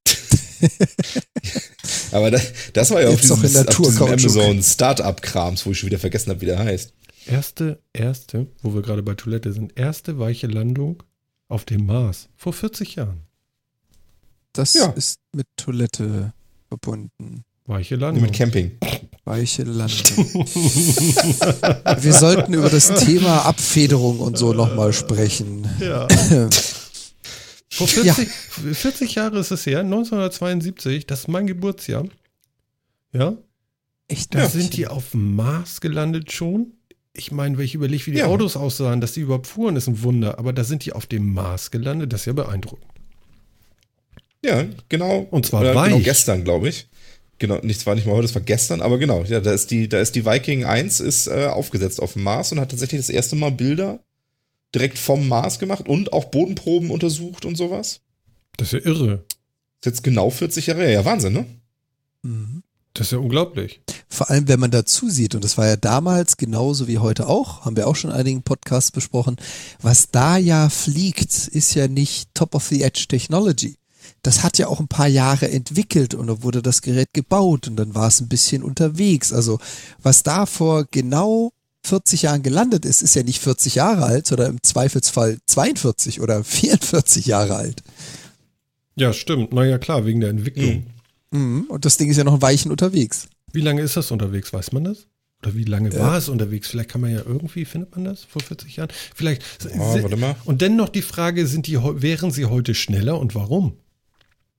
Aber das war ja auf Jetzt auch diesem, in auf diesem Naturkautschuk. Amazon Startup-Krams, wo ich schon wieder vergessen habe, wie der heißt. Erste, wo wir gerade bei Toilette sind, erste weiche Landung auf dem Mars vor 40 Jahren. Das Ja. ist mit Toilette verbunden. Weiche Nee, Landung. mit Camping. Weiche Landung. Wir sollten über das Thema Abfederung und so nochmal sprechen. Ja. Vor Ja. 40 Jahre ist es her, 1972, das ist mein Geburtsjahr. Ja, Echt? da sind die auf dem Mars gelandet schon. Ich meine, wenn ich überlege, wie die Ja. Autos aussahen, dass die überhaupt fuhren, ist ein Wunder. Aber da sind die auf dem Mars gelandet, das ist ja beeindruckend. Ja, genau. Und zwar Genau weich. gestern, glaube ich. Genau, zwar nicht mal heute, das war gestern, aber genau. Ja, da ist die Viking 1 ist aufgesetzt auf dem Mars und hat tatsächlich das erste Mal Bilder direkt vom Mars gemacht und auch Bodenproben untersucht und sowas. Das ist ja irre. Ist jetzt genau 40 Jahre her. Ja, Wahnsinn, ne? Mhm. Das ist ja unglaublich. Vor allem, wenn man dazu sieht, und das war ja damals genauso wie heute auch, haben wir auch schon in einigen Podcasts besprochen, was da ja fliegt, ist ja nicht Top-of-the-Edge-Technology. Das hat ja auch ein paar Jahre entwickelt und da wurde das Gerät gebaut und dann war es ein bisschen unterwegs. Also was da vor genau 40 Jahren gelandet ist, ist ja nicht 40 Jahre alt, sondern im Zweifelsfall 42 oder 44 Jahre alt. Ja, stimmt. Naja, klar, wegen der Entwicklung. Mhm. Und das Ding ist ja noch ein Weichen unterwegs. Wie lange ist das unterwegs? Weiß man das? Oder wie lange war es unterwegs? Vielleicht kann man ja irgendwie, findet man das vor 40 Jahren? Vielleicht. Oh, warte mal. Und dann noch die Frage, wären sie heute schneller und warum?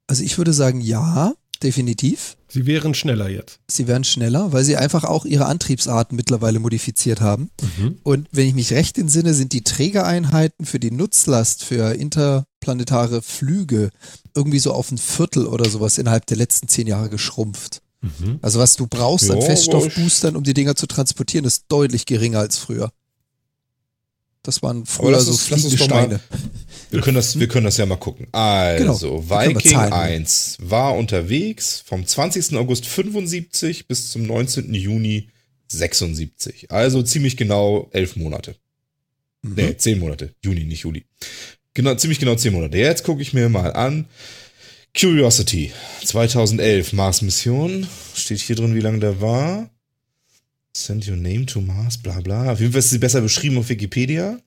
Also ich würde sagen, ja, definitiv. Sie wären schneller jetzt. Sie werden schneller, weil sie einfach auch ihre Antriebsarten mittlerweile modifiziert haben. Und wenn ich mich recht entsinne, sind die Trägereinheiten für die Nutzlast für interplanetare Flüge irgendwie so auf ein Viertel oder sowas innerhalb der letzten 10 Jahre geschrumpft. Also was du brauchst an Feststoffboostern, um die Dinger zu transportieren, ist deutlich geringer als früher. Das waren früher so fliegende Steine. Wir können das ja mal gucken. Also, genau, Viking 1 war unterwegs vom 20. August 75 bis zum 19. Juni 76. Also ziemlich genau 11 Monate. Nee, 10 Monate. Juni, nicht Juli. Genau, ziemlich genau 10 Monate. Jetzt gucke ich mir mal an. Curiosity 2011 Mars-Mission. Steht hier drin, wie lange der war. Send your name to Mars, bla bla. Auf jeden Fall ist sie besser beschrieben auf Wikipedia.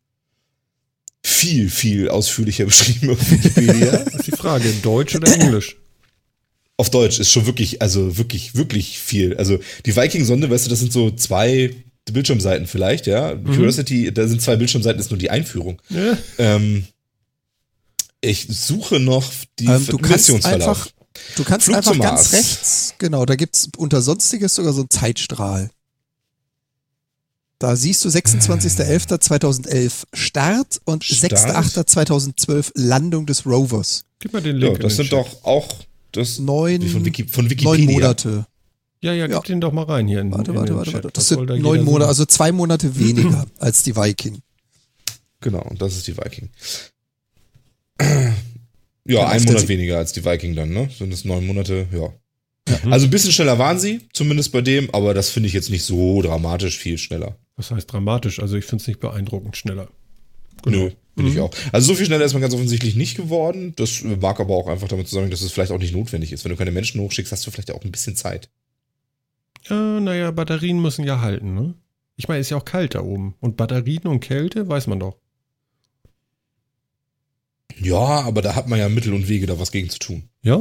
Viel ausführlicher beschrieben auf Wikipedia. Das ist die Frage, Deutsch oder Englisch? Auf Deutsch ist schon wirklich viel. Also die Viking-Sonde, weißt du, das sind so 2 Bildschirmseiten vielleicht, ja. Curiosity, da sind 2 Bildschirmseiten, ist nur die Einführung. Ja. Ich suche noch die Missionsverlauf. Du kannst einfach ganz rechts, genau, da gibt's unter Sonstiges sogar so einen Zeitstrahl. Da siehst du 26.11.2011 Start und 6.8.2012 Landung des Rovers. Gib mal den Link. Ja, das sind doch auch von Wikipedia. 9 Monate. Ja, gib den doch mal rein hier in Warte. Chat. Das sind 9 Monate, also 2 Monate weniger als die Viking. Genau, und das ist die Viking. Ja, 1 Monat weniger als die Viking dann, ne? Sind es 9 Monate, ja. Also ein bisschen schneller waren sie, zumindest bei dem, aber das finde ich jetzt nicht so dramatisch viel schneller. Was heißt dramatisch? Also ich finde es nicht beeindruckend schneller. Genau. Nö, finde ich auch. Also so viel schneller ist man ganz offensichtlich nicht geworden. Das mag aber auch einfach damit zusammenhängen, dass es vielleicht auch nicht notwendig ist. Wenn du keine Menschen hochschickst, hast du vielleicht auch ein bisschen Zeit. Naja, Batterien müssen ja halten, ne? Ich meine, ist ja auch kalt da oben. Und Batterien und Kälte, weiß man doch. Ja, aber da hat man ja Mittel und Wege, da was gegen zu tun. Ja?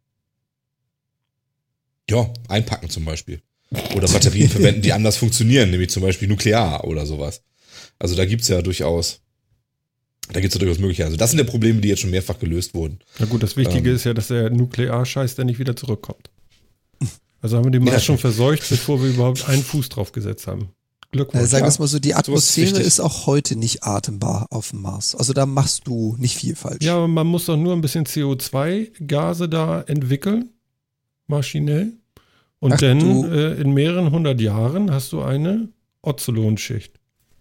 Ja, einpacken zum Beispiel. Oder Batterien verwenden, die anders funktionieren, nämlich zum Beispiel nuklear oder sowas. Also da gibt's ja durchaus Möglichkeiten. Also das sind ja Probleme, die jetzt schon mehrfach gelöst wurden. Na gut, das Wichtige ist ja, dass der Nuklearscheiß dann nicht wieder zurückkommt. Also haben wir den Mars schon verseucht, bevor wir überhaupt einen Fuß drauf gesetzt haben. Glückwunsch. Sagen wir es mal so, die Atmosphäre ist auch heute nicht atembar auf dem Mars. Also da machst du nicht viel falsch. Ja, aber man muss doch nur ein bisschen CO2-Gase da entwickeln, maschinell. Und in mehreren 100 Jahren hast du eine Ozelonschicht.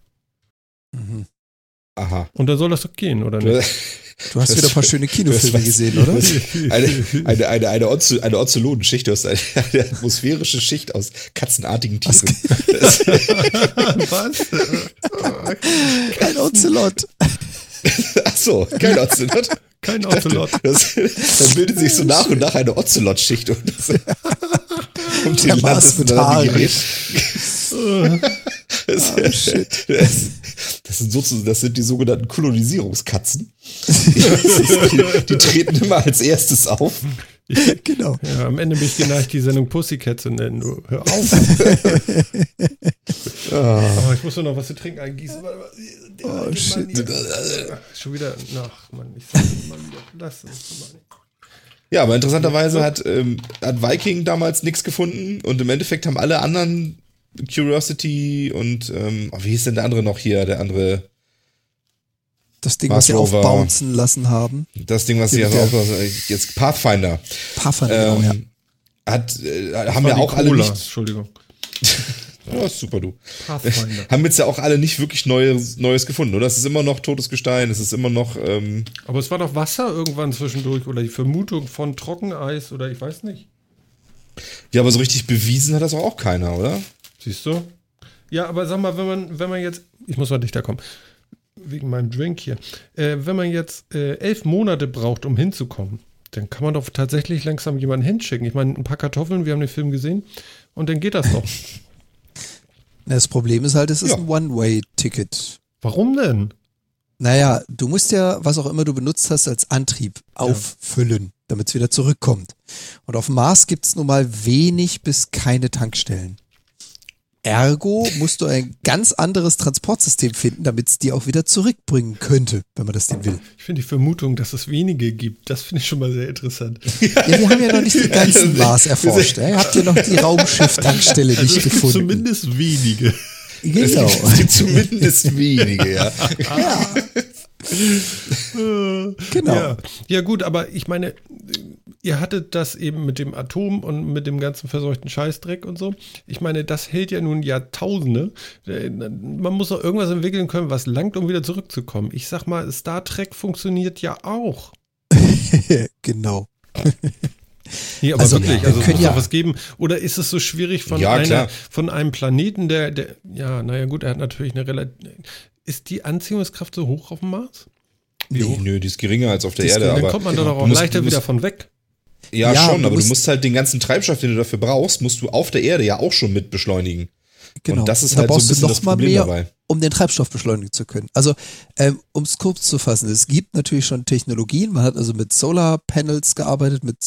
Aha. Und da soll das doch gehen, oder nicht? Du hast wieder ein paar schöne Kinofilme gesehen, oder? Eine Ozelonenschicht, du hast eine atmosphärische Schicht aus katzenartigen Tieren. Was? Kein Ozelot. Ach so, kein Ozelot. Kein Ozelot. Dann bildet sich so nach und nach eine Ozelot-Schicht um den Mars mit Haaren. Das sind die sogenannten Kolonisierungskatzen. Die treten immer als erstes auf. Genau. Ja, am Ende bin ich geneigt, die Sendung Pussycat zu nennen. Du, hör auf. Oh, ich muss nur noch was zu trinken eingießen. Oh, shit. Schon wieder. Ach, Mann, ich sag immer wieder. Lass uns mal nicht. Ja, aber interessanterweise hat Viking damals nichts gefunden und im Endeffekt haben alle anderen Curiosity und wie hieß denn der andere noch hier? Der andere. Das Ding, was sie aufbouncen lassen haben. Das Ding, was sie jetzt Pathfinder. Pathfinder, genau, ja. Haben ja auch alle nicht. Entschuldigung. Ja, super, du. Pathfinder. Haben jetzt ja auch alle nicht wirklich Neues gefunden, oder? Es ist immer noch totes Gestein, es ist immer noch. Aber es war doch Wasser irgendwann zwischendurch oder die Vermutung von Trockeneis oder ich weiß nicht. Ja, aber so richtig bewiesen hat das auch keiner, oder? Siehst du? Ja, aber sag mal, wenn man jetzt. Ich muss mal dichter kommen. Wegen meinem Drink hier. Wenn man jetzt 11 Monate braucht, um hinzukommen, dann kann man doch tatsächlich langsam jemanden hinschicken. Ich meine, ein paar Kartoffeln, wir haben den Film gesehen und dann geht das doch. Das Problem ist halt, es ist ein One-Way-Ticket. Warum denn? Naja, du musst ja, was auch immer du benutzt hast, als Antrieb auffüllen, damit es wieder zurückkommt. Und auf dem Mars gibt es nun mal wenig bis keine Tankstellen. Ergo musst du ein ganz anderes Transportsystem finden, damit es die auch wieder zurückbringen könnte, wenn man das denn will. Ich finde die Vermutung, dass es wenige gibt, das finde ich schon mal sehr interessant. Ja, wir haben ja noch nicht den ganzen Mars erforscht. Ja? Habt ihr noch die Raumschiff-Tankstelle nicht es gibt gefunden? zumindest wenige. Genau. Es gibt zumindest wenige, ja. Ja. Genau. Ja gut, aber ich meine, ihr hattet das eben mit dem Atom und mit dem ganzen verseuchten Scheißdreck und so. Ich meine, das hält ja nun Jahrtausende. Man muss doch irgendwas entwickeln können, was langt, um wieder zurückzukommen. Ich sag mal, Star Trek funktioniert ja auch. Genau. Nee, aber Also, wirklich, wir also es können muss ja- doch was geben. Oder ist es so schwierig von Ja, klar. von einem Planeten, der, ja, naja gut, er hat natürlich eine relativ. Ist die Anziehungskraft so hoch auf dem Mars? Wie hoch? Nö, die ist geringer als auf der Erde. Dann Aber kommt man da doch du auch musst- leichter du musst- wieder von weg. Ja, Ja, schon, du aber du musst- musst halt den ganzen Treibstoff, den du dafür brauchst, musst du auf der Erde ja auch schon mit beschleunigen. Genau. Und das ist Da halt so ein brauchst du bisschen das noch mal Problem mehr, dabei. um den Treibstoff beschleunigen zu können. Also, um es kurz zu fassen, es gibt natürlich schon Technologien. Man hat also mit Solarpanels gearbeitet, mit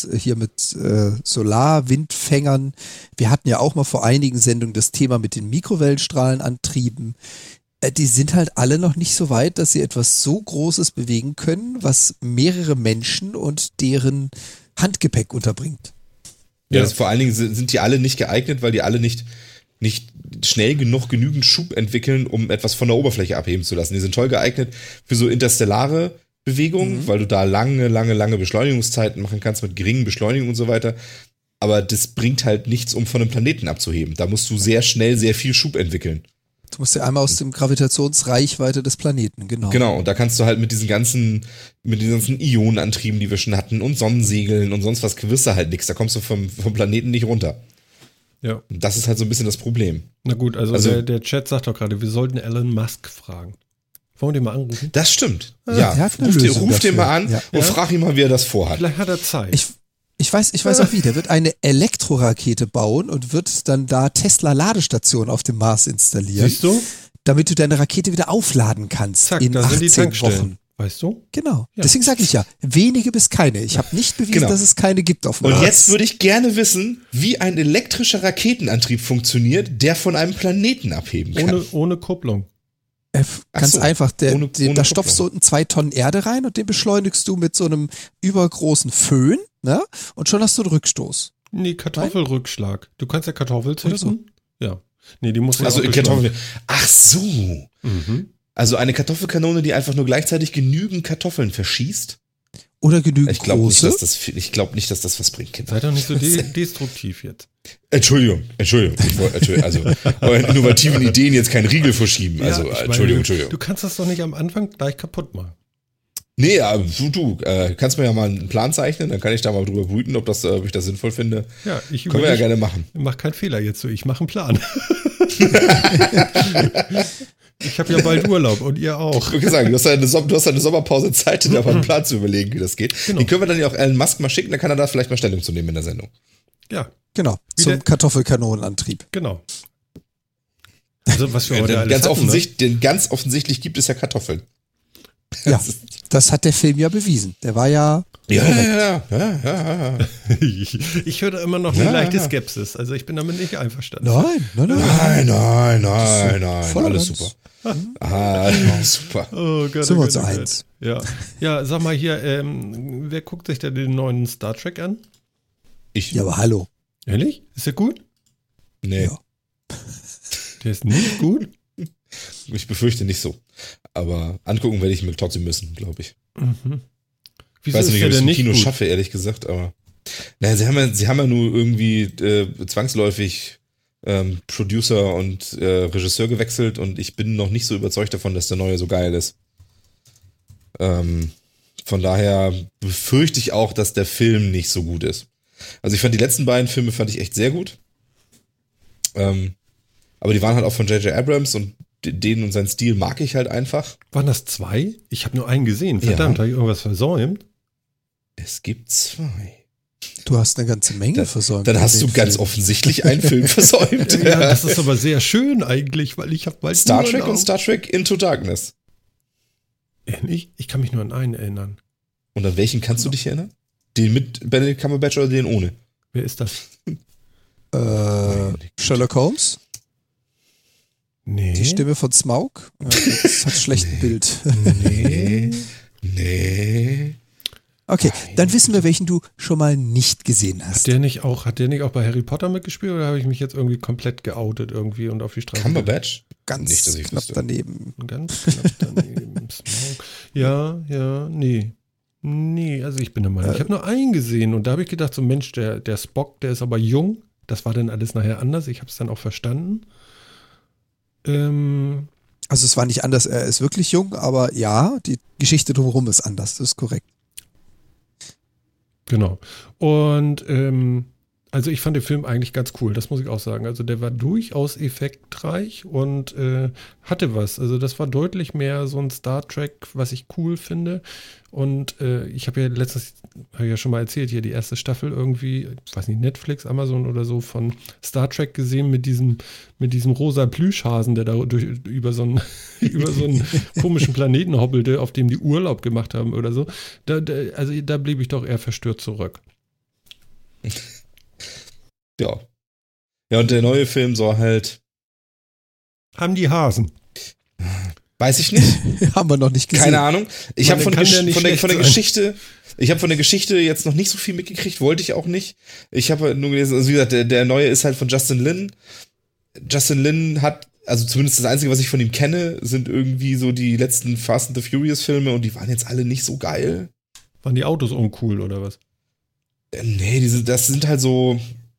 Solar-Windfängern. Wir hatten ja auch mal vor einigen Sendungen das Thema mit den Mikrowellenstrahlenantrieben. Die sind halt alle noch nicht so weit, dass sie etwas so Großes bewegen können, was mehrere Menschen und deren Handgepäck unterbringt. Ja, Ja. das, vor allen Dingen sind die alle nicht geeignet, weil die alle nicht schnell genug genügend Schub entwickeln, um etwas von der Oberfläche abheben zu lassen. Die sind toll geeignet für so interstellare Bewegungen, weil du da lange Beschleunigungszeiten machen kannst mit geringen Beschleunigungen und so weiter. Aber das bringt halt nichts, um von einem Planeten abzuheben. Da musst du sehr schnell sehr viel Schub entwickeln. Du musst ja einmal aus dem Gravitationsreichweite des Planeten, genau. Genau, und da kannst du halt mit diesen ganzen Ionenantrieben, die wir schon hatten, und Sonnensegeln und sonst was, gewisse halt nichts. Da kommst du vom Planeten nicht runter. Ja. Und das ist halt so ein bisschen das Problem. Na gut, also der Chat sagt doch gerade, wir sollten Elon Musk fragen. Wollen wir den mal anrufen? Das stimmt. der Ja, hat eine ruf Lösung den mal dafür. an Ja. und frag ihn mal, wie er das vorhat. Vielleicht hat er Zeit. Ich weiß auch wie, der wird eine Elektrorakete bauen und wird dann da Tesla-Ladestationen auf dem Mars installieren, Siehst du? damit du deine Rakete wieder aufladen kannst Zack, in da sind die 18 Tankstellen. Wochen. Weißt du? Genau. Ja. Deswegen sage ich ja, wenige bis keine. Ich habe nicht bewiesen, Genau. dass es keine gibt auf dem Und Mars. jetzt würde ich gerne wissen, wie ein elektrischer Raketenantrieb funktioniert, der von einem Planeten abheben kann. Ohne Kupplung. Ganz so, einfach, ohne da stopfst du Kupplung. unten 2 Tonnen Erde rein und den beschleunigst du mit so einem übergroßen Föhn, ne? Und schon hast du einen Rückstoß. Nee, Kartoffelrückschlag. Du kannst ja Kartoffel Oder so. züchten. Ja. Nee, die musst du Also auch Kartoffeln. Ach so. Mhm. Also eine Kartoffelkanone, die einfach nur gleichzeitig genügend Kartoffeln verschießt. Oder genügend Ich glaube nicht, große. nicht, dass das was bringt, Kinder. Sei doch nicht so destruktiv jetzt. Entschuldigung. Also euren innovativen Ideen jetzt keinen Riegel vorschieben. Also, Ja, ich meine, Entschuldigung. Du kannst das doch nicht am Anfang gleich kaputt machen. Nee, aber du kannst mir ja mal einen Plan zeichnen, dann kann ich da mal drüber brüten, ob ich das sinnvoll finde. Ja, ich Können wir ja gerne machen. Mach keinen Fehler jetzt so. Ich mache einen Plan. Ich habe ja bald Urlaub und ihr auch. Ich würde sagen, du hast eine Sommerpause Zeit, dir aber einen Plan zu überlegen, wie das geht. Genau. Den können wir dann ja auch Elon Musk mal schicken, dann kann er da vielleicht mal Stellung zu nehmen in der Sendung. Ja, Genau, Wie zum der- Kartoffelkanonenantrieb. genau. Also was wir heute Denn alles hatten, ne? ganz offensichtlich gibt es ja Kartoffeln. Ja, das hat der Film ja bewiesen. Der war ja Ja. Ich höre da immer noch eine Ja, leichte ja. Skepsis. Also ich bin damit nicht einverstanden. Nein. Nein. voll Alles ganz- super. Alles super. Oh Gott, Sind oh wir Gott, uns oh Gott. eins? Ja, sag mal hier, wer guckt sich denn den neuen Star Trek an? Ja, aber hallo. Ehrlich? Ist der gut? Nee, Ja. Der ist nicht gut? ich befürchte nicht so. Aber angucken werde ich mir trotzdem müssen, glaube ich. Mhm. Ich Wieso weiß ist nicht, der ob ich es denn im nicht Kino gut? schaffe, ehrlich gesagt, aber. Naja, sie haben ja nur irgendwie zwangsläufig Producer und Regisseur gewechselt und ich bin noch nicht so überzeugt davon, dass der neue so geil ist. Von daher befürchte ich auch, dass der Film nicht so gut ist. Also ich fand die letzten beiden Filme fand ich echt sehr gut. Aber die waren halt auch von J.J. Abrams und den und seinen Stil mag ich halt einfach. Waren das 2? Ich habe nur einen gesehen. Verdammt, Ja. habe ich irgendwas versäumt? Es gibt 2. Du hast eine ganze Menge versäumt. Dann in hast du dem ganz Film. offensichtlich einen Film versäumt. Ja, das ist aber sehr schön eigentlich, weil ich habe bald Star nur Trek noch- und Star Trek Into Darkness. Ehrlich? Ich kann mich nur an einen erinnern. Und an welchen kannst du dich erinnern? Den mit Benedict Cumberbatch oder den ohne? Wer ist das? Sherlock Holmes? Nee. Die Stimme von Smaug? Ja, das hat schlechten Bild. Nee. Okay, dann wissen wir, welchen du schon mal nicht gesehen hast. Hat der nicht auch bei Harry Potter mitgespielt oder habe ich mich jetzt irgendwie komplett geoutet irgendwie und auf die Straße? Cumberbatch? Ganz Nicht, dass ich knapp wüsste. daneben. Ganz knapp daneben. Smaug. Ja, nee. Nee, also ich bin der Meinung, ich habe nur einen gesehen und da habe ich gedacht, so Mensch, der Spock, der ist aber jung. Das war dann alles nachher anders. Ich habe es dann auch verstanden. Also es war nicht anders, er ist wirklich jung, aber ja, die Geschichte drumherum ist anders, das ist korrekt. Genau. Und also ich fand den Film eigentlich ganz cool, das muss ich auch sagen. Also der war durchaus effektreich und hatte was. Also das war deutlich mehr so ein Star Trek, was ich cool finde. Und ich habe ja letztens, habe ich ja schon mal erzählt, hier die erste Staffel irgendwie, ich weiß nicht, Netflix, Amazon oder so von Star Trek gesehen mit diesem rosa Plüschhasen, der da über so einen komischen Planeten hoppelte, auf dem die Urlaub gemacht haben oder so. Also da blieb ich doch eher verstört zurück. Ja. Ja, und der neue Film soll halt. Haben die Hasen? Weiß ich nicht. Haben wir noch nicht gesehen. Keine Ahnung. Ich habe von der sein. Geschichte. Ich habe von der Geschichte jetzt noch nicht so viel mitgekriegt, wollte ich auch nicht. Ich habe nur gelesen, also wie gesagt, der neue ist halt von Justin Lin. Justin Lin hat, also zumindest das Einzige, was ich von ihm kenne, sind irgendwie so die letzten Fast and the Furious Filme und die waren jetzt alle nicht so geil. Waren die Autos uncool oder was? Nee, das sind halt so.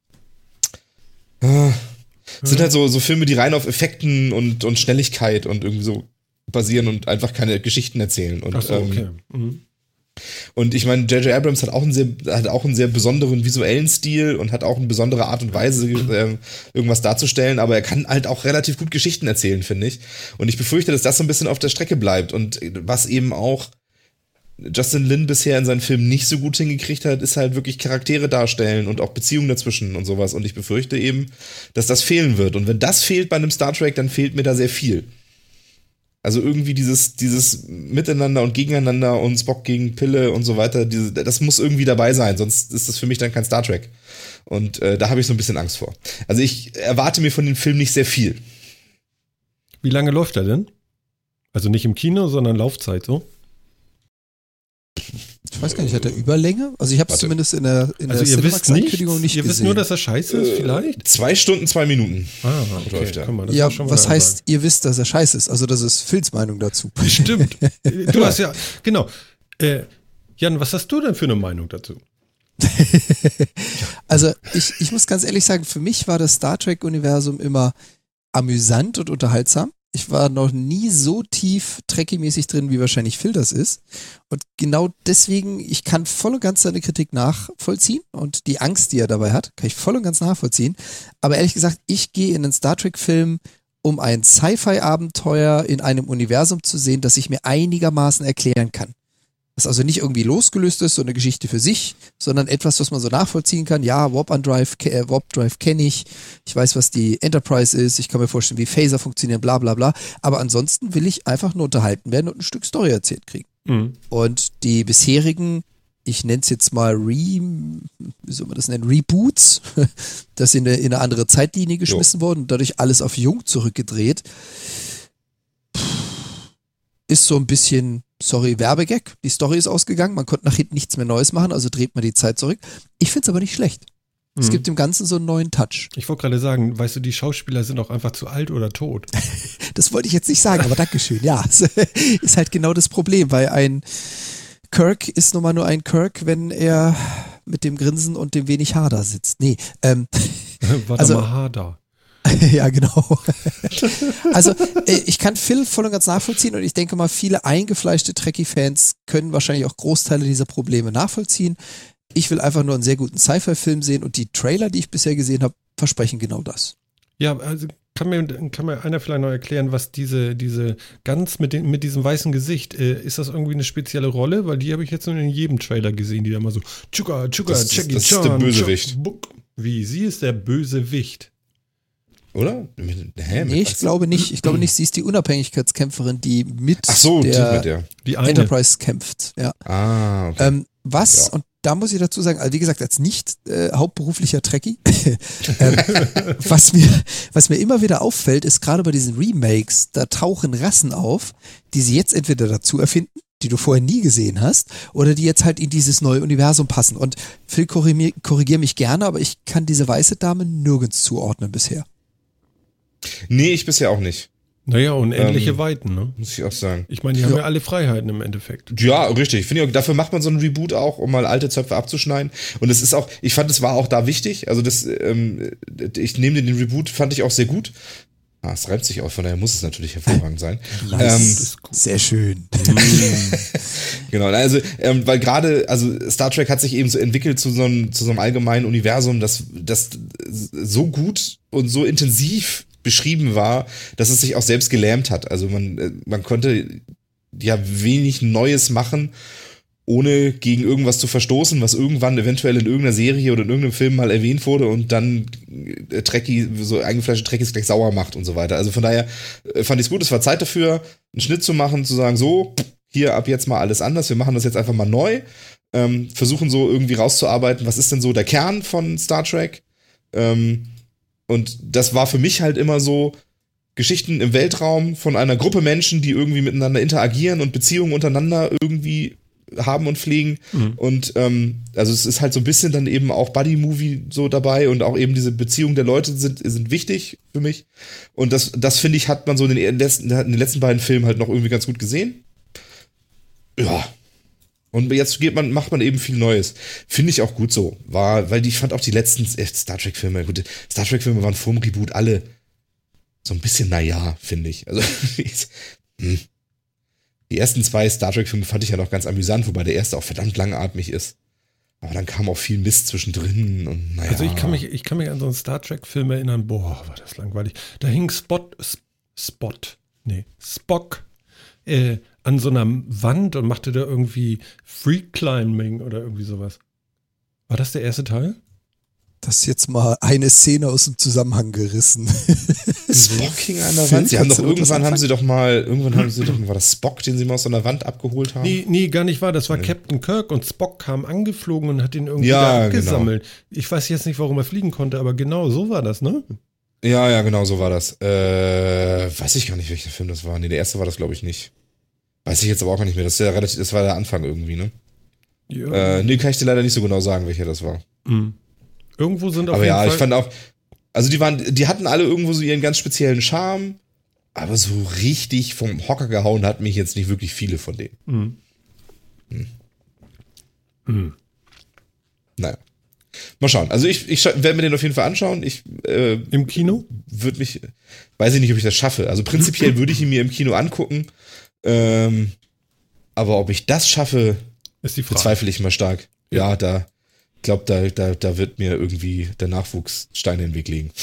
Sind halt so Filme, die rein auf Effekten und Schnelligkeit und irgendwie so basieren und einfach keine Geschichten erzählen. Und, Ach so, okay. Und ich meine, J.J. Abrams hat auch einen sehr besonderen visuellen Stil und hat auch eine besondere Art und Weise, irgendwas darzustellen, aber er kann halt auch relativ gut Geschichten erzählen, finde ich. Und ich befürchte, dass das so ein bisschen auf der Strecke bleibt. Und was eben auch Justin Lin bisher in seinen Filmen nicht so gut hingekriegt hat, ist halt wirklich Charaktere darstellen und auch Beziehungen dazwischen und sowas. Und ich befürchte eben, dass das fehlen wird. Und wenn das fehlt bei einem Star Trek, dann fehlt mir da sehr viel. Also irgendwie dieses Miteinander und Gegeneinander und Spock gegen Pille und so weiter, das muss irgendwie dabei sein, sonst ist das für mich dann kein Star Trek. Und da habe ich so ein bisschen Angst vor. Also ich erwarte mir von dem Film nicht sehr viel. Wie lange läuft er denn? Also nicht im Kino, sondern Laufzeit so? Ich weiß gar nicht, hat er Überlänge? Also ich habe es zumindest in der Cinemax-Ankündigung nicht gesehen. Ihr wisst nur, dass er scheiße ist, vielleicht? 2 Stunden, 2 Minuten. Okay. Läuft er. Guck mal, das Ja, ist schon mal was eine heißt, Ansage. ihr wisst, dass er scheiße ist? Also das ist Phils Meinung dazu. Stimmt. Du hast ja, genau. Jan, was hast du denn für eine Meinung dazu? Also ich muss ganz ehrlich sagen, für mich war das Star Trek-Universum immer amüsant und unterhaltsam. Ich war noch nie so tief Trekkie-mäßig drin, wie wahrscheinlich Phil das ist. Und genau deswegen, ich kann voll und ganz seine Kritik nachvollziehen und die Angst, die er dabei hat, kann ich voll und ganz nachvollziehen. Aber ehrlich gesagt, ich gehe in einen Star Trek-Film, um ein Sci-Fi-Abenteuer in einem Universum zu sehen, das ich mir einigermaßen erklären kann. Das also nicht irgendwie losgelöst ist, so eine Geschichte für sich, sondern etwas, was man so nachvollziehen kann. Ja, Warp Drive kenne ich. Ich weiß, was die Enterprise ist. Ich kann mir vorstellen, wie Phaser funktionieren, bla bla bla. Aber ansonsten will ich einfach nur unterhalten werden und ein Stück Story erzählt kriegen. Mhm. Und die bisherigen, ich nenne es jetzt mal Reboots, das in eine andere Zeitlinie geschmissen worden und dadurch alles auf jung zurückgedreht, ist so ein bisschen, sorry, Werbegag. Die Story ist ausgegangen, man konnte nach hinten nichts mehr Neues machen, also dreht man die Zeit zurück. Ich finde es aber nicht schlecht. Es gibt dem Ganzen so einen neuen Touch. Ich wollte gerade sagen, weißt du, die Schauspieler sind auch einfach zu alt oder tot. Das wollte ich jetzt nicht sagen, aber Dankeschön. Ja, ist halt genau das Problem, weil ein Kirk ist nun mal nur ein Kirk, wenn er mit dem Grinsen und dem wenig Haar da sitzt. Nee, Warte also, mal, Haar da. Ja, genau. Also ich kann Phil voll und ganz nachvollziehen und ich denke mal, viele eingefleischte Trekkie-Fans können wahrscheinlich auch Großteile dieser Probleme nachvollziehen. Ich will einfach nur einen sehr guten Sci-Fi-Film sehen und die Trailer, die ich bisher gesehen habe, versprechen genau das. Ja, also kann mir einer vielleicht noch erklären, was diese Gans mit diesem weißen Gesicht, ist das irgendwie eine spezielle Rolle? Weil die habe ich jetzt nur in jedem Trailer gesehen, die da mal so Chuka, Jackie Chan. Das ist der Bösewicht. Wie, sie ist der Bösewicht. Oder? Nee, ich glaube nicht. Ich glaube nicht, sie ist die Unabhängigkeitskämpferin, die mit Ach so, der die eine. Enterprise kämpft. Ja. Okay. Und da muss ich dazu sagen, also wie gesagt, als nicht hauptberuflicher Trekkie, was mir immer wieder auffällt, ist gerade bei diesen Remakes, da tauchen Rassen auf, die sie jetzt entweder dazu erfinden, die du vorher nie gesehen hast, oder die jetzt halt in dieses neue Universum passen. Und Phil, korrigier mich gerne, aber ich kann diese weiße Dame nirgends zuordnen bisher. Nee, ich bisher auch nicht. Naja, unendliche Weiten, ne? Muss ich auch sagen. Ich meine, die haben ja alle Freiheiten im Endeffekt. Ja, richtig. Finde ich auch, dafür macht man so einen Reboot auch, um mal alte Zöpfe abzuschneiden. Und es ist auch, ich fand, es war auch da wichtig. Also ich nehme den Reboot, fand ich auch sehr gut. Es reimt sich auch, von daher muss es natürlich hervorragend sein. Sehr schön. Genau, also, weil gerade, also Star Trek hat sich eben so entwickelt zu so einem allgemeinen Universum, das so gut und so intensiv beschrieben war, dass es sich auch selbst gelähmt hat. Also man konnte ja wenig Neues machen, ohne gegen irgendwas zu verstoßen, was irgendwann eventuell in irgendeiner Serie oder in irgendeinem Film mal erwähnt wurde und dann so eingefleischte Trekkies gleich sauer macht und so weiter. Also von daher fand ich es gut, es war Zeit dafür, einen Schnitt zu machen, zu sagen, so, hier ab jetzt mal alles anders, wir machen das jetzt einfach mal neu, versuchen so irgendwie rauszuarbeiten, was ist denn so der Kern von Star Trek? Und das war für mich halt immer so Geschichten im Weltraum von einer Gruppe Menschen, die irgendwie miteinander interagieren und Beziehungen untereinander irgendwie haben und pflegen. Und also es ist halt so ein bisschen dann eben auch Buddy-Movie so dabei und auch eben diese Beziehungen der Leute sind wichtig für mich. Und das finde ich, hat man so in den letzten beiden Filmen halt noch irgendwie ganz gut gesehen. Ja. Und jetzt macht man eben viel Neues. Finde ich auch gut so. Weil ich fand auch die letzten Star Trek-Filme, gut, Star Trek-Filme waren vor dem Reboot alle so ein bisschen naja, finde ich. Also, die ersten 2 Star Trek-Filme fand ich ja noch ganz amüsant, wobei der erste auch verdammt langatmig ist. Aber dann kam auch viel Mist zwischendrin und naja. Also ich kann mich an so einen Star Trek-Film erinnern, boah, war das langweilig. Da hing Spock an so einer Wand und machte da irgendwie Free Climbing oder irgendwie sowas. War das der erste Teil? Das ist jetzt mal eine Szene aus dem Zusammenhang gerissen. Spock hing an der Wand. Irgendwann haben sie doch mal, war das Spock, den sie mal aus so einer Wand abgeholt haben? Nee, gar nicht wahr. Das war Captain Kirk und Spock kam angeflogen und hat ihn irgendwie da abgesammelt. Genau. Ich weiß jetzt nicht, warum er fliegen konnte, aber genau so war das, ne? Ja, genau so war das. Weiß ich gar nicht, welcher Film das war. Nee, der erste war das, glaube ich, nicht. Weiß ich jetzt aber auch gar nicht mehr. Das war der Anfang irgendwie, ne? Ja. Nee, kann ich dir leider nicht so genau sagen, welcher das war. Mhm. Irgendwo sind auf aber jeden ja, Fall. Ich fand auch, also die hatten alle irgendwo so ihren ganz speziellen Charme, aber so richtig vom Hocker gehauen hat mich jetzt nicht wirklich viele von denen. Naja. Mal schauen. Also ich werde mir den auf jeden Fall anschauen. Im Kino? Weiß ich nicht, ob ich das schaffe. Also prinzipiell würde ich ihn mir im Kino angucken. Aber ob ich das schaffe, ist die Frage. Bezweifle ich mal stark. Ja, ich glaube, da wird mir irgendwie der Nachwuchs Steine in den Weg legen.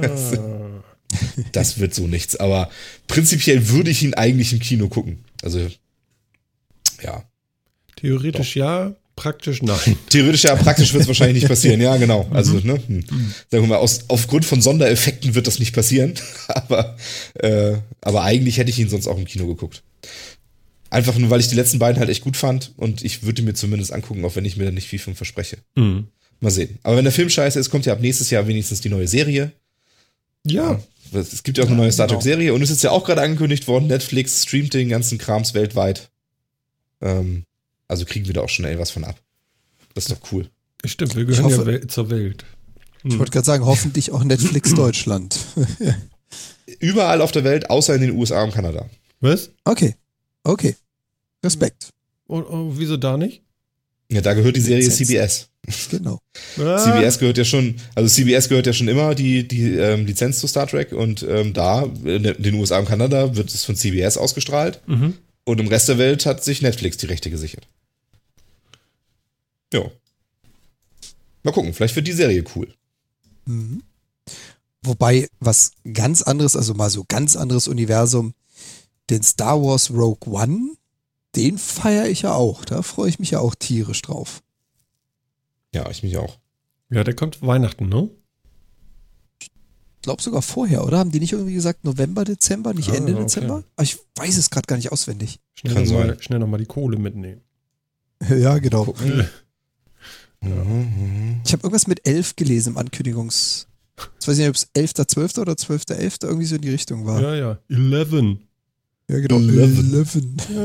Das wird so nichts. Aber prinzipiell würde ich ihn eigentlich im Kino gucken. Also, ja. Theoretisch ja, praktisch nein. Theoretisch ja, praktisch wird es wahrscheinlich nicht passieren. Ja, genau. Also, sagen wir mal, aufgrund von Sondereffekten wird das nicht passieren. Aber eigentlich hätte ich ihn sonst auch im Kino geguckt. Einfach nur, weil ich die letzten beiden halt echt gut fand und ich würde mir zumindest angucken, auch wenn ich mir da nicht viel von verspreche. Mal sehen. Aber wenn der Film scheiße ist, kommt ja ab nächstes Jahr wenigstens die neue Serie. Ja. Es gibt ja auch eine neue Star Trek-Serie und es ist ja auch gerade angekündigt worden, Netflix streamt den ganzen Krams weltweit. Also kriegen wir da auch schnell was von ab. Das ist doch cool. Stimmt, wir gehören zur Welt. Ich wollte gerade sagen, hoffentlich auch Netflix Deutschland. Überall auf der Welt, außer in den USA und Kanada. Was? Okay. Respekt. Und wieso da nicht? Ja, da gehört die Serie CBS. Genau. CBS gehört ja schon immer die Lizenz zu Star Trek und da in den USA und Kanada wird es von CBS ausgestrahlt und im Rest der Welt hat sich Netflix die Rechte gesichert. Ja. Mal gucken, vielleicht wird die Serie cool. Wobei was ganz anderes, also mal so ganz anderes Universum, den Star Wars Rogue One, den feiere ich ja auch. Da freue ich mich ja auch tierisch drauf. Ja, ich mich auch. Ja, der kommt Weihnachten, ne? Ich glaube sogar vorher, oder? Haben die nicht irgendwie gesagt November, Dezember, nicht Ende Dezember? Aber ich weiß es gerade gar nicht auswendig. Schnell nochmal die Kohle mitnehmen. Ja, genau. Ich habe irgendwas mit 11 gelesen im Ankündigungs... Ich weiß nicht, ob es 11.12. oder 12.11. irgendwie so in die Richtung war. Ja. 11. Ja, genau. 11.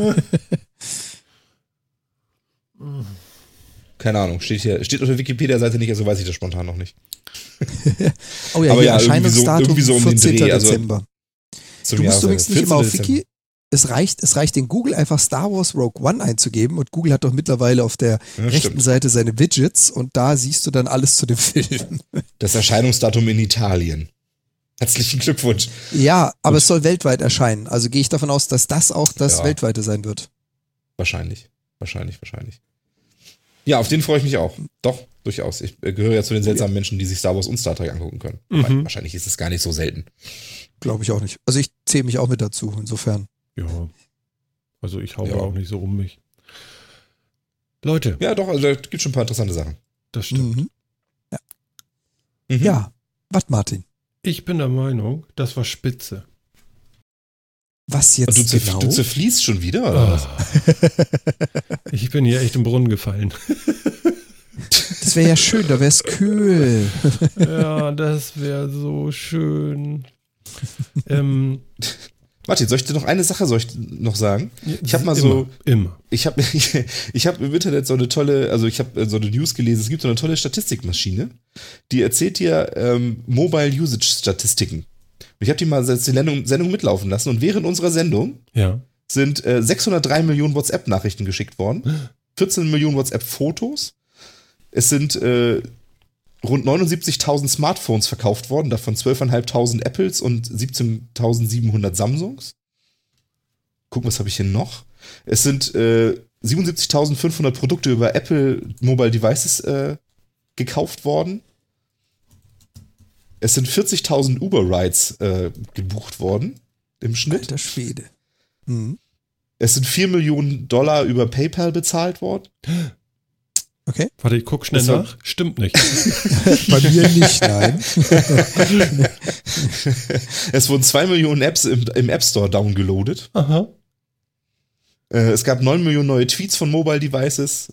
Keine Ahnung, steht auf der Wikipedia-Seite nicht, also weiß ich das spontan noch nicht. Oh ja, Aber hier ja, Erscheinungsdatum irgendwie so um den 14. Dreh, also Dezember. Du musst übrigens nicht immer auf Wiki. Es reicht in Google einfach Star Wars Rogue One einzugeben und Google hat doch mittlerweile auf der rechten Seite seine Widgets und da siehst du dann alles zu dem Film. Das Erscheinungsdatum in Italien. Herzlichen Glückwunsch. Ja, aber es soll weltweit erscheinen. Also gehe ich davon aus, dass das auch das weltweite sein wird. Wahrscheinlich. Ja, auf den freue ich mich auch. Doch, durchaus. Ich gehöre ja zu den seltsamen Menschen, die sich Star Wars und Star Trek angucken können. Wahrscheinlich ist es gar nicht so selten. Glaube ich auch nicht. Also ich zähle mich auch mit dazu, insofern. Ja. Also ich haue auch nicht so um mich. Leute. Ja, doch, also da gibt schon ein paar interessante Sachen. Das stimmt. Ja, was, Martin? Ich bin der Meinung, das war spitze. Was jetzt genau? Du zerfließt schon wieder, oder was? Ich bin hier echt im Brunnen gefallen. Das wäre ja schön, da wäre es kühl. Ja, das wäre so schön. Martin, soll ich dir noch eine Sache sagen? Ich habe mal ich habe im Internet so eine tolle, also ich habe so eine News gelesen, es gibt so eine tolle Statistikmaschine, die erzählt dir Mobile Usage Statistiken. Und ich habe die mal die Sendung mitlaufen lassen und während unserer Sendung sind 603 Millionen WhatsApp-Nachrichten geschickt worden, 14 Millionen WhatsApp-Fotos, es sind rund 79.000 Smartphones verkauft worden, davon 12.500 Apples und 17.700 Samsungs. Guck, was habe ich hier noch? Es sind 77.500 Produkte über Apple Mobile Devices gekauft worden. Es sind 40.000 Uber-Rides gebucht worden im Schnitt. Alter Schwede. Es sind $4 Millionen über PayPal bezahlt worden. Okay. Warte, ich guck schnell nach. Stimmt nicht. Bei mir nicht, nein. Es wurden 2 Millionen Apps im App Store downgeloadet. Aha. Es gab 9 Millionen neue Tweets von Mobile Devices.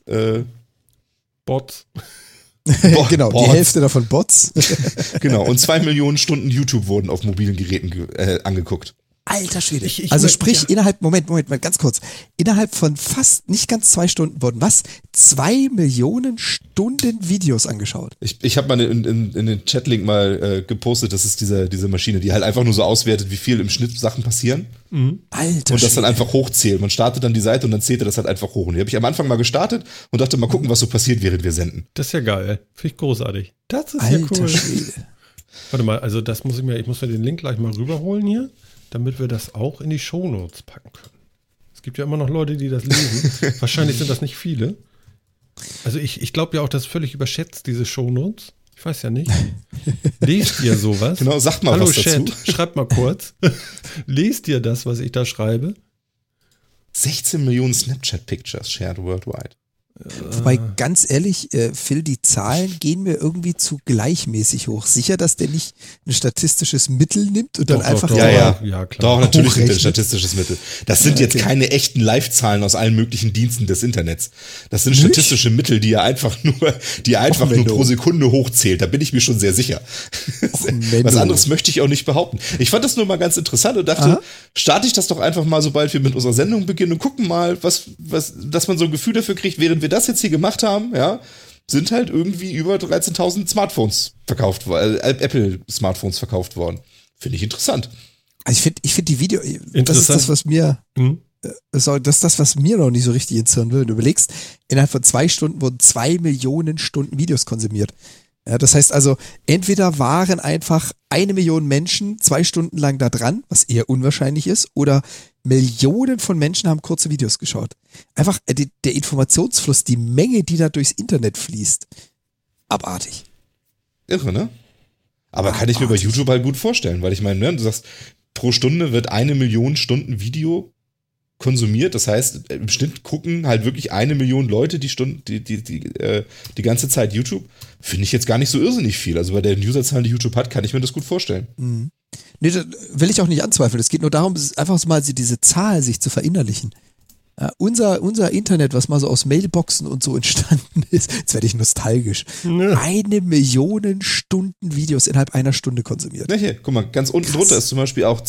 Bots. Genau, Bots. Die Hälfte davon Bots. Genau, und 2 Millionen Stunden YouTube wurden auf mobilen Geräten angeguckt. Alter Schwede. Also sprich, Moment, ganz kurz. Innerhalb von fast nicht ganz 2 Stunden wurden 2 Millionen Stunden Videos angeschaut. Ich habe mal in den Chatlink mal gepostet, das ist diese Maschine, die halt einfach nur so auswertet, wie viel im Schnitt Sachen passieren. Alter Und das dann einfach hochzählt. Man startet dann die Seite und dann zählt er das halt einfach hoch. Und die habe ich am Anfang mal gestartet und dachte, mal gucken, was so passiert, während wir senden. Das ist ja geil. Finde ich großartig. Das ist Alter ja cool. Schwede. Warte mal, also ich muss mir den Link gleich mal rüberholen hier, damit wir das auch in die Shownotes packen können. Es gibt ja immer noch Leute, die das lesen. Wahrscheinlich sind das nicht viele. Also ich glaube ja auch, das ist völlig überschätzt, diese Shownotes. Ich weiß ja nicht. Lest ihr sowas? Genau, sagt mal Hallo was dazu. Chat, schreibt mal kurz. Lest ihr das, was ich da schreibe? 16 Millionen Snapchat-Pictures shared worldwide. Wobei, ganz ehrlich, Phil, die Zahlen gehen mir irgendwie zu gleichmäßig hoch. Sicher, dass der nicht ein statistisches Mittel nimmt und dann einfach... Ja, klar. Doch, natürlich nimmt ein statistisches Mittel. Das sind jetzt keine echten Live-Zahlen aus allen möglichen Diensten des Internets. Das sind statistische Mittel, die er einfach nur pro Sekunde hochzählt. Da bin ich mir schon sehr sicher. Was anderes möchte ich auch nicht behaupten. Ich fand das nur mal ganz interessant und dachte, starte ich das doch einfach mal, sobald wir mit unserer Sendung beginnen und gucken mal, dass man so ein Gefühl dafür kriegt, während wir das jetzt hier gemacht haben, sind halt irgendwie über 13.000 Smartphones verkauft worden, Apple-Smartphones verkauft worden. Finde ich interessant. Also ich finde die Video, das ist das, was mir, das ist das, was mir noch nicht so richtig ins Hirn will. Wenn du überlegst, innerhalb von 2 Stunden wurden 2 Millionen Stunden Videos konsumiert. Ja, das heißt also, entweder waren einfach 1 Million Menschen 2 Stunden lang da dran, was eher unwahrscheinlich ist, oder Millionen von Menschen haben kurze Videos geschaut. Einfach der Informationsfluss, die Menge, die da durchs Internet fließt. Abartig. Irre, ne? Aber kann ich mir bei YouTube halt gut vorstellen, weil ich meine, du sagst, pro Stunde wird 1 Million Stunden Video konsumiert. Das heißt, im Schnitt gucken halt wirklich 1 Million Leute die ganze Zeit YouTube. Finde ich jetzt gar nicht so irrsinnig viel. Also bei den Userzahlen, die YouTube hat, kann ich mir das gut vorstellen. Nee, das will ich auch nicht anzweifeln. Es geht nur darum, einfach mal diese Zahl sich zu verinnerlichen. Unser Internet, was mal so aus Mailboxen und so entstanden ist, jetzt werde ich nostalgisch. 1 Million Stunden Videos innerhalb einer Stunde konsumiert. Ja, hier, guck mal, ganz unten drunter ist zum Beispiel auch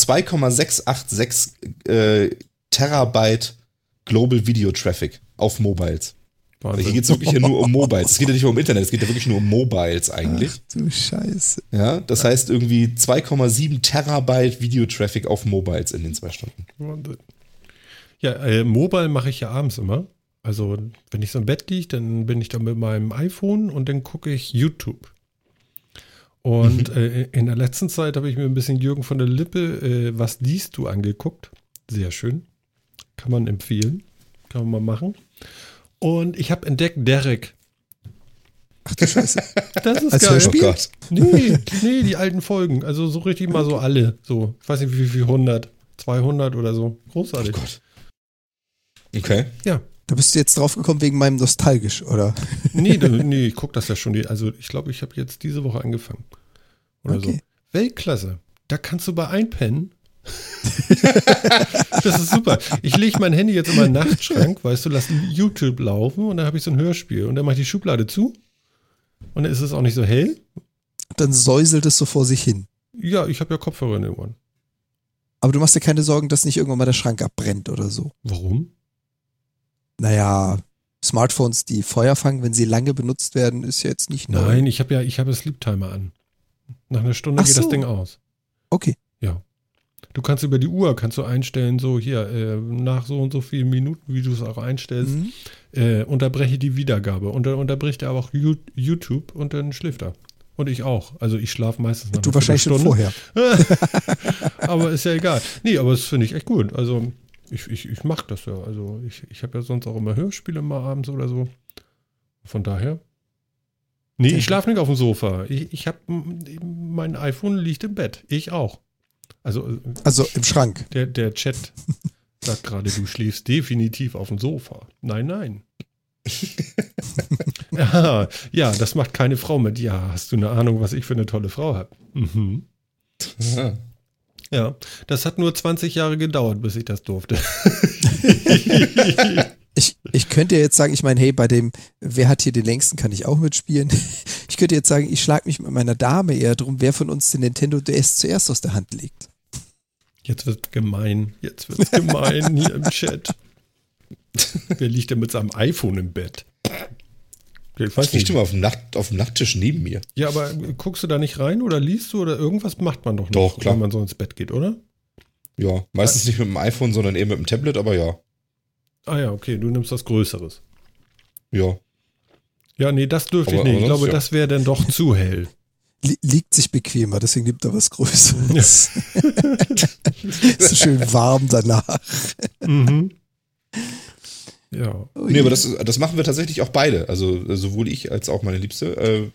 2,686 Terabyte Global Video Traffic auf Mobiles. Also hier geht es wirklich ja nur um Mobiles. Es geht ja nicht um Internet, es geht ja wirklich nur um Mobiles eigentlich. Ach du Scheiße. Ja, das heißt irgendwie 2,7 Terabyte Video-Traffic auf Mobiles in den 2 Stunden. Ja, Mobile mache ich ja abends immer. Also wenn ich so im Bett liege, dann bin ich da mit meinem iPhone und dann gucke ich YouTube. Und in der letzten Zeit habe ich mir ein bisschen Jürgen von der Lippe, was liest du, angeguckt. Sehr schön. Kann man empfehlen. Kann man mal machen. Und ich habe entdeckt Derek. Ach du Scheiße. Das ist als geil. Hörspiel? Oh Gott. Nee, die alten Folgen. Also so richtig mal so alle. So, ich weiß nicht wie viel, 100, 200 oder so. Großartig. Oh Gott. Okay. Ja. Da bist du jetzt drauf gekommen wegen meinem Nostalgisch, oder? Nee, ich gucke das ja schon. Also ich glaube, ich habe jetzt diese Woche angefangen. Oder Okay. so. Weltklasse. Da kannst du bei einpennen. Das ist super. Ich lege mein Handy jetzt in meinen Nachtschrank, weißt du, lass YouTube laufen und dann habe ich so ein Hörspiel und dann mache ich die Schublade zu und dann ist es auch nicht so hell. Dann säuselt es so vor sich hin. Ja, ich habe ja Kopfhörer in den Ohren. Aber du machst dir keine Sorgen, dass nicht irgendwann mal der Schrank abbrennt oder so. Warum? Naja, Smartphones, die Feuer fangen, wenn sie lange benutzt werden, ist ja jetzt nicht neu. Nein, ich habe Sleep Timer an. Nach einer Stunde Ach geht das so. Ding aus. Okay. Ja. Du kannst über die Uhr einstellen, so hier, nach so und so vielen Minuten, wie du es auch einstellst, unterbreche die Wiedergabe. Und dann unterbricht er aber auch YouTube und dann schläft er. Und ich auch. Also ich schlafe meistens nach Du einer wahrscheinlich schon Viertelstunde. vorher. Aber ist ja egal. Nee, aber das finde ich echt gut. Also ich mache das ja. Also ich habe ja sonst auch immer Hörspiele mal abends oder so. Von daher. Nee, ich schlafe nicht auf dem Sofa. Ich habe, mein iPhone liegt im Bett. Ich auch. Also im Schrank. der Chat sagt gerade, du schläfst definitiv auf dem Sofa. Nein. Ja, das macht keine Frau mit. Ja, hast du eine Ahnung, was ich für eine tolle Frau habe? Mhm. Ja, das hat nur 20 Jahre gedauert, bis ich das durfte. Ich könnte jetzt sagen, ich meine, hey, bei dem, wer hat hier den längsten, kann ich auch mitspielen. Ich könnte jetzt sagen, ich schlage mich mit meiner Dame eher drum, wer von uns den Nintendo DS zuerst aus der Hand legt. Jetzt wird's gemein hier im Chat. Wer liegt denn mit seinem iPhone im Bett? Ich weiß Ich liege immer auf dem Nachttisch neben mir. Ja, aber guckst du da nicht rein oder liest du oder irgendwas macht man doch nicht, Doch, klar. wenn man so ins Bett geht, oder? Ja, meistens nicht mit dem iPhone, sondern eher mit dem Tablet, aber ja. Ah ja, okay, du nimmst das Größeres. Ja. Ja, nee, das dürfte ich Aber nicht. Ich glaube, sonst, ja. das wäre dann doch zu hell. Liegt sich bequemer, deswegen nimmt er was Größeres. Ist so schön warm danach. Mhm. Ja. Nee, aber das machen wir tatsächlich auch beide. Also sowohl ich als auch meine Liebste.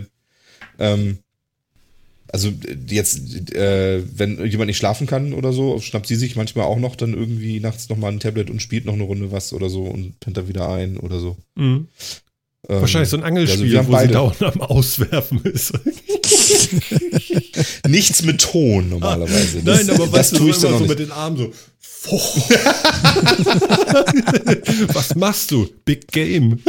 Also jetzt, wenn jemand nicht schlafen kann oder so, schnappt sie sich manchmal auch noch dann irgendwie nachts nochmal ein Tablet und spielt noch eine Runde was oder so und pennt da wieder ein oder so. Mhm. Wahrscheinlich so ein Angelspiel, wir haben wo sie beide. dauernd am Auswerfen ist. Nichts mit Ton normalerweise. Nein, aber das weißt du, tue ich immer dann so noch mit nicht. den Armen so. Was machst du? Big Game.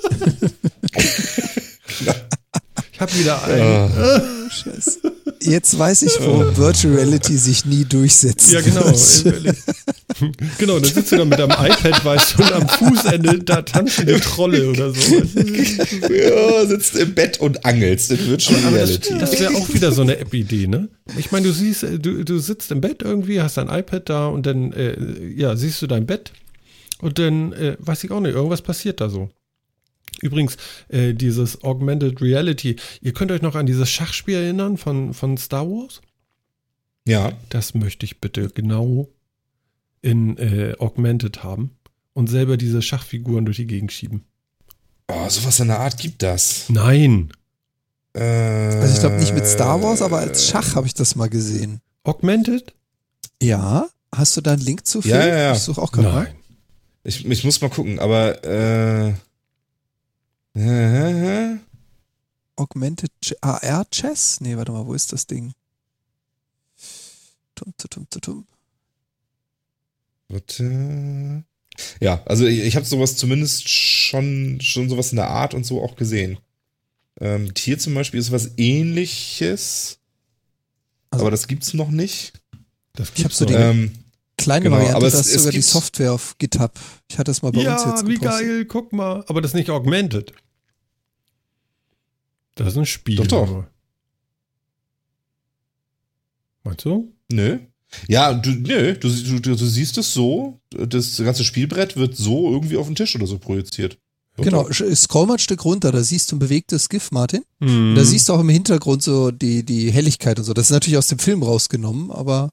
Ich hab wieder einen. Scheiße. Jetzt weiß ich, warum Virtual Reality sich nie durchsetzt. Ja, genau. Genau, dann sitzt du da mit deinem iPad, weißt du, und am Fußende da tanzen die Trolle oder so. Ja, sitzt im Bett und angelst in Virtual Aber Reality. das wäre auch wieder so eine App-Idee, ne? Ich meine, du sitzt im Bett irgendwie, hast dein iPad da und dann siehst du dein Bett und dann, weiß ich auch nicht, irgendwas passiert da so. Übrigens, dieses Augmented Reality, ihr könnt euch noch an dieses Schachspiel erinnern von Star Wars? Ja. Das möchte ich bitte genau in Augmented haben und selber diese Schachfiguren durch die Gegend schieben. Oh, sowas in der Art gibt das. Nein. Also ich glaube nicht mit Star Wars, aber als Schach habe ich das mal gesehen. Augmented? Ja, hast du da einen Link zu? Phil? Ja. Ich suche auch gerade mal. Nein. Ich muss mal gucken, aber Augmented AR Chess? Nee, warte mal, wo ist das Ding? Warte. Ja, also ich habe sowas zumindest schon sowas in der Art und so auch gesehen. Hier zum Beispiel ist was Ähnliches, Also- aber das gibt's noch nicht. Das Ich habe gibt's so doch. die kleine genau, Variante, aber da es ist sogar die gibt- Software auf GitHub. Ich hatte es mal bei uns Ja, jetzt wie gepostet. geil, guck mal. Aber das ist nicht augmented. Das ist ein Spiel. Doch. nur. Meinst du? Nö. Ja, du siehst es so, das ganze Spielbrett wird so irgendwie auf den Tisch oder so projiziert. Doch, Genau, doch. scroll mal ein Stück runter, da siehst du ein bewegtes GIF, Martin. Mhm. Da siehst du auch im Hintergrund so die Helligkeit und so. Das ist natürlich aus dem Film rausgenommen, aber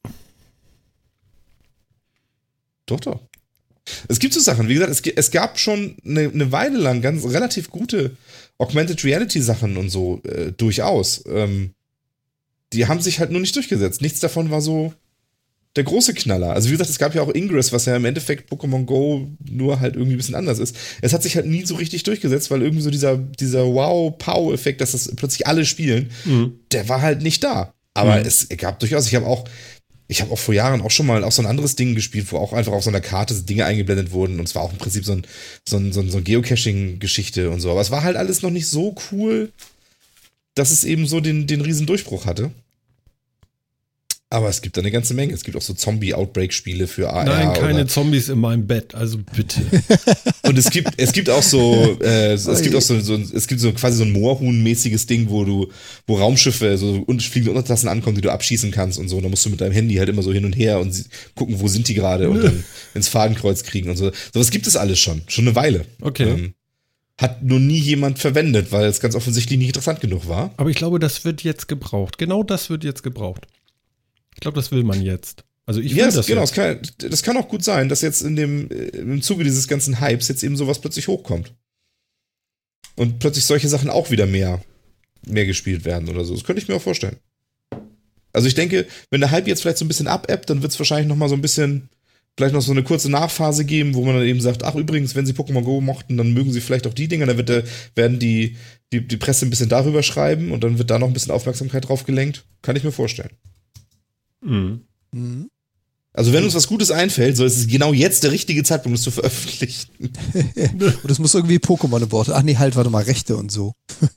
Doch. Es gibt so Sachen, wie gesagt, es gab schon eine Weile lang ganz relativ gute Augmented Reality Sachen und so, durchaus. Die haben sich halt nur nicht durchgesetzt. Nichts davon war so der große Knaller. Also wie gesagt, es gab ja auch Ingress, was ja im Endeffekt Pokémon Go nur halt irgendwie ein bisschen anders ist. Es hat sich halt nie so richtig durchgesetzt, weil irgendwie so dieser Wow-Pow-Effekt, dass das plötzlich alle spielen, der war halt nicht da. Aber es gab durchaus, ich habe auch vor Jahren auch schon mal auch so ein anderes Ding gespielt, wo auch einfach auf so einer Karte Dinge eingeblendet wurden und es war auch im Prinzip so ein Geocaching-Geschichte und so. Aber es war halt alles noch nicht so cool, dass es eben so den riesen Durchbruch hatte. Aber es gibt da eine ganze Menge. Es gibt auch so Zombie-Outbreak-Spiele für AR. Nein, keine oder Zombies in meinem Bett, also bitte. und es gibt auch so, es gibt so quasi so ein Moorhuhn-mäßiges Ding, wo Raumschiffe, so fliegende Untertassen ankommen, die du abschießen kannst und so. Und da musst du mit deinem Handy halt immer so hin und her und gucken, wo sind die gerade und dann ins Fadenkreuz kriegen und so. Sowas gibt es alles schon eine Weile. Okay. Hat nur nie jemand verwendet, weil es ganz offensichtlich nicht interessant genug war. Aber ich glaube, das wird jetzt gebraucht. Genau das wird jetzt gebraucht. Ich glaube, das will man jetzt. Also ich will Ja, das genau, jetzt. das kann auch gut sein, dass jetzt im Zuge dieses ganzen Hypes jetzt eben sowas plötzlich hochkommt. Und plötzlich solche Sachen auch wieder mehr gespielt werden oder so. Das könnte ich mir auch vorstellen. Also ich denke, wenn der Hype jetzt vielleicht so ein bisschen abebbt, dann wird es wahrscheinlich noch mal so ein bisschen, vielleicht noch so eine kurze Nachphase geben, wo man dann eben sagt, ach übrigens, wenn sie Pokémon Go mochten, dann mögen sie vielleicht auch die Dinger, dann werden die Presse ein bisschen darüber schreiben und dann wird da noch ein bisschen Aufmerksamkeit drauf gelenkt. Kann ich mir vorstellen. Mhm. Also wenn uns was Gutes einfällt, so ist es genau jetzt der richtige Zeitpunkt, das zu veröffentlichen. Und es muss irgendwie Pokémon im Wort. Ach nee, halt, warte mal, Rechte und so.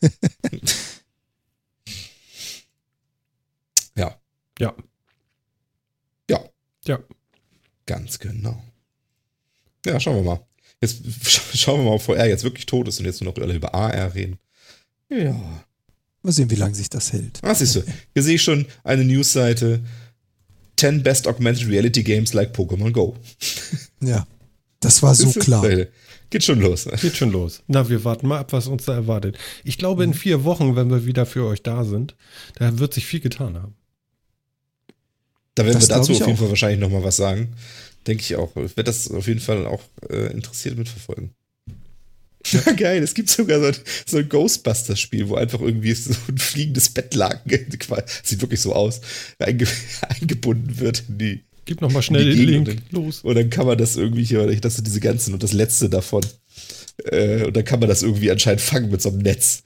Ja. Ja. Ja. Ja. Ganz genau. Ja, schauen wir mal. Jetzt schauen wir mal, ob VR jetzt wirklich tot ist und jetzt nur noch alle über AR reden. Ja. Mal sehen, wie lange sich das hält. Was siehst du? Hier sehe ich schon eine Newsseite. 10 Best Augmented Reality Games like Pokémon Go. Ja, das war so klar. Geht schon los. Geht schon los. Na, wir warten mal ab, was uns da erwartet. Ich glaube, in 4 Wochen, wenn wir wieder für euch da sind, da wird sich viel getan haben. Da werden Das wir dazu glaub ich auf jeden auch. Fall wahrscheinlich nochmal was sagen. Denke ich auch. Ich werde das auf jeden Fall auch interessiert mitverfolgen. Ja, geil, es gibt sogar so ein Ghostbusters-Spiel, wo einfach irgendwie so ein fliegendes Bettlaken, sieht wirklich so aus, eingebunden wird in die. Gib noch mal schnell die den Gegend Link. Los. Und dann kann man das irgendwie hier, das sind diese ganzen und das letzte davon. Und dann kann man das irgendwie anscheinend fangen mit so einem Netz.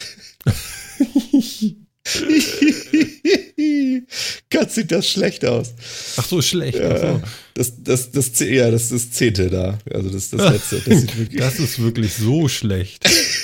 Gott, sieht das schlecht aus. Ach so, schlecht. Ja, Ach das ist das 10. da. Also das letzte. Das, sieht so. wirklich, Das ist wirklich so schlecht.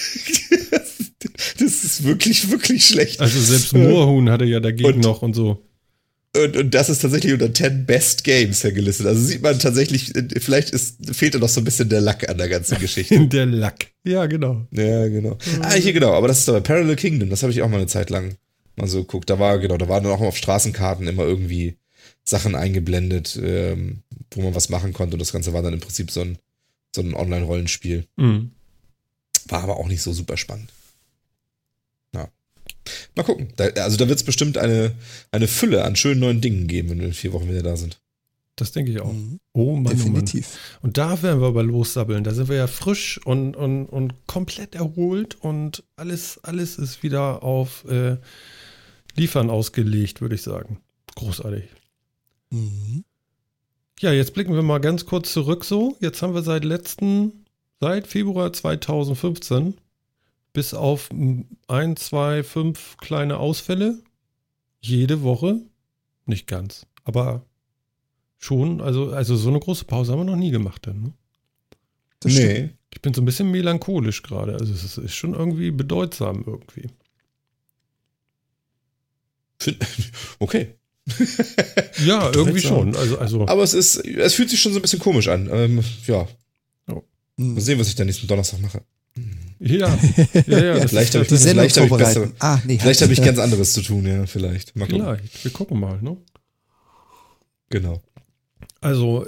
das ist wirklich, wirklich schlecht. Also selbst Moorhuhn hatte ja dagegen noch und so. Und das ist tatsächlich unter 10 Best Games hergelistet. Also sieht man tatsächlich, vielleicht fehlt da noch so ein bisschen der Lack an der ganzen Geschichte. Der Lack. Ja, genau. Ja, genau. Hier genau, aber das ist aber Parallel Kingdom, das habe ich auch mal eine Zeit lang mal so geguckt. Da waren dann auch auf Straßenkarten immer irgendwie Sachen eingeblendet, wo man was machen konnte. Und das Ganze war dann im Prinzip so ein Online-Rollenspiel. Mhm. War aber auch nicht so super spannend. Ja. Mal gucken. Da wird es bestimmt eine Fülle an schönen neuen Dingen geben, wenn wir in 4 Wochen wieder da sind. Das denke ich auch. Mhm. Oh Mann, Definitiv. Oh Mann. Und da werden wir aber lossabbeln. Da sind wir ja frisch und komplett erholt und alles ist wieder auf Liefern ausgelegt, würde ich sagen. Großartig. Mhm. Ja, jetzt blicken wir mal ganz kurz zurück so. Jetzt haben wir seit Februar 2015 bis auf 1, 2, 5 kleine Ausfälle jede Woche, nicht ganz, aber schon, also so eine große Pause haben wir noch nie gemacht. Dann, ne? Das stimmt. Ich bin so ein bisschen melancholisch gerade. Also es ist schon irgendwie bedeutsam irgendwie. Okay. Ja, irgendwie schon. Also Aber es fühlt sich schon so ein bisschen komisch an. Ja. Mal sehen, was ich dann nächsten Donnerstag mache. ja. Das Vielleicht ist habe ich, Die Sendung vielleicht hab ich vorbereiten. besser. Vielleicht habe ich ganz anderes zu tun, ja, vielleicht. Mal gucken. Vielleicht. Wir gucken mal, ne? Genau. Also,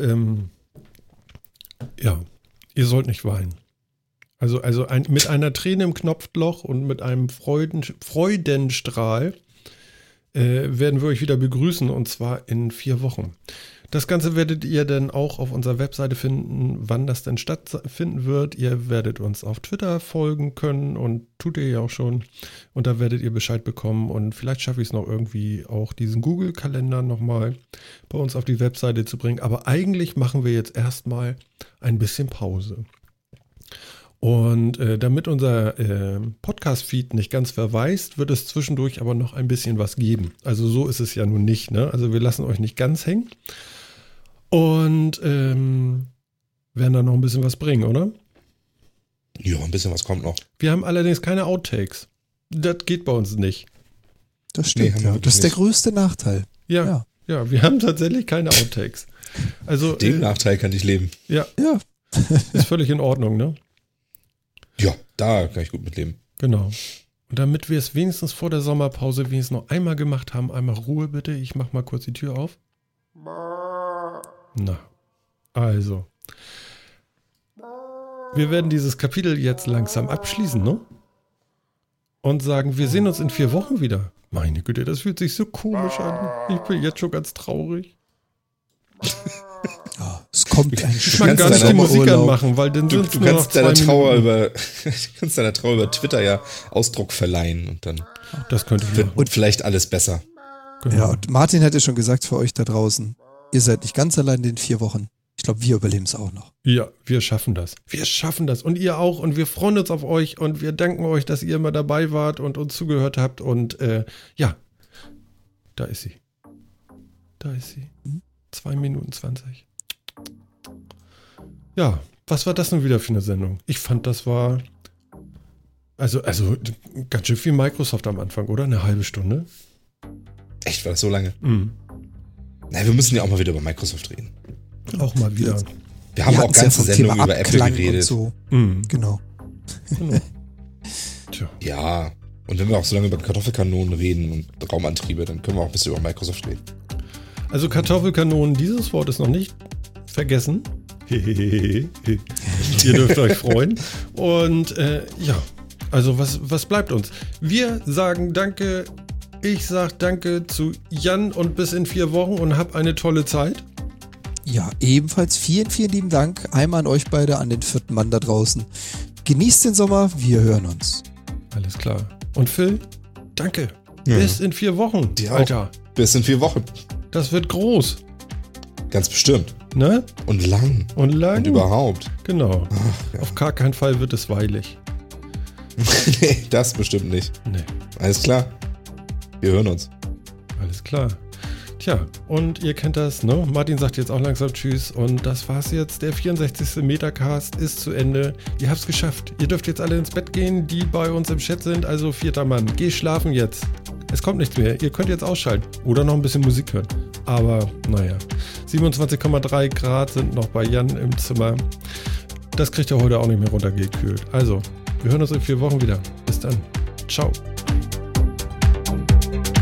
ja, ihr sollt nicht weinen. Also mit einer Träne im Knopfloch und mit einem Freudenstrahl werden wir euch wieder begrüßen, und zwar in 4 Wochen. Das Ganze werdet ihr dann auch auf unserer Webseite finden, wann das denn stattfinden wird. Ihr werdet uns auf Twitter folgen können und tut ihr ja auch schon. Und da werdet ihr Bescheid bekommen, und vielleicht schaffe ich es noch irgendwie auch, diesen Google-Kalender nochmal bei uns auf die Webseite zu bringen. Aber eigentlich machen wir jetzt erstmal ein bisschen Pause. Und damit unser Podcast-Feed nicht ganz verwaist, wird es zwischendurch aber noch ein bisschen was geben. Also so ist es ja nun nicht, ne? Also wir lassen euch nicht ganz hängen. Und werden da noch ein bisschen was bringen, oder? Ja, ein bisschen was kommt noch. Wir haben allerdings keine Outtakes. Das geht bei uns nicht. Das stimmt, haben wir ja. Das ist der nicht. größte Nachteil. Ja, wir haben tatsächlich keine Outtakes. Also Den Nachteil kann ich leben. Ja, ist völlig in Ordnung, ne? Ja, da kann ich gut mitleben. Genau. Und damit wir es wenigstens vor der Sommerpause wenigstens noch einmal gemacht haben, einmal Ruhe bitte, ich mach mal kurz die Tür auf. Na, also. Wir werden dieses Kapitel jetzt langsam abschließen, ne? Und sagen, wir sehen uns in 4 Wochen wieder. Meine Güte, das fühlt sich so komisch an. Ich bin jetzt schon ganz traurig. ja, es kommt ein Ich mag gar nicht die Musik Sommerurlaub. anmachen, weil dann sind es Du nur noch kannst 2 deiner Trauer Minuten. deiner Trauer über Twitter ja Ausdruck verleihen und dann Das könnte ich machen. wird vielleicht alles besser. Genau. Ja, und Martin hätte schon gesagt für euch da draußen, ihr seid nicht ganz allein in den 4 Wochen. Ich glaube, wir überleben es auch noch. Ja, wir schaffen das. Wir schaffen das. Und ihr auch. Und wir freuen uns auf euch. Und wir danken euch, dass ihr immer dabei wart und uns zugehört habt. Und ja, da ist sie. Da ist sie. 2 Minuten 20. Ja, was war das nun wieder für eine Sendung? Ich fand, das war also ganz schön viel Microsoft am Anfang, oder? Eine halbe Stunde? Echt, war das so lange? Mhm. Na, wir müssen ja auch mal wieder über Microsoft reden. Auch mal wieder. Wir haben auch hatten's ganze vom Sendungen Thema über Apple Abklang geredet. und so. Mhm. Genau. Genau. Tja. Ja, und wenn wir auch so lange über Kartoffelkanonen reden und Raumantriebe, dann können wir auch ein bisschen über Microsoft reden. Also Kartoffelkanonen, dieses Wort ist noch nicht vergessen. Ihr dürft euch freuen. Und ja, also was bleibt uns? Wir sagen Danke. Ich sag Danke zu Jan und bis in 4 Wochen und hab eine tolle Zeit. Ja, ebenfalls vielen, vielen lieben Dank. Einmal an euch beide, an den 4. Mann da draußen. Genießt den Sommer, wir hören uns. Alles klar. Und Phil, danke. Ja. Bis in 4 Wochen, Dir auch. Alter. Bis in 4 Wochen. Das wird groß. Ganz bestimmt. Ne? Und lang. Und lang. Und überhaupt. Genau. Ach, ja. Auf gar keinen Fall wird es weilig. Nee, das bestimmt nicht. Nee. Alles klar. Wir hören uns. Alles klar. Tja, und ihr kennt das, ne? Martin sagt jetzt auch langsam Tschüss und das war's jetzt. Der 64. Metacast ist zu Ende. Ihr habt's geschafft. Ihr dürft jetzt alle ins Bett gehen, die bei uns im Chat sind. Also 4. Mann, geh schlafen jetzt. Es kommt nichts mehr. Ihr könnt jetzt ausschalten oder noch ein bisschen Musik hören. Aber naja, 27,3 Grad sind noch bei Jan im Zimmer. Das kriegt er heute auch nicht mehr runtergekühlt. Also, wir hören uns in 4 Wochen wieder. Bis dann. Ciao.